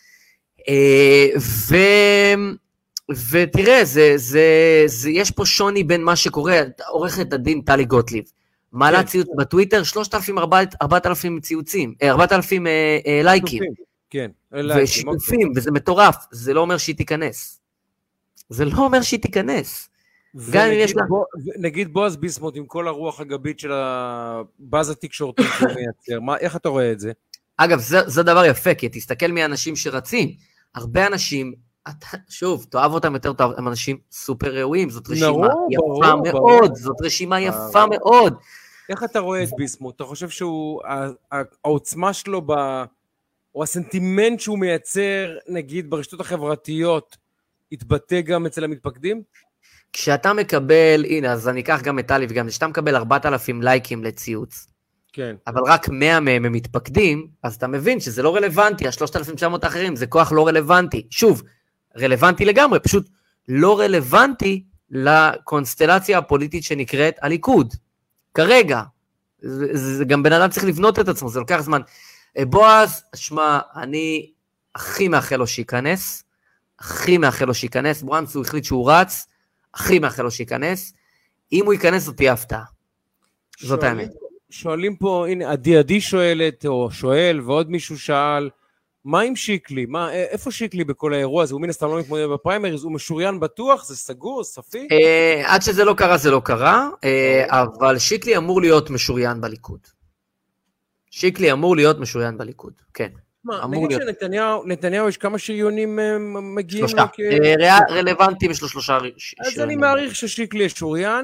ו... ותראה, זה, זה, זה, יש פה שוני בין מה שקורה, עורכת הדין טלי גוטליב, מעלה ציוץ בטוויטר, שלושת אלפים, ארבעת אלפים ציוצים, ארבעת אלפים לייקים, כן, ושיתופים, וזה מטורף, זה לא אומר שהיא תיכנס, זה לא אומר שהיא תיכנס, גם אם יש לה... נגיד בועז ביסמוט עם כל הרוח הגבית של הבאז התקשורתי שהוא מייצר, איך אתה רואה את זה? אגב, זה, זה דבר יפה, כי תסתכל מי האנשים שרצים, הרבה אנשים, אתה, שוב, תאהב אותם יותר טוב, הם אנשים סופר ראויים, זאת רשימה נרו, יפה ברור, מאוד, ברור. זאת רשימה יפה ברור. מאוד. איך אתה רואה את ביסמוט? אתה חושב שהוא, העוצמה שלו, ב, או הסנטימנט שהוא מייצר, נגיד, ברשתות החברתיות, התבטא גם אצל המתפקדים? כשאתה מקבל, הנה, אז אני אקח גם את טלי וגם, כשאתה מקבל ארבעת אלפים לייקים לציוץ, כן. אבל רק מאה מהם הם מתפקדים, אז אתה מבין שזה לא רלוונטי, ה-שלושת אלפים תשע מאות האחרים, זה כוח לא רלוונטי. שוב, רלוונטי לגמרי, פשוט לא רלוונטי לקונסטלציה הפוליטית שנקראת הליכוד. כרגע, זה, זה, גם בן אדם צריך לבנות את עצמו, זה לוקח זמן. בועז, שמה, אני הכי מאחל לו שייכנס, הכי מאחל לו שייכנס, ברנץ הוא החליט שהוא רץ, הכי מאחל לו שייכנס, אם הוא ייכנס זאת תהיה הפתעה. זאת האמת. שואלים פה, הנה, עדי עדי שואלת, או שואל, ועוד מישהו שאל, מה עם שיקלי? מה, איפה שיקלי בכל האירוע הזה? הוא מן הסתם לא מתמודד בפריימריז, הוא משוריין בטוח? זה סגור, ספי? עד שזה לא קרה, זה לא קרה, אבל שיקלי אמור להיות משוריין בליכוד. שיקלי אמור להיות משוריין בליכוד, כן. מה, נגיד שנתניהו, נתניהו יש כמה שריונים מגיעים? שלושה, רלוונטיים יש לו שלושה שריונים. אז אני מעריך ששיקלי יש שוריין,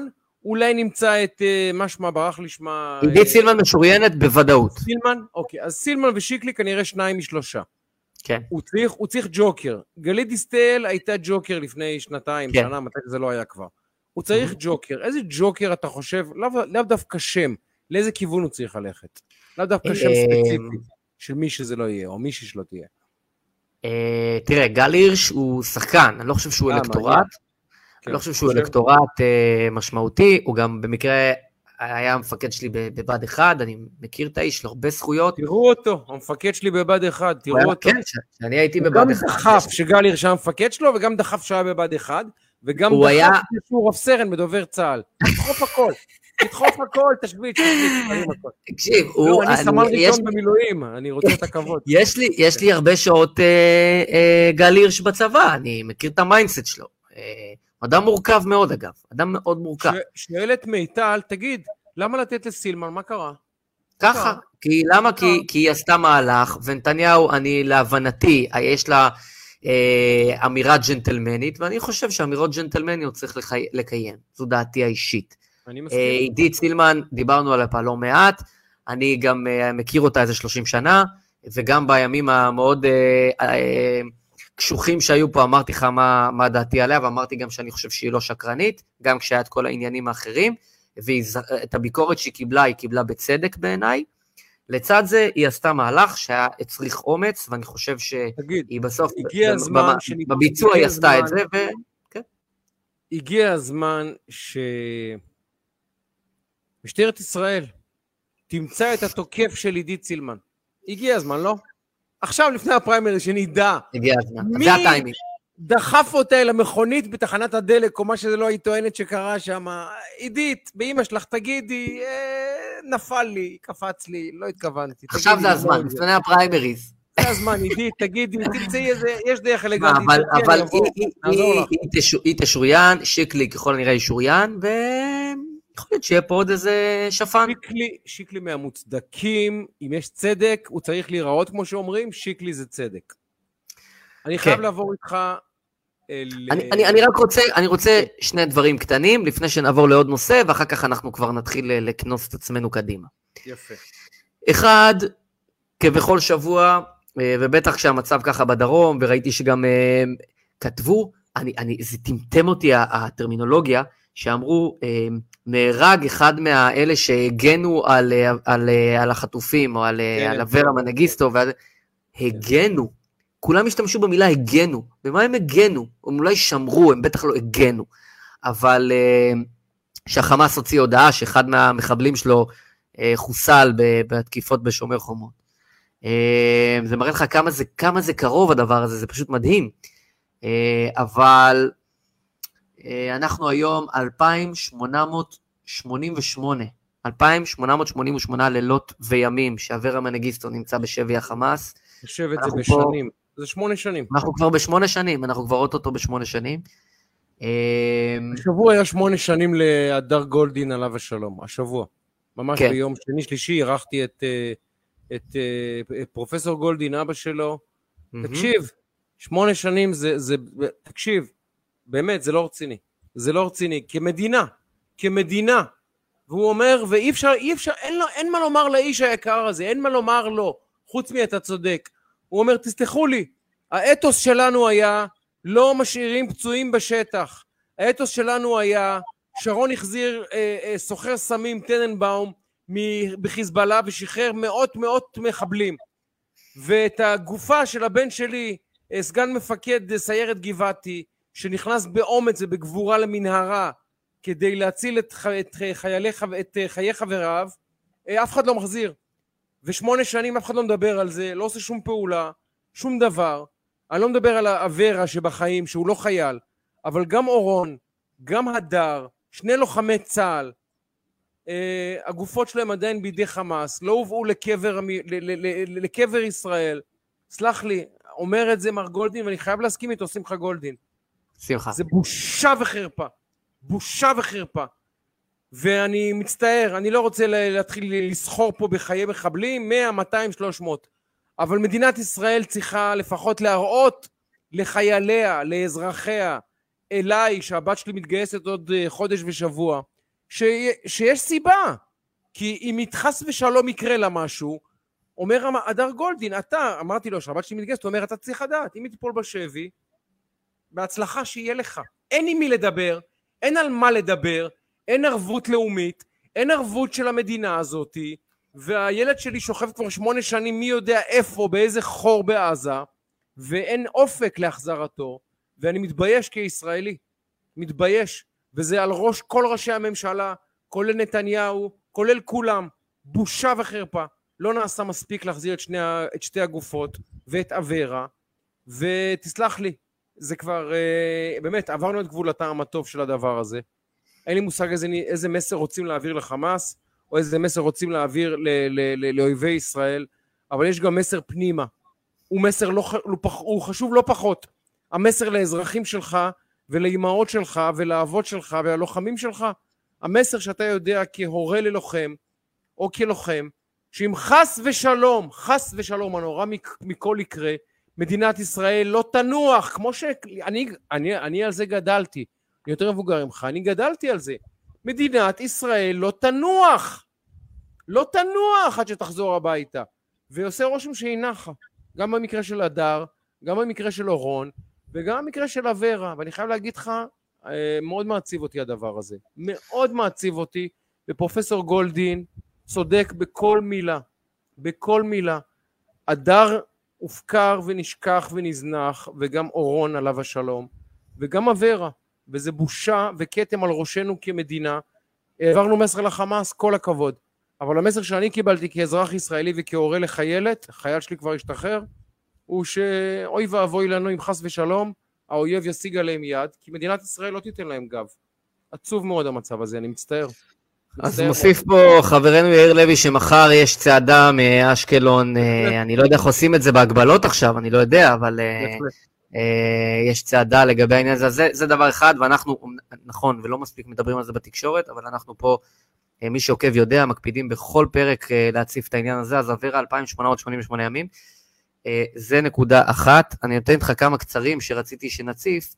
אולי נמצא את משמע, ברח לשמה... עידית סילמן משוריינת בוודאות. סילמן? אוקיי, אז סילמן ושיקלי כנראה שניים משלושה. כן. הוא צריך, הוא צריך ג'וקר. גלית דיסטל הייתה ג'וקר לפני שנתיים, כן. שנה, מתי זה לא היה כבר. הוא צריך ג'וקר. איזה ג'וקר אתה חושב, לאו, לאו דווקא שם, לאיזה כיוון הוא צריך ללכת? לאו דווקא שם ספציפי, של מי שזה לא יהיה, או מישהי שלא תהיה. תראה, גל הירש הוא שחקן, אני לא חושב שהוא אלקטורט, אני לא חושב שהוא אלקטורט משמעותי, הוא גם במקרה היה המפקד שלי בבד אחד, אני מכיר את האיש, לו הרבה זכויות. תראו אותו, המפקד שלי בבד אחד, תראו אותו. כן, שאני הייתי בבד אחד. גם דחף שגל הירש היה המפקד שלו, וגם דחף שהיה בבד אחד, וגם דחף שהוא רב סרן בדובר צה"ל. תדחוף הכל, תדחוף הכל, תשביץ, תשביץ. תקשיב, אני סמל ראשון במילואים, אני רוצה את הכבוד. יש לי הרבה שעות גל הירש בצבא, אני מכיר את המיינדסט שלו. אדם מורכב מאוד אגב, אדם מאוד מורכב. שואלת מיטל, תגיד, למה לתת לסילמן, מה קרה? ככה, כי למה? כי היא עשתה מהלך, ונתניהו, אני להבנתי, יש לה אמירה ג'נטלמנית, ואני חושב שאמירות ג'נטלמניות צריך לקיים, זו דעתי האישית. עידית סילמן, דיברנו עליה פה לא מעט, אני גם מכיר אותה איזה שלושים שנה, וגם בימים המאוד קשוחים שהיו פה, אמרתי לך מה, מה דעתי עליה, ואמרתי גם שאני חושב שהיא לא שקרנית, גם כשהיה את כל העניינים האחרים, ואת הביקורת שהיא קיבלה, היא קיבלה בצדק בעיניי. לצד זה, היא עשתה מהלך שהיה הצריך אומץ, ואני חושב שהיא בסוף, בביצוע היא עשתה את זה, ו... הגיע הזמן שמשטרת ישראל תמצא את התוקף של עידית סילמן. הגיע הזמן, לא? עכשיו לפני הפריימריז שנדע. הגיע הזמן, זה הטיימינג. דחף אותה אל המכונית בתחנת הדלק, או מה שזה לא היא טוענת שקרה שם. עידית, באמא שלך תגידי, נפל לי, קפץ לי, לא התכוונתי. עכשיו זה הזמן, לפני הפריימריז. זה הזמן, עידית, תגידי, תמצאי איזה, יש דרך אלגנטית. אבל היא תשוריין, שיקלי ככל הנראה היא שוריין, ויכול להיות שיהיה פה עוד איזה שפן. שיקלי מהמוצדקים, אם יש צדק, הוא צריך להיראות כמו שאומרים, שיקלי זה צדק. אני חייב לעבור איתך... אני רק רוצה, אני רוצה שני דברים קטנים, לפני שנעבור לעוד נושא, ואחר כך אנחנו כבר נתחיל לקנוס את עצמנו קדימה. יפה. אחד, כבכל שבוע, ובטח כשהמצב ככה בדרום, וראיתי שגם כתבו, אני, אני, זה טמטם אותי הטרמינולוגיה, שאמרו, נהרג אחד מהאלה שהגנו על, על, על החטופים, או על, על אברה מנגיסטו, הגנו, כולם השתמשו במילה הגנו, במה הם הגנו? הם אולי שמרו, הם בטח לא הגנו, אבל שהחמאס הוציא הודעה, שאחד מהמחבלים שלו חוסל בתקיפות בשומר חומות. זה מראה לך כמה זה, כמה זה קרוב הדבר הזה, זה פשוט מדהים. אבל אנחנו היום אלפיים שמונה מאות שמונים ושמונה, אלפיים שמונה מאות שמונים ושמונה לילות וימים, שאברה מנגיסטו נמצא בשבי החמאס. יושב את זה בשנים, זה שמונה שנים. אנחנו כבר בשמונה שנים, אנחנו כבר אותו בשמונה שנים. השבוע היה שמונה שנים להדר גולדין עליו השלום, השבוע. ממש ביום שני שלישי ערכתי את... את פרופסור גולדין, אבא שלו, תקשיב, שמונה שנים זה, זה, תקשיב, באמת, זה לא רציני, זה לא רציני, כמדינה, כמדינה, והוא אומר, ואי אפשר, אי אפשר, אין לו, אין מה לומר לאיש היקר הזה, אין מה לומר לו, חוץ מאתה צודק, הוא אומר, תסתכלו לי, האתוס שלנו היה, לא משאירים פצועים בשטח, האתוס שלנו היה, שרון החזיר, אה, אה, סוחר סמים, טננבאום, בחיזבאללה ושחרר מאות מאות מחבלים, ואת הגופה של הבן שלי, סגן מפקד סיירת גבעתי, שנכנס באומץ ובגבורה למנהרה, כדי להציל את, את, חיילי, את חיי חבריו, אף אחד לא מחזיר, ושמונה שנים אף אחד לא מדבר על זה, לא עושה שום פעולה, שום דבר. אני לא מדבר על האברה שבחיים, שהוא לא חייל, אבל גם אורון, גם הדר, שני לוחמי צה"ל, Uh, הגופות שלהם עדיין בידי חמאס, לא הובאו לקבר, לקבר ישראל. סלח לי, אומר את זה מר גולדין, ואני חייב להסכים איתו, שמחה גולדין. שמחה. זה בושה וחרפה. בושה וחרפה. ואני מצטער, אני לא רוצה להתחיל לסחור פה בחיי מחבלים, מאה, מאתיים, שלוש מאות. אבל מדינת ישראל צריכה לפחות להראות לחייליה, לאזרחיה, אליי, שהבת שלי מתגייסת עוד חודש ושבוע, ש... שיש סיבה, כי אם יתחס ושלום יקרה לה משהו, אומר הדר גולדין, אתה, אמרתי לו, שהבת שלי מתגייסת, הוא אומר, אתה צריך לדעת, אם היא תיפול בשבי, בהצלחה שיהיה לך. אין עם מי לדבר, אין על מה לדבר, אין ערבות לאומית, אין ערבות של המדינה הזאת, והילד שלי שוכב כבר שמונה שנים, מי יודע איפה, באיזה חור בעזה, ואין אופק להחזרתו, ואני מתבייש כישראלי, מתבייש, וזה על ראש כל ראשי הממשלה, כולל נתניהו, כולל כולם, בושה וחרפה, לא נעשה מספיק להחזיר את, שני, את שתי הגופות, ואת אברה, ותסלח לי, זה כבר, אה, באמת, עברנו את גבול הטעם הטוב של הדבר הזה, אין לי מושג איזה, איזה מסר רוצים להעביר לחמאס, או איזה מסר רוצים להעביר ל, ל, ל, לאויבי ישראל, אבל יש גם מסר פנימה, הוא מסר לא, הוא חשוב לא פחות, המסר לאזרחים שלך, ולאימהות שלך, ולאבות שלך, וללוחמים שלך, המסר שאתה יודע כהורה ללוחם, או כלוחם, שאם חס ושלום, חס ושלום, הנורא מכל יקרה, מדינת ישראל לא תנוח, כמו שאני, אני, אני על זה גדלתי, אני יותר מבוגר ממך, אני גדלתי על זה, מדינת ישראל לא תנוח, לא תנוח עד שתחזור הביתה, ועושה רושם שהיא נחה, גם במקרה של הדר, גם במקרה של אורון, וגם במקרה של אברה, ואני חייב להגיד לך, מאוד מעציב אותי הדבר הזה, מאוד מעציב אותי, ופרופסור גולדין צודק בכל מילה, בכל מילה, הדר הופקר ונשכח ונזנח, וגם אורון עליו השלום, וגם אברה, וזה בושה וכתם על ראשנו כמדינה, העברנו מסר לחמאס, כל הכבוד, אבל המסר שאני קיבלתי כאזרח ישראלי וכהורה לחיילת, החייל שלי כבר השתחרר, הוא שאוי ואבוי לנו אם חס ושלום, האויב ישיג עליהם יד, כי מדינת ישראל לא תיתן להם גב. עצוב מאוד המצב הזה, אני מצטער. אז מוסיף פה חברנו יאיר לוי שמחר יש צעדה מאשקלון, אני לא יודע איך עושים את זה בהגבלות עכשיו, אני לא יודע, אבל יש צעדה לגבי העניין הזה, זה דבר אחד, ואנחנו, נכון, ולא מספיק מדברים על זה בתקשורת, אבל אנחנו פה, מי שעוקב יודע, מקפידים בכל פרק להציף את העניין הזה, אז עברה אלפיים שמונה מאות שמונים ושמונה ימים, זה נקודה אחת, אני נותן לך כמה קצרים שרציתי שנציף.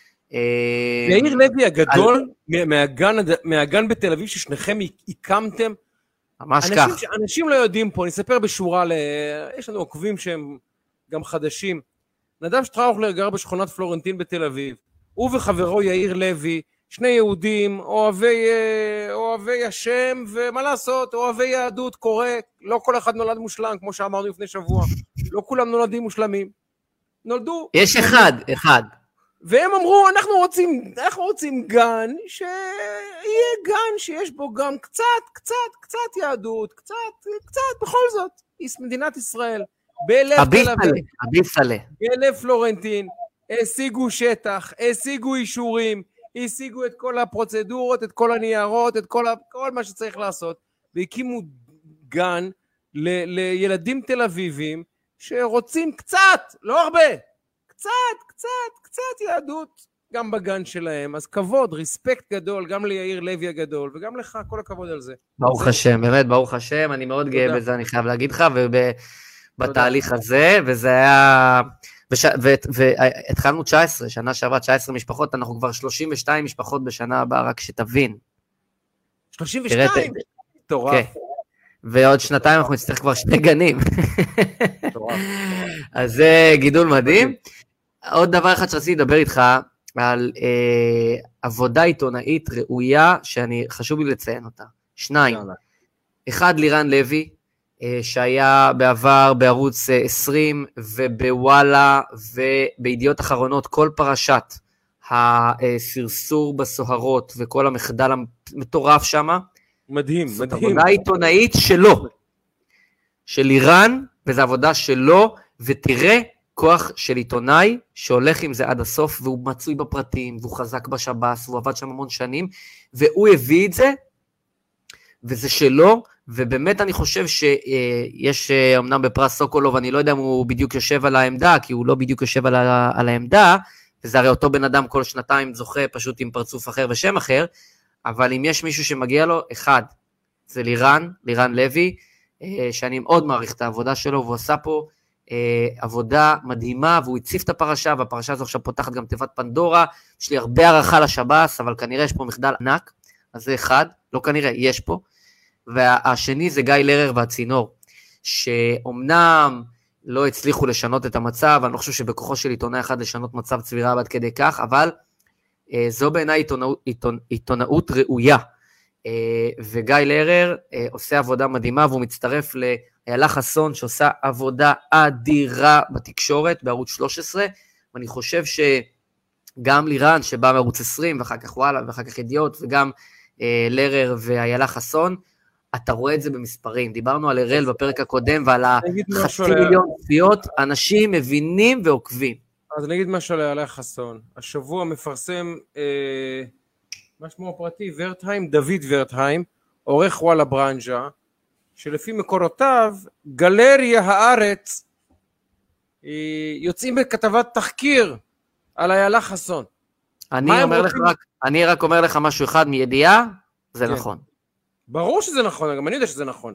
יאיר לוי הגדול, מהגן בתל אביב ששניכם הקמתם, ממש כך. אנשים לא יודעים פה, אני אספר בשורה, יש לנו עוקבים שהם גם חדשים, נדב שטראוכלר גר בשכונת פלורנטין בתל אביב, הוא וחברו יאיר לוי, שני יהודים, אוהבי, אוהבי השם, ומה לעשות, אוהבי יהדות, קורה, לא כל אחד נולד מושלם, כמו שאמרנו לפני שבוע, לא כולם נולדים מושלמים, נולדו. יש אחד, אחד. והם אמרו, אנחנו רוצים, אנחנו רוצים גן, שיהיה גן שיש בו גם קצת, קצת, קצת יהדות, קצת, קצת, בכל זאת, מדינת ישראל, בלב תל אביב, הביסלה, בלב פלורנטין, השיגו שטח, השיגו אישורים, השיגו את כל הפרוצדורות, את כל הניירות, את כל, ה... כל מה שצריך לעשות, והקימו גן ל... לילדים תל אביבים שרוצים קצת, לא הרבה, קצת, קצת, קצת יהדות גם בגן שלהם. אז כבוד, ריספקט גדול, גם ליאיר לוי הגדול, וגם לך, כל הכבוד על זה. ברוך השם, באמת, ברוך השם, אני מאוד גאה בזה, אני חייב להגיד לך, ובתהליך הזה, וזה היה... והתחלנו תשע עשרה, שנה שעברה תשע עשרה משפחות, אנחנו כבר שלושים ושתיים משפחות בשנה הבאה, רק שתבין. שלושים ושתיים? תורף. ועוד שנתיים אנחנו נצטרך כבר שני גנים. אז זה גידול מדהים. עוד דבר אחד שרציתי לדבר איתך, על עבודה עיתונאית ראויה, שאני חשוב לי לציין אותה. שניים. אחד, לירן לוי, שהיה בעבר בערוץ עשרים ובוואלה ובידיעות אחרונות, כל פרשת הסרסור בסוהרות וכל המחדל המטורף שם. מדהים, זאת מדהים. עבודה עיתונאית שלו, של לירן, וזו עבודה שלו, ותראה כוח של עיתונאי שהולך עם זה עד הסוף, והוא מצוי בפרטים, והוא חזק בשב"ס, והוא עבד שם המון שנים, והוא הביא את זה, וזה שלו, ובאמת אני חושב שיש אמנם בפרס סוקולוב, אני לא יודע אם הוא בדיוק יושב על העמדה, כי הוא לא בדיוק יושב על, ה, על העמדה, וזה הרי אותו בן אדם כל שנתיים זוכה פשוט עם פרצוף אחר ושם אחר, אבל אם יש מישהו שמגיע לו, אחד, זה לירן, לירן לוי, שאני מאוד מעריך את העבודה שלו, והוא עשה פה עבודה מדהימה, והוא הציף את הפרשה, והפרשה הזו עכשיו פותחת גם תיבת פנדורה, יש לי הרבה הערכה לשב"ס, אבל כנראה יש פה מחדל ענק, אז זה אחד, לא כנראה, יש פה. והשני זה גיא לרר והצינור, שאומנם לא הצליחו לשנות את המצב, אני לא חושב שבכוחו של עיתונאי אחד לשנות מצב צבירה עד כדי כך, אבל אה, זו בעיניי עיתונאות, עיתונא, עיתונאות ראויה, אה, וגיא לרר אה, עושה עבודה מדהימה, והוא מצטרף לאיילה חסון, שעושה עבודה אדירה בתקשורת, בערוץ שלוש עשרה, ואני חושב שגם לירן, שבא מערוץ עשרים, ואחר כך וואלה, ואחר כך ידיעות, וגם אה, לרר ואיילה חסון, אתה רואה את זה במספרים, דיברנו על הראל בפרק הקודם, ועל החצי מיליון צפיות, אנשים מבינים ועוקבים. אז אני אגיד משהו על איילה חסון, השבוע מפרסם, אה, מה שמו הפרטי, ורטהיים, דוד ורטהיים, עורך וואלה ברנז'ה, שלפי מקורותיו, גלריה הארץ, יוצאים בכתבת תחקיר, על איילה חסון. אני אומר לך רק, אני רק אומר לך משהו אחד מידיעה, זה נכון. ברור שזה נכון, גם אני יודע שזה נכון.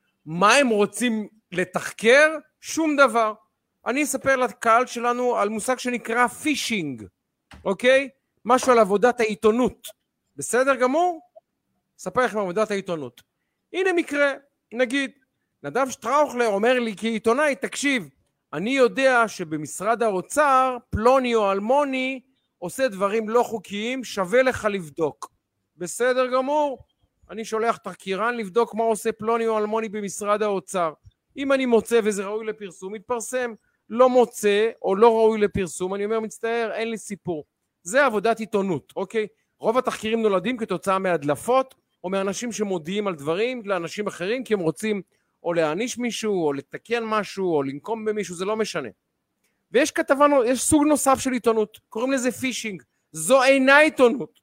מה הם רוצים לתחקר? שום דבר. אני אספר לקהל שלנו על מושג שנקרא פישינג, אוקיי? משהו על עבודת העיתונות. בסדר גמור? אספר לכם על עבודת העיתונות. הנה מקרה, נגיד, נדב שטראוכלר אומר לי כעיתונאי, תקשיב, אני יודע שבמשרד האוצר, פלוני או אלמוני, עושה דברים לא חוקיים, שווה לך לבדוק. בסדר גמור? אני שולח תחקירן לבדוק מה עושה פלוני או אלמוני במשרד האוצר. אם אני מוצא וזה ראוי לפרסום, מתפרסם. לא מוצא או לא ראוי לפרסום, אני אומר מצטער, אין לי סיפור. זה עבודת עיתונות, אוקיי? רוב התחקירים נולדים כתוצאה מהדלפות, או מאנשים שמודיעים על דברים לאנשים אחרים, כי הם רוצים או להעניש מישהו, או לתקן משהו, או לנקום במישהו, זה לא משנה. ויש כתבה, יש סוג נוסף של עיתונות, קוראים לזה פישינג. זו אינה עיתונות,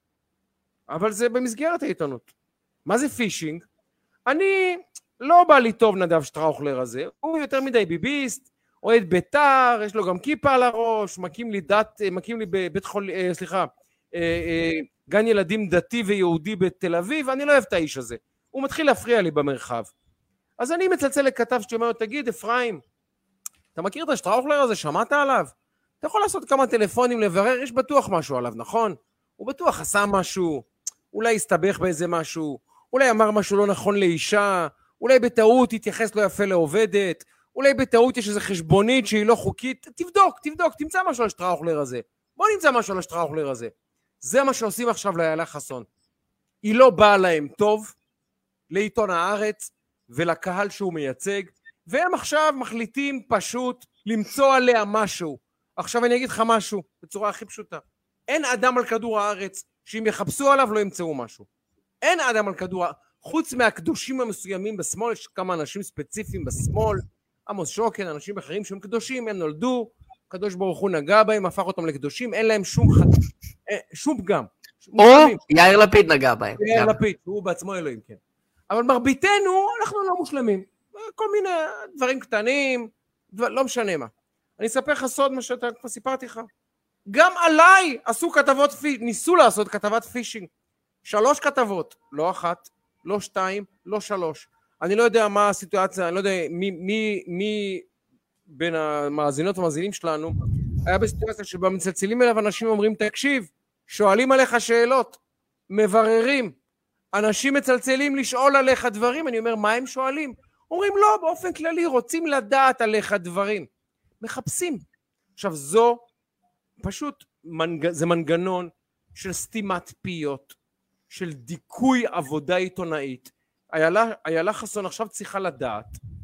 אבל זה במסגרת העיתונות. מה זה פישינג? אני לא בא לי טוב נדב שטראוכלר הזה, הוא יותר מדי ביביסט, אוהד ביתר, יש לו גם כיפה על הראש, מקים לי דת, מקים לי בבית חול, אה, סליחה, אה, אה, גן ילדים דתי ויהודי בתל אביב, אני לא אוהב את האיש הזה. הוא מתחיל להפריע לי במרחב. אז אני מצלצל לכתב שאומר, תגיד אפרים, אתה מכיר את השטראוכלר הזה, שמעת עליו? אתה יכול לעשות כמה טלפונים לברר, יש בטוח משהו עליו, נכון? הוא בטוח עשה משהו, אולי הסתבך באיזה משהו, אולי אמר משהו לא נכון לאישה, אולי בטעות התייחס לא יפה לעובדת, אולי בטעות יש איזו חשבונית שהיא לא חוקית, תבדוק, תבדוק, תמצא משהו על השטראוכלר הזה. בוא נמצא משהו על השטראוכלר הזה. זה מה שעושים עכשיו לאיילה חסון. היא לא באה להם טוב, לעיתון הארץ ולקהל שהוא מייצג, והם עכשיו מחליטים פשוט למצוא עליה משהו. עכשיו אני אגיד לך משהו, בצורה הכי פשוטה. אין אדם על כדור הארץ שאם יחפשו עליו לא ימצאו משהו. אין אדם על כדור הארץ. חוץ מהקדושים המסוימים בשמאל, יש כמה אנשים ספציפיים בשמאל, עמוס שוקן, אנשים אחרים שהם קדושים, הם נולדו, קדוש ברוך הוא נגע בהם, הפך אותם לקדושים, אין להם שום חד... שום פגם. או יאיר לפיד נגע בהם. יאיר לפיד, הוא בעצמו אלוהים, כן. אבל מרביתנו, אנחנו לא מושלמים. כל מיני דברים קטנים, דבר, לא משנה מה. אני אספר לך סוד מה שאתה כבר סיפרתי לך. גם עליי עשו כתבות, ניסו לעשות כתבת פישינג. שלוש כתבות, לא אחת, לא שתיים, לא שלוש. אני לא יודע מה הסיטואציה, אני לא יודע מי, מי, מי בין המאזינות והמאזינים שלנו, היה בסיטואציה שבה מצלצלים אליו אנשים אומרים, תקשיב, שואלים עליך שאלות, מבררים, אנשים מצלצלים לשאול עליך דברים, אני אומר, מה הם שואלים? אומרים, לא, באופן כללי, רוצים לדעת עליך דברים. מחפשים. עכשיו, זו, פשוט, מנג... זה מנגנון של סתימת פיות, של דיכוי עבודה עיתונאית. איילה, איילה חסון עכשיו צריכה לדעת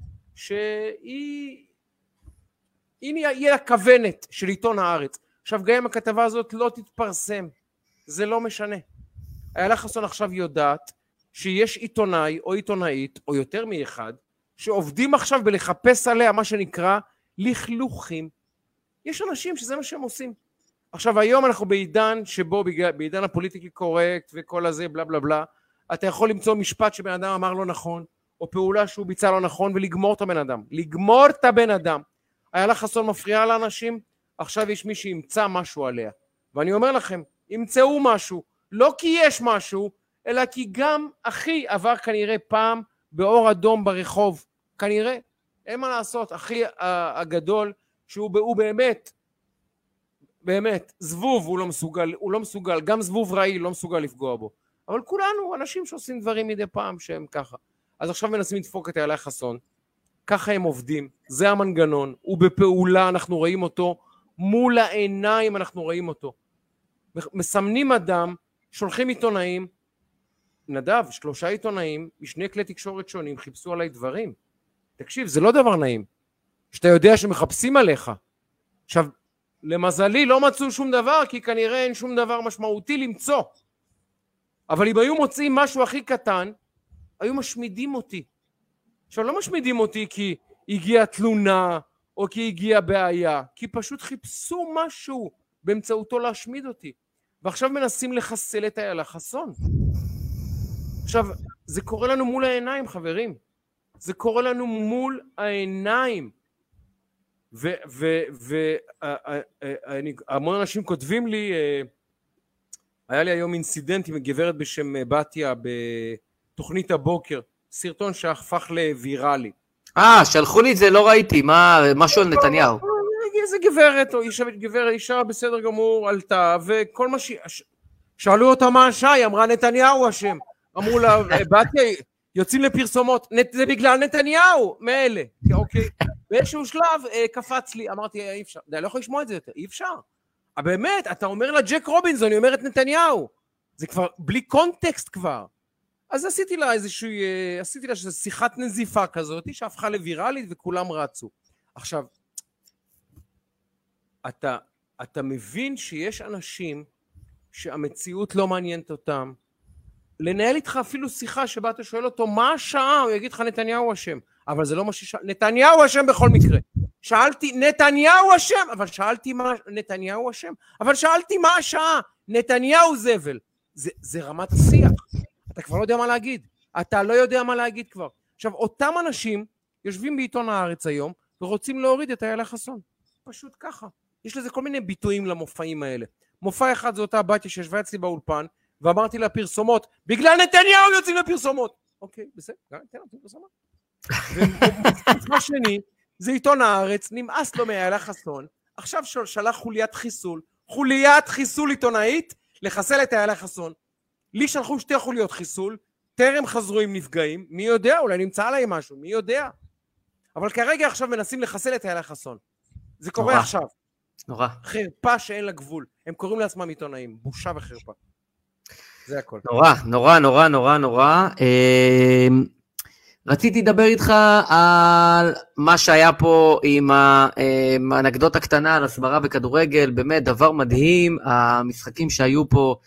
שהיא היא היא הכוונת של עיתון הארץ. עכשיו גם אם הכתבה הזאת לא תתפרסם, זה לא משנה. איילה חסון עכשיו יודעת שיש עיתונאי או עיתונאית או יותר מאחד שעובדים עכשיו בלחפש עליה מה שנקרא לכלוכים. יש אנשים שזה מה שהם עושים. עכשיו היום אנחנו בעידן שבו, בעידן הפוליטיקלי קורקט וכל הזה בלה בלה בלה, אתה יכול למצוא משפט שבן אדם אמר לא נכון, או פעולה שהוא ביצע לא נכון, ולגמור את הבן אדם. לגמור את הבן אדם. איילה חסון מפריעה לאנשים, עכשיו יש מי שימצא משהו עליה. ואני אומר לכם, ימצאו משהו, לא כי יש משהו, אלא כי גם אחי עבר כנראה פעם באור אדום ברחוב. כנראה, אין מה לעשות, אחי הגדול, שהוא באמת, באמת, זבוב הוא לא מסוגל, הוא לא מסוגל, גם זבוב רעי לא מסוגל לפגוע בו. אבל כולנו אנשים שעושים דברים מדי פעם שהם ככה. אז עכשיו מנסים לדפוק את איילה חסון, ככה הם עובדים, זה המנגנון, הוא בפעולה, אנחנו רואים אותו, מול העיניים אנחנו רואים אותו. מסמנים אדם, שולחים עיתונאים, נדב, שלושה עיתונאים, משני כלי תקשורת שונים, חיפשו עליי דברים. תקשיב, זה לא דבר נעים. שאתה יודע שמחפשים עליך. עכשיו, למזלי לא מצאו שום דבר, כי כנראה אין שום דבר משמעותי למצוא. אבל אם היו מוצאים משהו הכי קטן, היו משמידים אותי. עכשיו, לא משמידים אותי כי הגיעה תלונה, או כי הגיעה בעיה, כי פשוט חיפשו משהו באמצעותו להשמיד אותי. ועכשיו מנסים לחסל את איילה חסון. עכשיו, זה קורה לנו מול העיניים, חברים. זה קורה לנו מול העיניים. והמון אנשים כותבים לי, היה לי היום אינסידנט עם גברת בשם בתיה בתוכנית הבוקר, סרטון שהפך לוויראלי. אה, שלחו לי את זה, לא ראיתי, מה, משהו על נתניהו. איזה גברת, או אישה, גברת, אישה בסדר גמור, עלתה, וכל מה ש... שאלו אותה מה השעה, היא אמרה נתניהו אשם. אמרו לה, בתיה, יוצאים לפרסומות, זה בגלל נתניהו, מאלה. אוקיי. באיזשהו שלב קפץ לי, אמרתי, אי אפשר, אני לא יכול לשמוע את זה יותר, אי אפשר. אבל באמת, אתה אומר לה ג'ק רובינזון, אני אומר את נתניהו. זה כבר בלי קונטקסט כבר. אז עשיתי לה איזושהי, עשיתי לה שיחת נזיפה כזאת, שהפכה לוויראלית וכולם רצו. עכשיו, אתה, אתה מבין שיש אנשים שהמציאות לא מעניינת אותם, לנהל איתך אפילו שיחה שבה אתה שואל אותו מה השעה, הוא יגיד לך נתניהו אשם, אבל זה לא מה ששאל, נתניהו אשם בכל מקרה. שאלתי נתניהו אשם, אבל שאלתי מה, נתניהו אשם, אבל שאלתי מה השעה, נתניהו זבל. זה, זה רמת השיח. אתה כבר לא יודע מה להגיד. אתה לא יודע מה להגיד כבר. עכשיו, אותם אנשים יושבים בעיתון הארץ היום, ורוצים להוריד את איילה חסון. פשוט ככה. יש לזה כל מיני ביטויים למופעים האלה. מופע אחד זה אותה בתיה שישבה אצלי באולפן, ואמרתי לה פרסומות, בגלל נתניהו יוצאים לפרסומות. אוקיי, בסדר, גם נתן אותי פרסומות. ומופע שני, זה עיתון הארץ, נמאס לו מאיילה חסון, עכשיו שלח חוליית חיסול, חוליית חיסול עיתונאית, לחסל את איילה חסון. לי שלחו שתי חוליות חיסול, טרם חזרו עם נפגעים, מי יודע, אולי נמצא עליהם משהו, מי יודע. אבל כרגע עכשיו מנסים לחסל את איילה חסון. זה קורה נורא. עכשיו. נורא. חרפה שאין לה גבול. הם קוראים לעצמם עיתונאים, בושה וחרפה. זה הכל. נורא, נורא, נורא, נורא, נורא. אה, רציתי לדבר איתך על מה שהיה פה עם האנקדוטה הקטנה על הסברה וכדורגל, באמת דבר מדהים, המשחקים שהיו פה,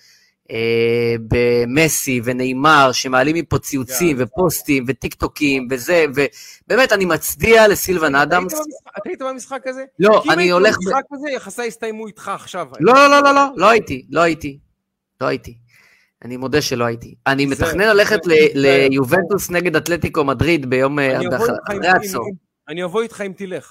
במסי וניימר שמעלים מפה ציוצים ופוסטים וטיקטוקים וזה, ובאמת אני מצדיע לסילבן אדמס. אתה היית במשחק הזה? לא, אני הולך... כי אם היית במשחק הזה יחסי הסתיימו איתך עכשיו. לא, לא, לא, לא, לא הייתי, לא הייתי, לא הייתי. אני מודה שלא הייתי. אני מתכנן ללכת ליובנטוס נגד אתלטיקו מדריד ביום אחרי הצהריים. אני אבוא איתך אם תלך.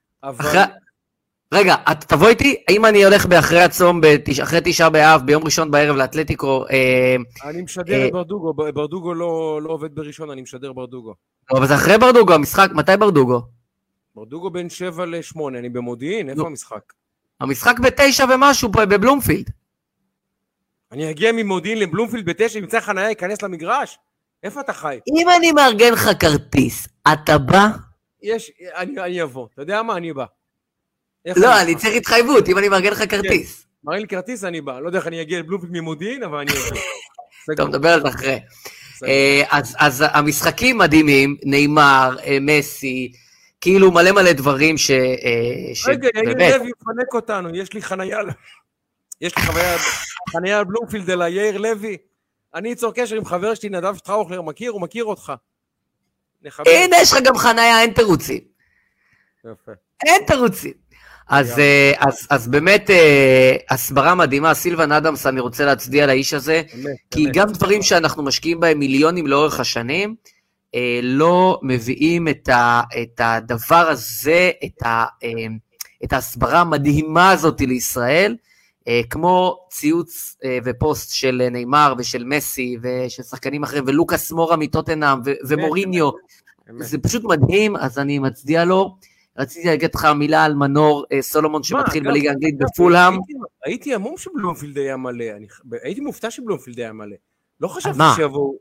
רגע, תבוא איתי, האם אני הולך באחרי הצום, אחרי תשעה באב, ביום ראשון בערב לאתלטיקו? אני משדר את ברדוגו, ברדוגו לא עובד בראשון, אני משדר ברדוגו. אבל זה אחרי ברדוגו, המשחק, מתי ברדוגו? ברדוגו בין שבע לשמונה, אני במודיעין, איפה המשחק? המשחק בתשע ומשהו בבלומפילד. אני אגיע ממודיעין לבלומפילד בתשע, ימצא חניה, ייכנס למגרש? איפה אתה חי? אם אני מארגן לך כרטיס, אתה בא? יש, אני אבוא, אתה יודע מה? אני בא. לא, אני צריך התחייבות, אם אני מארגן לך כרטיס. מראה לי כרטיס, אני בא. לא יודע איך אני אגיע לבלומפילד ממודיעין, אבל אני אגיע. טוב, נדבר על זה אחרי. אז המשחקים מדהימים, ניימר, מסי, כאילו מלא מלא דברים ש... רגע, יאיר לוי יפנק אותנו, יש לי חניה, יש לי חניה על בלומפילד אלה, יאיר לוי. אני אצור קשר עם חבר שלי, נדב שטראוכלר, מכיר, הוא מכיר אותך. הנה, יש לך גם חניה, אין תירוצים. יפה. אין תירוצים. אז, אז, אז באמת הסברה מדהימה, סילבן אדמס, אני רוצה להצדיע לאיש הזה, כי גם דברים שאנחנו משקיעים בהם מיליונים לאורך השנים, לא מביאים את, ה, את הדבר הזה, את, ה, את ההסברה המדהימה הזאת לישראל, כמו ציוץ ופוסט של ניימר ושל מסי ושל שחקנים אחרים, ולוקאס מורה מטוטנהאם ומוריניו, זה פשוט מדהים, אז אני מצדיע לו. רציתי להגיד לך מילה על מנור סולומון שמתחיל בליגה האנגלית בפולהאם. הייתי המום שבלומפילד היה מלא, הייתי מופתע שבלומפילד היה מלא. לא חשבתי שיבואו.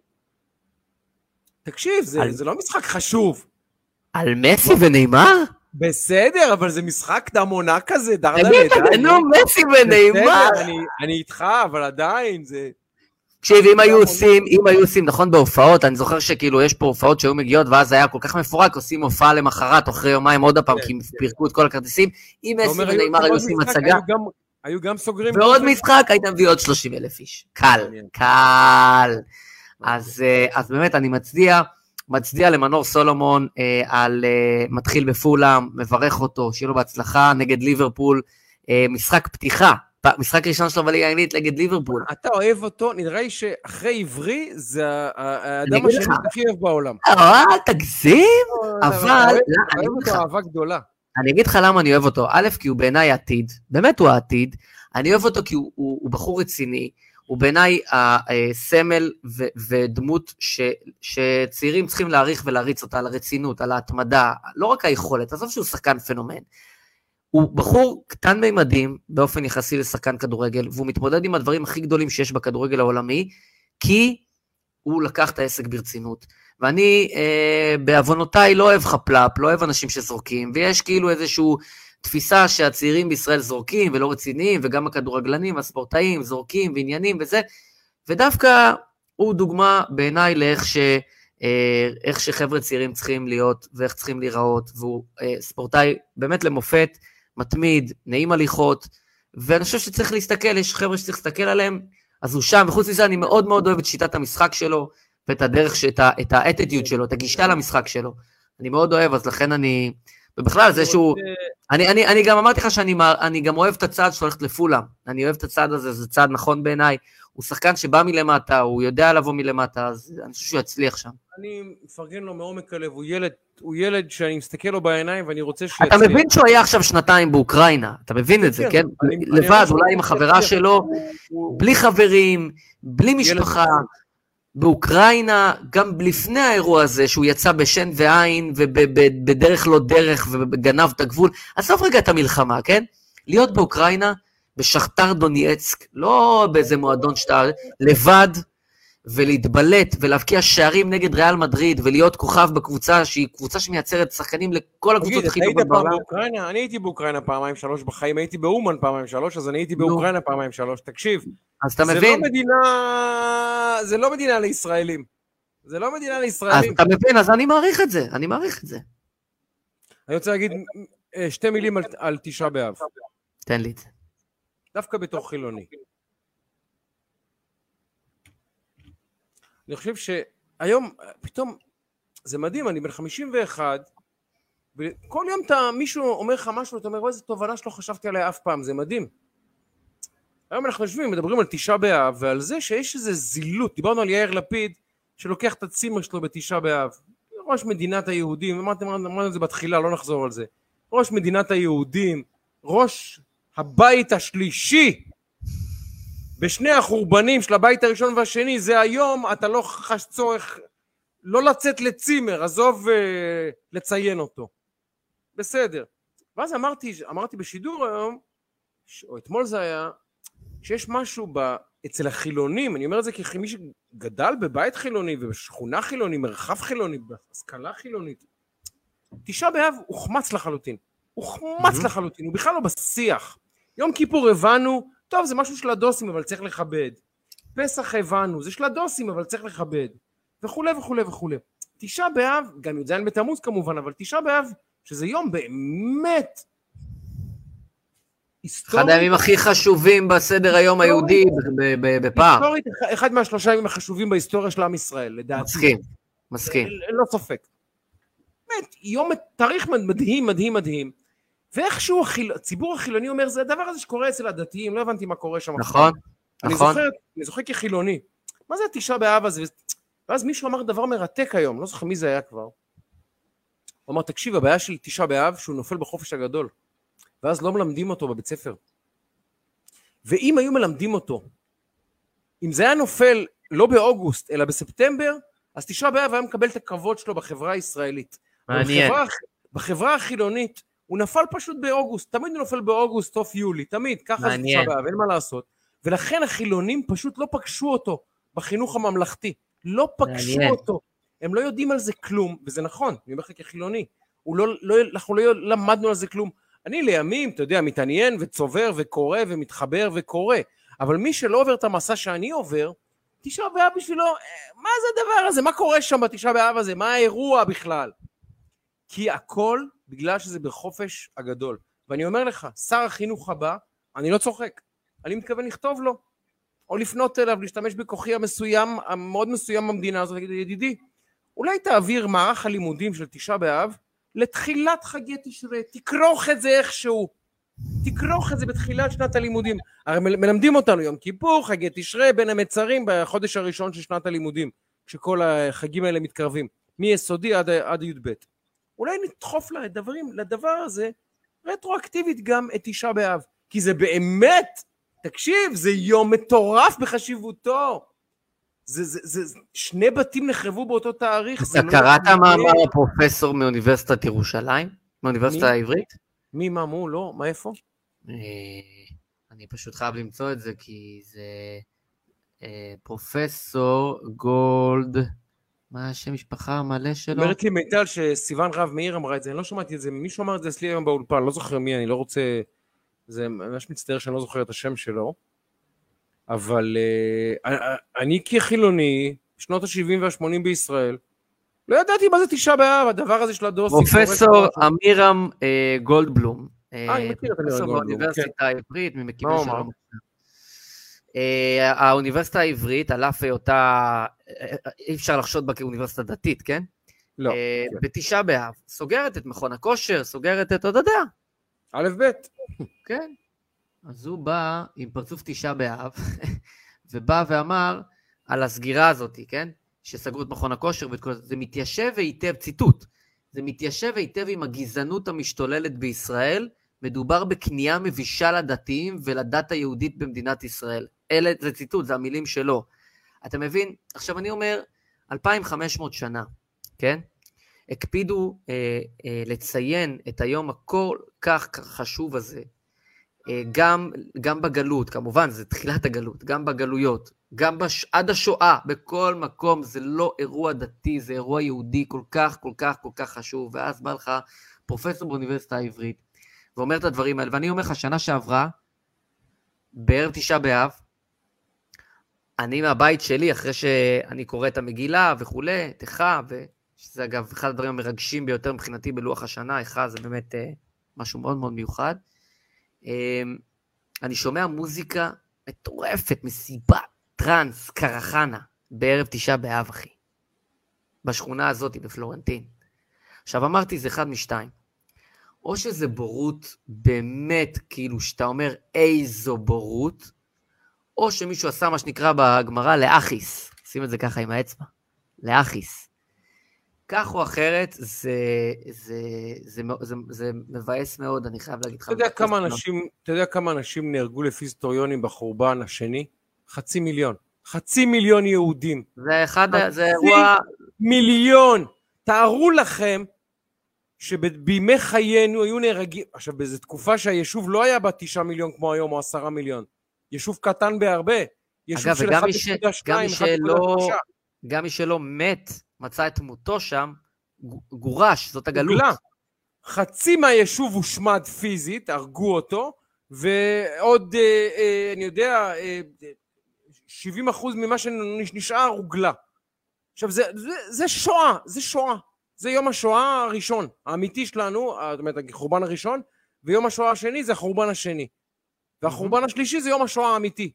תקשיב, זה, על... זה לא משחק חשוב. על מסי ונאמר? בסדר, אבל זה משחק דמונה כזה, דרדלת. נו, מסי ונאמר. אני, אני איתך, אבל עדיין זה... תקשיב, אם היו עושים, אם היו עושים, נכון, בהופעות, אני זוכר שכאילו יש פה הופעות שהיו מגיעות, ואז היה כל כך מפורק, עושים הופעה למחרת, אחרי יומיים עוד הפעם, כי פירקו את כל הכרטיסים. אם מסי ונאמר היו עושים הצגה... היו גם סוגרים... ועוד משחק, היית מביא עוד שלושים אלף איש. קל, קל. אז באמת, אני מצדיע, מצדיע למנור סולומון על מתחיל בפולאם, מברך אותו, שיהיה לו בהצלחה נגד ליברפול, משחק פתיחה, משחק ראשון שלו בליגה האנגלית נגד ליברפול. אתה אוהב אותו, נראה לי שאחרי עברי, זה האדם השני הכי אוהב בעולם. אל תגזים, אבל... אני אוהב אותו אהבה גדולה. אני אגיד לך למה אני אוהב אותו. א', כי הוא בעיניי עתיד, באמת הוא העתיד. אני אוהב אותו כי הוא, הוא, הוא בחור רציני, הוא בעיניי הסמל ו, ודמות ש, שצעירים צריכים להעריך ולהריץ אותה על הרצינות, על ההתמדה, לא רק היכולת, עזוב שהוא שחקן פנומן. הוא בחור קטן מימדים באופן יחסי לשחקן כדורגל, והוא מתמודד עם הדברים הכי גדולים שיש בכדורגל העולמי, כי הוא לקח את העסק ברצינות. ואני אה, בעוונותיי לא אוהב חפלאפ, לא אוהב אנשים שזורקים, ויש כאילו איזושהי תפיסה שהצעירים בישראל זורקים ולא רציניים, וגם הכדורגלנים, הספורטאים, זורקים ועניינים וזה, ודווקא הוא דוגמה בעיניי לאיך ש, אה, איך שחבר'ה צעירים צריכים להיות, ואיך צריכים להיראות, והוא אה, ספורטאי באמת למופת, מתמיד, נעים הליכות, ואני חושב שצריך להסתכל, יש חבר'ה שצריך להסתכל עליהם, אז הוא שם, וחוץ מזה אני מאוד מאוד אוהב את שיטת המשחק שלו, ואת הדרך, את האטיטיוד שלו, את הגישה למשחק שלו. אני מאוד אוהב, אז לכן אני, ובכלל זה שהוא, אני, אני, אני גם אמרתי לך שאני אני גם אוהב את הצעד שהולכת לפולאם, אני אוהב את הצעד הזה, זה צעד נכון בעיניי, הוא שחקן שבא מלמטה, הוא יודע לבוא מלמטה, אז אני חושב שהוא יצליח שם. אני מפרגן לו מעומק הלב, הוא ילד, הוא ילד שאני מסתכל לו בעיניים, ואני רוצה שיצליח. אתה מבין שהוא היה עכשיו שנתיים באוקראינה, אתה מבין את זה, כן? לבד, אולי עם החברה שלו, בלי חברים, בלי משפחה, באוקראינה, גם לפני האירוע הזה, שהוא יצא בשן ועין, ובדרך לא דרך, ובגנב את הגבול, עזוב רגע את המלחמה, כן? להיות באוקראינה, בשכתר דונייצק, לא באיזה מועדון שאתה לבד, ולהתבלט, ולהבקיע שערים נגד ריאל מדריד, ולהיות כוכב בקבוצה, שהיא קבוצה שמייצרת שחקנים לכל הקבוצות הכי טובות בעולם. אני הייתי באוקראינה פעמיים שלוש בחיים, הייתי באומן פעמיים שלוש, אז אני הייתי באוקראינה פעמיים שלוש, תקשיב. אז אתה מבין? זה לא מדינה לישראלים. זה לא מדינה לישראלים. אז אתה מבין, אז אני מעריך את זה, אני מעריך את זה. אני רוצה להגיד שתי מילים על תשעה באב. תן לי את זה. דווקא בתור חילוני. אני חושב שהיום, פתאום, זה מדהים, אני בן חמישים ואחת, וכל יום אתה, מישהו אומר לך משהו, אתה אומר, איזה תובנה שלא חשבתי עליה אף פעם, זה מדהים. היום אנחנו יושבים, מדברים על תשעה באב, ועל זה שיש איזה זילות, דיברנו על יאיר לפיד, שלוקח את הצימר שלו בתשעה באב, ראש מדינת היהודים, אמרנו את זה בתחילה, לא נחזור על זה, ראש מדינת היהודים, ראש הבית השלישי, בשני החורבנים של הבית הראשון והשני, זה היום, אתה לא חש צורך, לא לצאת לצימר, עזוב אה, לציין אותו. בסדר. ואז אמרתי, אמרתי בשידור היום, או אתמול זה היה, שיש משהו ב, אצל החילונים, אני אומר את זה כמי שגדל בבית חילוני, ובשכונה חילוני, מרחב חילוני, בהשכלה חילונית. תשעה באב הוא חמץ לחלוטין. הוא חמץ mm-hmm. לחלוטין, הוא בכלל לא בשיח. יום כיפור הבנו, טוב, זה משהו של הדוסים, אבל צריך לכבד. פסח הבנו, זה של הדוסים, אבל צריך לכבד. וכו' וכו' וכו'. תשעה באב, גם י"ז בתמוז כמובן, אבל תשעה באב, שזה יום באמת היסטורי. אחד הימים הכי חשובים בסדר היום היהודי בפעם. היסטורית, אחד מהשלושה ימים החשובים בהיסטוריה של עם ישראל, לדעתי. מסכים, מסכים. לא ספק. באמת, יום, תאריך מדהים, מדהים, מדהים. ואיכשהו הציבור החילוני אומר, זה הדבר הזה שקורה אצל הדתיים, לא הבנתי מה קורה שם. נכון, נכון. אני זוכר כחילוני. מה זה התשעה באב הזה? ואז מישהו אמר דבר מרתק היום, לא זוכר מי זה היה כבר. הוא אמר, תקשיב, הבעיה של תשעה באב, שהוא נופל בחופש הגדול. ואז לא מלמדים אותו בבית ספר. ואם היו מלמדים אותו, אם זה היה נופל לא באוגוסט, אלא בספטמבר, אז תשעה באב היה מקבל את הכבוד שלו בחברה הישראלית. מעניין. בחברה, בחברה החילונית, הוא נפל פשוט באוגוסט, תמיד הוא נופל באוגוסט, סוף יולי, תמיד, ככה זה תשעה באב, אין מה לעשות. ולכן החילונים פשוט לא פגשו אותו בחינוך הממלכתי. לא פגשו אותו. הם לא יודעים על זה כלום, וזה נכון, אני אומר לך כחילוני. לא, לא, אנחנו לא למדנו על זה כלום. אני לימים, אתה יודע, מתעניין וצובר וקורא ומתחבר וקורא. אבל מי שלא עובר את המסע שאני עובר, תשעה באב בשבילו, מה זה הדבר הזה? מה קורה שם בתשעה באב הזה? מה האירוע בכלל? כי הכל בגלל שזה בחופש הגדול. ואני אומר לך, שר החינוך הבא, אני לא צוחק. אני מתכוון לכתוב לו, או לפנות אליו, להשתמש בכוחי המסוים, המאוד מסוים במדינה הזאת, להגיד, ידידי, אולי תעביר מערך הלימודים של תשעה באב, לתחילת חגי תשרי, תכרוך את זה איכשהו, תכרוך את זה בתחילת שנת הלימודים. הרי מלמדים אותנו יום כיפור, חגי תשרי, בין המצרים, בחודש הראשון של שנת הלימודים, כשכל החגים האלה מתקרבים, מיסודי עד, עד י"ב. אולי נדחוף לדברים, לדבר הזה, רטרואקטיבית גם את תשעה באב, כי זה באמת, תקשיב, זה יום מטורף בחשיבותו. זה, זה, זה, שני בתים נחרבו באותו תאריך. אתה קראת מה אמר הפרופסור מאוניברסיטת ירושלים? מאוניברסיטה העברית? מי, מה, מו, לא? מה, איפה? אני פשוט חייב למצוא את זה, כי זה פרופסור גולד, מה השם משפחה המלא שלו? אומרת לי מיטל שסיוון רב מאיר אמרה את זה, אני לא שמעתי את זה, מישהו אמר את זה אצלי היום באולפן, לא זוכר מי, אני לא רוצה, זה ממש מצטער שאני לא זוכר את השם שלו, אבל uh, אני כחילוני, שנות ה-שבעים וה-שמונים בישראל, לא ידעתי מה זה תשעה באב, הדבר הזה של הדוסי. פרופסור אמירם uh, גולדבלום, אה, אני מכיר את אמירם גולדבלום. באוניברסיטה העברית, ממקימים שלו. Uh, האוניברסיטה העברית, על אף אותה, אי אפשר לחשוד בה כאוניברסיטה דתית, כן? לא. Uh, כן. בתשעה באב, סוגרת את מכון הכושר, סוגרת את עוד הדעה. א' ב'. כן. אז הוא בא עם פרצוף תשעה באב, ובא ואמר על הסגירה הזאת, כן? שסגרו את מכון הכושר, זה מתיישב היטב, ציטוט, זה מתיישב היטב עם הגזענות המשתוללת בישראל, מדובר בקנייה מבישה לדתיים ולדת היהודית במדינת ישראל. אלה, זה ציטוט, זה המילים שלו. אתה מבין? עכשיו אני אומר, אלפיים וחמש מאות שנה, כן? הקפידו אה, אה, לציין את היום הכל כך חשוב הזה, אה, גם, גם בגלות, כמובן, זה תחילת הגלות, גם בגלויות, גם בש... עד השואה, בכל מקום, זה לא אירוע דתי, זה אירוע יהודי כל כך, כל כך, כל כך חשוב, ואז בא לך פרופסור באוניברסיטה העברית, ואומר את הדברים האלה, ואני אומר לך, שנה שעברה, בערב תשעה באב, אני מהבית שלי, אחרי שאני קורא את המגילה וכולי, תכה, ושזה אגב אחד הדברים המרגשים ביותר מבחינתי בלוח השנה, אחד זה באמת אה, משהו מאוד מאוד מיוחד, אה, אני שומע מוזיקה מטורפת, מסיבה, טרנס, קרחנה, בערב תשעה באב, אחי. בשכונה הזאת, בפלורנטין. עכשיו אמרתי, זה אחד משתיים. או שזה בורות באמת, כאילו שאתה אומר איזו בורות, או שמישהו עשה מה שנקרא בגמרא לאחיס, שים את זה ככה עם האצבע, לאחיס. כך או אחרת, זה, זה, זה, זה, זה מבאס מאוד, אני חייב להגיד לך. אתה יודע כמה אנשים, אתה יודע כמה אנשים נהרגו לפי היסטוריונים בחורבן השני? חצי מיליון. חצי מיליון יהודים. זה אחד, זה אירוע... מיליון. תארו לכם, שבימי חיינו היו נהרגים, עכשיו באיזו תקופה שהיישוב לא היה בה תשעה מיליון כמו היום או עשרה מיליון, יישוב קטן בהרבה, יישוב אגב, של וגם אחד מי, ש... נקודה שתיים, גם, מי שלא... גם מי שלא מת, מצא את מותו שם, גורש, זאת הגלות. גולה. חצי מהיישוב הושמד פיזית, הרגו אותו, ועוד, אה, אה, אני יודע, אה, שבעים אחוז ממה שנשאר הוגלה. עכשיו זה, זה, זה שואה, זה שואה. זה יום השואה הראשון, האמיתי שלנו, זאת אומרת, החורבן הראשון, ויום השואה השני זה החורבן השני. והחורבן השלישי זה יום השואה האמיתי.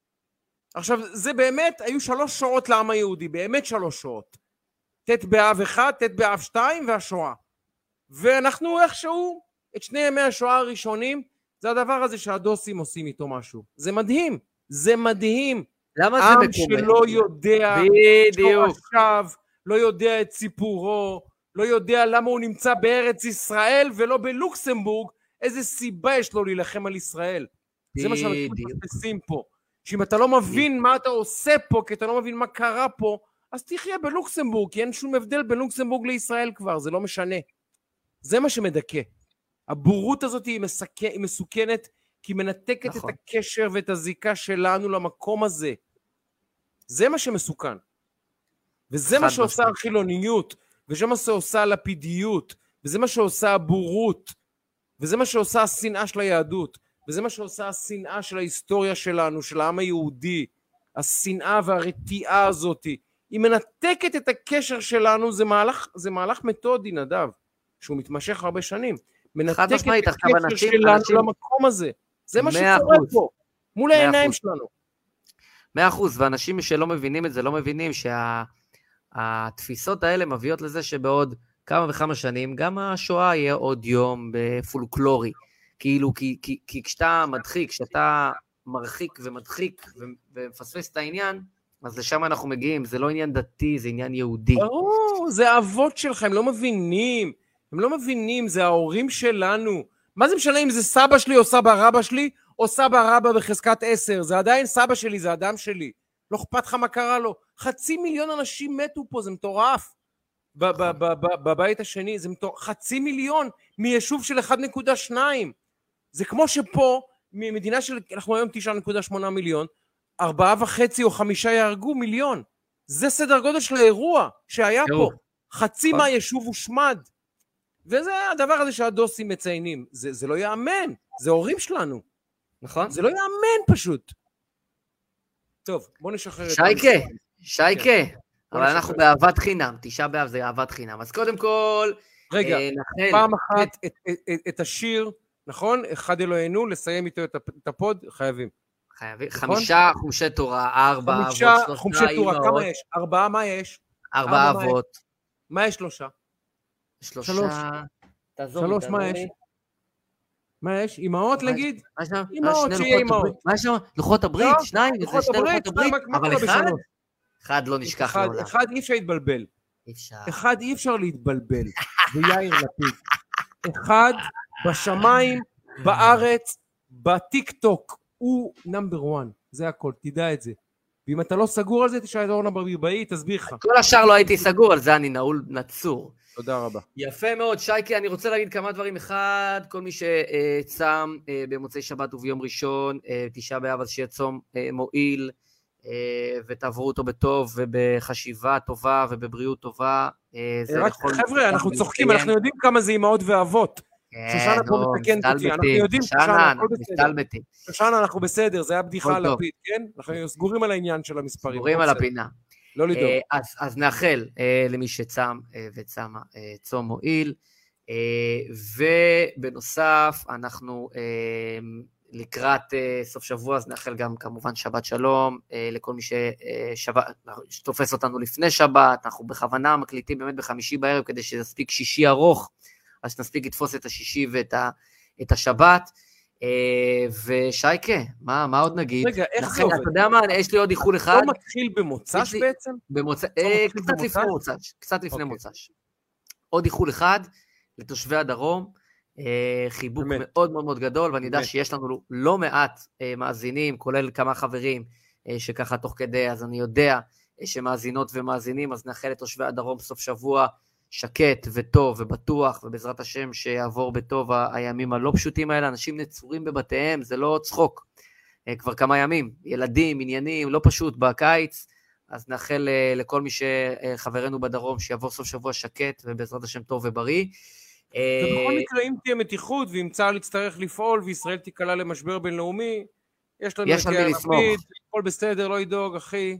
עכשיו, זה באמת, היו שלוש שואות לעם היהודי, באמת שלוש שואות. ת' באב אחד, ת' באב שתיים, והשואה. ואנחנו איכשהו, את שני ימי השואה הראשונים, זה הדבר הזה שהדוסים עושים איתו משהו. זה מדהים, זה מדהים. למה זה עם מקובל? שלא יודע, בדיוק. עכשיו, לא יודע את סיפורו, לא יודע למה הוא נמצא בארץ ישראל ולא בלוקסמבורג, איזה סיבה יש לו להילחם על ישראל. זה מה שאנחנו מתפסים פה. שאם אתה לא מבין מה אתה עושה פה, כי אתה לא מבין מה קרה פה, אז תחיה בלוקסמבורג, כי אין שום הבדל בין לוקסמבורג לישראל כבר, זה לא משנה. זה מה שמדכא. הבורות הזאת היא, מסכ... היא מסוכנת, כי היא מנתקת נכון. את הקשר ואת הזיקה שלנו למקום הזה. זה מה שמסוכן. וזה מה שעושה החילוניות, וזה מה שעושה הלפידיות, וזה מה שעושה הבורות, וזה מה שעושה השנאה של היהדות, וזה מה שעושה השנאה של ההיסטוריה שלנו, של העם היהודי, השנאה והרתיעה הזאת. היא מנתקת את הקשר שלנו, זה מהלך, זה מהלך מתודי, נדב, שהוא מתמשך הרבה שנים. מנתק את הקשר שלנו למקום הזה. זה מה שקורה פה, מול העיניים שלנו. מאה אחוז, ואנשים שלא מבינים את זה, לא מבינים שהתפיסות האלה מביאות לזה שבעוד כמה וכמה שנים, גם השואה יהיה עוד יום בפולקלורי. כאילו, כי, כי, כי כשאתה מדחיק, כשאתה מרחיק ומדחיק ומפספס את העניין, אז לשם אנחנו מגיעים, זה לא עניין דתי, זה עניין יהודי. ברור, זה האבות שלך, הם לא מבינים, הם לא מבינים, זה ההורים שלנו. מה זה משנה אם זה סבא שלי או סבא רבא שלי, או סבא רבא בחזקת עשר, זה עדיין סבא שלי, זה אדם שלי. לא אכפת לך מה קרה לו. חצי מיליון אנשים מתו פה, זה מטורף. בבית השני, זה מטורף. חצי מיליון מיישוב של אחד נקודה שתיים. זה כמו שפה, ממדינה של, אנחנו היום תשע נקודה שמונה מיליון, ארבעה וחצי או חמישה יהרגו מיליון. זה סדר גודל של האירוע שהיה פה. חצי מהיישוב הושמד. וזה הדבר הזה שהדוסים מציינים. זה, זה לא יאמן. זה הורים שלנו. נכון? זה לא יאמן פשוט. טוב, בוא נשחרר. שייקה, שייקה. אבל אנחנו באהבת חינם. תשעה באב זה אהבת חינם. אז קודם כל, רגע, פעם אחת את השיר, נכון? אחד אלוהינו, לסיים איתו את הפוד, חייבים. חייבים. חמישה חומשי תורה, ארבע אבות, חמישה חומשי תורה, כמה יש? ארבעה, מה יש? ארבעה אבות. מה יש שלושה? שלושה. שלוש, מה יש? מה יש? אמאות להגיד? מה יש שם? אמאות, שיהיה אמאות. מה יש שם? לוחות הברית, שניים, זה שני לוחות הברית, אבל אחד? אחד לא נשכח לעולם. אחד אי אפשר להתבלבל. אחד אי אפשר להתבלבל. ויאיר לפיד. אחד בשמיים, בארץ, בטיק טוק, הוא נאמבר וואן. זה הכל, תדע את זה. ואם אתה לא סגור על זה, תשאל את אורנה ברביבאי, תסביר לך. כל השאר לא הייתי סגור, על זה אני נעול נצור. תודה רבה. יפה מאוד, שייקה, אני רוצה להגיד כמה דברים. אחד, כל מי שצם במוצאי שבת וביום ראשון, תשעה באב, אז שיהיה צום מועיל, ותעברו אותו בטוב, ובחשיבה טובה, ובבריאות טובה. רק חבר'ה, אנחנו צוחקים, אנחנו יודעים כמה זה אמהות ואבות. שושנה פה מתקנת אותי, אנחנו יודעים שושנה, הכל בסדר. שושנה, אנחנו בסדר, זה היה בדיחה על לפיד, כן? אנחנו סגורים על העניין של המספרים. סגורים על הפינה. לא לדאוג. אז נאחל למי שצם וצמה צום מועיל, ובנוסף אנחנו לקראת סוף שבוע, אז נאחל גם כמובן שבת שלום לכל מי שתופס אותנו לפני שבת. אנחנו בכוונה מקליטים באמת בחמישי בערב כדי שנספיק שישי ארוך, אז נספיק לתפוס את השישי ואת השבת. ושייקה, מה, מה עוד נגיד? רגע, איך זה עובד? אתה יודע מה, יש לי עוד איחול אחד. לא מתחיל במוצ"ש בעצם? קצת לפני מוצ"ש, קצת לפני מוצ"ש. עוד איחול אחד לתושבי הדרום, חיבוק מאוד מאוד מאוד גדול, ואני יודע שיש לנו לא מעט מאזינים, כולל כמה חברים שככה תוך כדי, אז אני יודע שמאזינות ומאזינים, אז נאחל לתושבי הדרום סוף שבוע שקט וטוב ובטוח, ובעזרת השם שיעבור בטוב הימים הלא פשוטים האלה. אנשים נצורים בבתיהם, זה לא צחוק, כבר כמה ימים, ילדים, עניינים, לא פשוט בקיץ, אז נאחל לכל מי שחברנו בדרום שיעבור סוף שבוע שקט, ובעזרת השם טוב ובריא. ובכל מקרה, אם תהיה מתיחות, ואם צה"ל יצטרך לפעול, וישראל תיקלה למשבר בינלאומי, יש לנו את יאיר לפיד, הכל בסדר, לא ידאוג, אחי,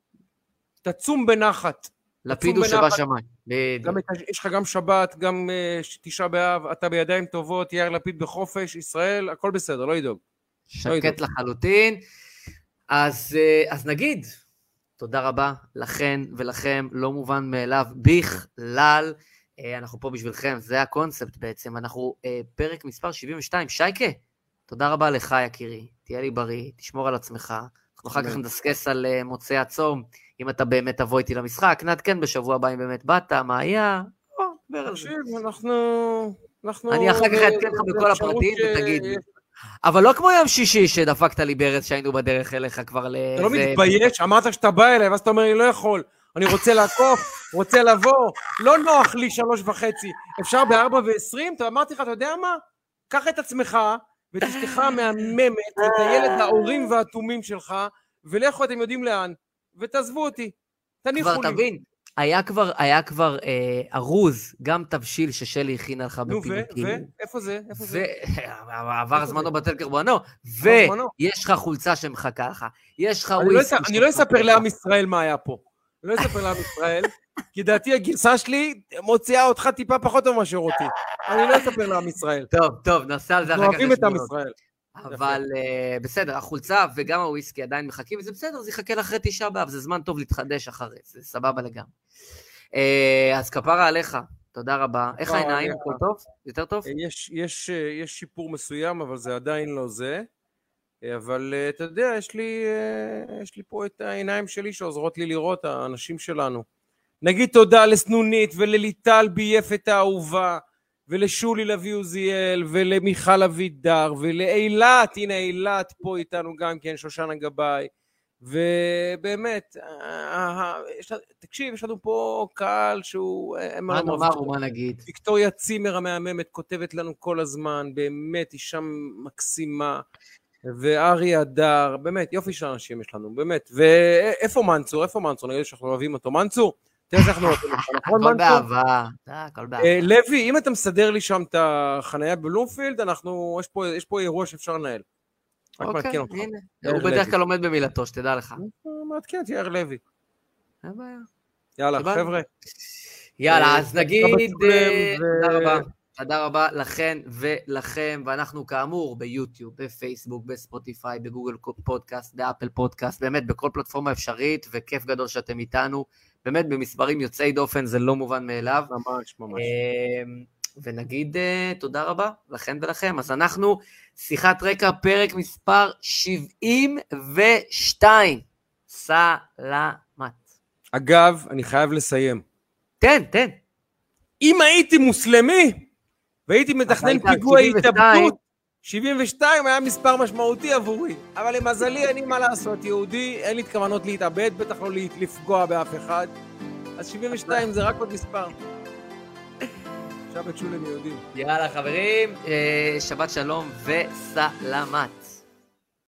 תצום בנחת. לפיד הוא שבא שמיים. יש לך גם שבת, גם תשעה באב, אתה בידיים טובות, יאיר לפיד בחופש, ישראל, הכל בסדר, לא ידאוג. שקט לחלוטין. אז נגיד, תודה רבה לכן ולכם, לא מובן מאליו, בכלל, אנחנו פה בשבילכם, זה הקונספט בעצם, אנחנו פרק מספר שבעים ושתיים, שייקה, תודה רבה לך יקירי, תהיה לי בריא, תשמור על עצמך, אנחנו אחר כך נדסקס על מוצאי הצום, אם אתה באמת תבוא איתי למשחק, נעדכן בשבוע הבא אם באמת באת, מה היה, או, דבר על זה. אנחנו... אני אחר כך אעדכן לך בכל הפרטים ותגיד לי. אבל לא כמו יום שישי שדפקת לי ברז שהיינו בדרך אליך כבר ל... אתה לא מתבייש, אמרת שאתה בא אליי, ואז אתה אומר לי לא יכול, אני רוצה לעקוף, רוצה לבוא, לא נוח לי שלוש וחצי, אפשר בארבע ועשרים, אתה אמרתי לך, אתה יודע מה? קח את עצמך, ואת אשתך מהממת, ואת הילד ההורים והתומים שלך, ולכו אתם יודעים לאן, ותעזבו אותי. תניחו לי. כבר תבין, היה כבר, היה כבר אה, ארוז, גם תבשיל ששלי הכינה לך בפינוקים. נו, ו? ואיפה זה? איפה זה? עבר זמנו בטל קרבנו, ויש לך חולצה שמחכה לך. יש לך וויסקי. אני לא אספר לעם ישראל מה היה פה. אני לא אספר לעם ישראל, כי דעתי הגרסה שלי מוציאה אותך טיפה פחות טוב מאשר אותי. אני לא אספר לעם ישראל. טוב, טוב, נעשה על זה אחר כך. אוהבים את עם ישראל. אבל uh, בסדר, החולצה וגם הוויסקי עדיין מחכים, וזה בסדר, זה יחכה לאחרי תשעה באב, זה זמן טוב להתחדש אחרי, זה סבבה לגמרי. Uh, אז כפרה עליך, תודה רבה. איך העיניים? הכל טוב? יותר טוב? יש, יש, יש שיפור מסוים, אבל זה עדיין לא זה. אבל uh, אתה יודע, יש לי, uh, יש לי פה את העיניים שלי שעוזרות לי לראות, האנשים שלנו. נגיד תודה לסנונית ולליטל ביפת האהובה, ולשולי לוי עוזיאל, ולמיכל אבידר, ולאילת, הנה אילת פה איתנו גם כן, שושנה גבאי, ובאמת, תקשיב, יש לנו פה קהל שהוא... מה נאמר ומה נגיד? ויקטוריה צימר המהממת כותבת לנו כל הזמן, באמת, אישה מקסימה, וארי אדר, באמת, יופי של אנשים יש לנו, באמת, ואיפה מנצור? איפה מנצור? נגיד שאנחנו אוהבים אותו, מנצור? תראה איך אנחנו אוהבים אותו, נכון מנצור? הכל באהבה, הכל באהבה. לוי, אם אתה מסדר לי שם את החנייה בלומפילד, אנחנו, יש פה אירוע שאפשר לנהל. אוקיי, הנה. הוא בדרך כלל עומד במילתו, שתדע לך. מעדכן, יאיר לוי. אין בעיה. יאללה, חבר'ה. יאללה, אז נגיד, תודה רבה. תודה רבה לכן ולכם, ואנחנו כאמור ביוטיוב, בפייסבוק, בספוטיפיי, בגוגל פודקאסט, באפל פודקאסט, באמת בכל פלטפורמה אפשרית, וכיף גדול שאתם איתנו, באמת במספרים יוצאי דופן, זה לא מובן מאליו. ממש, ממש. ונגיד תודה רבה לכן ולכם. אז אנחנו, שיחת רקע, פרק מספר שבעים ושתיים. סלמת. אגב, אני חייב לסיים. תן, תן. אם הייתי מוסלמי, והייתי מתכנן פיגוע התאבדות, שבעים ושתיים היה מספר משמעותי עבורי. אבל למזלי, אני מה לעשות, יהודי, אין לי כוונות להתאבד, בטח לא לפגוע באף אחד. אז שבעים ושתיים זה רק עוד מספר. עכשיו את שולם יהודים. יאללה חברים, שבת שלום וסלמת.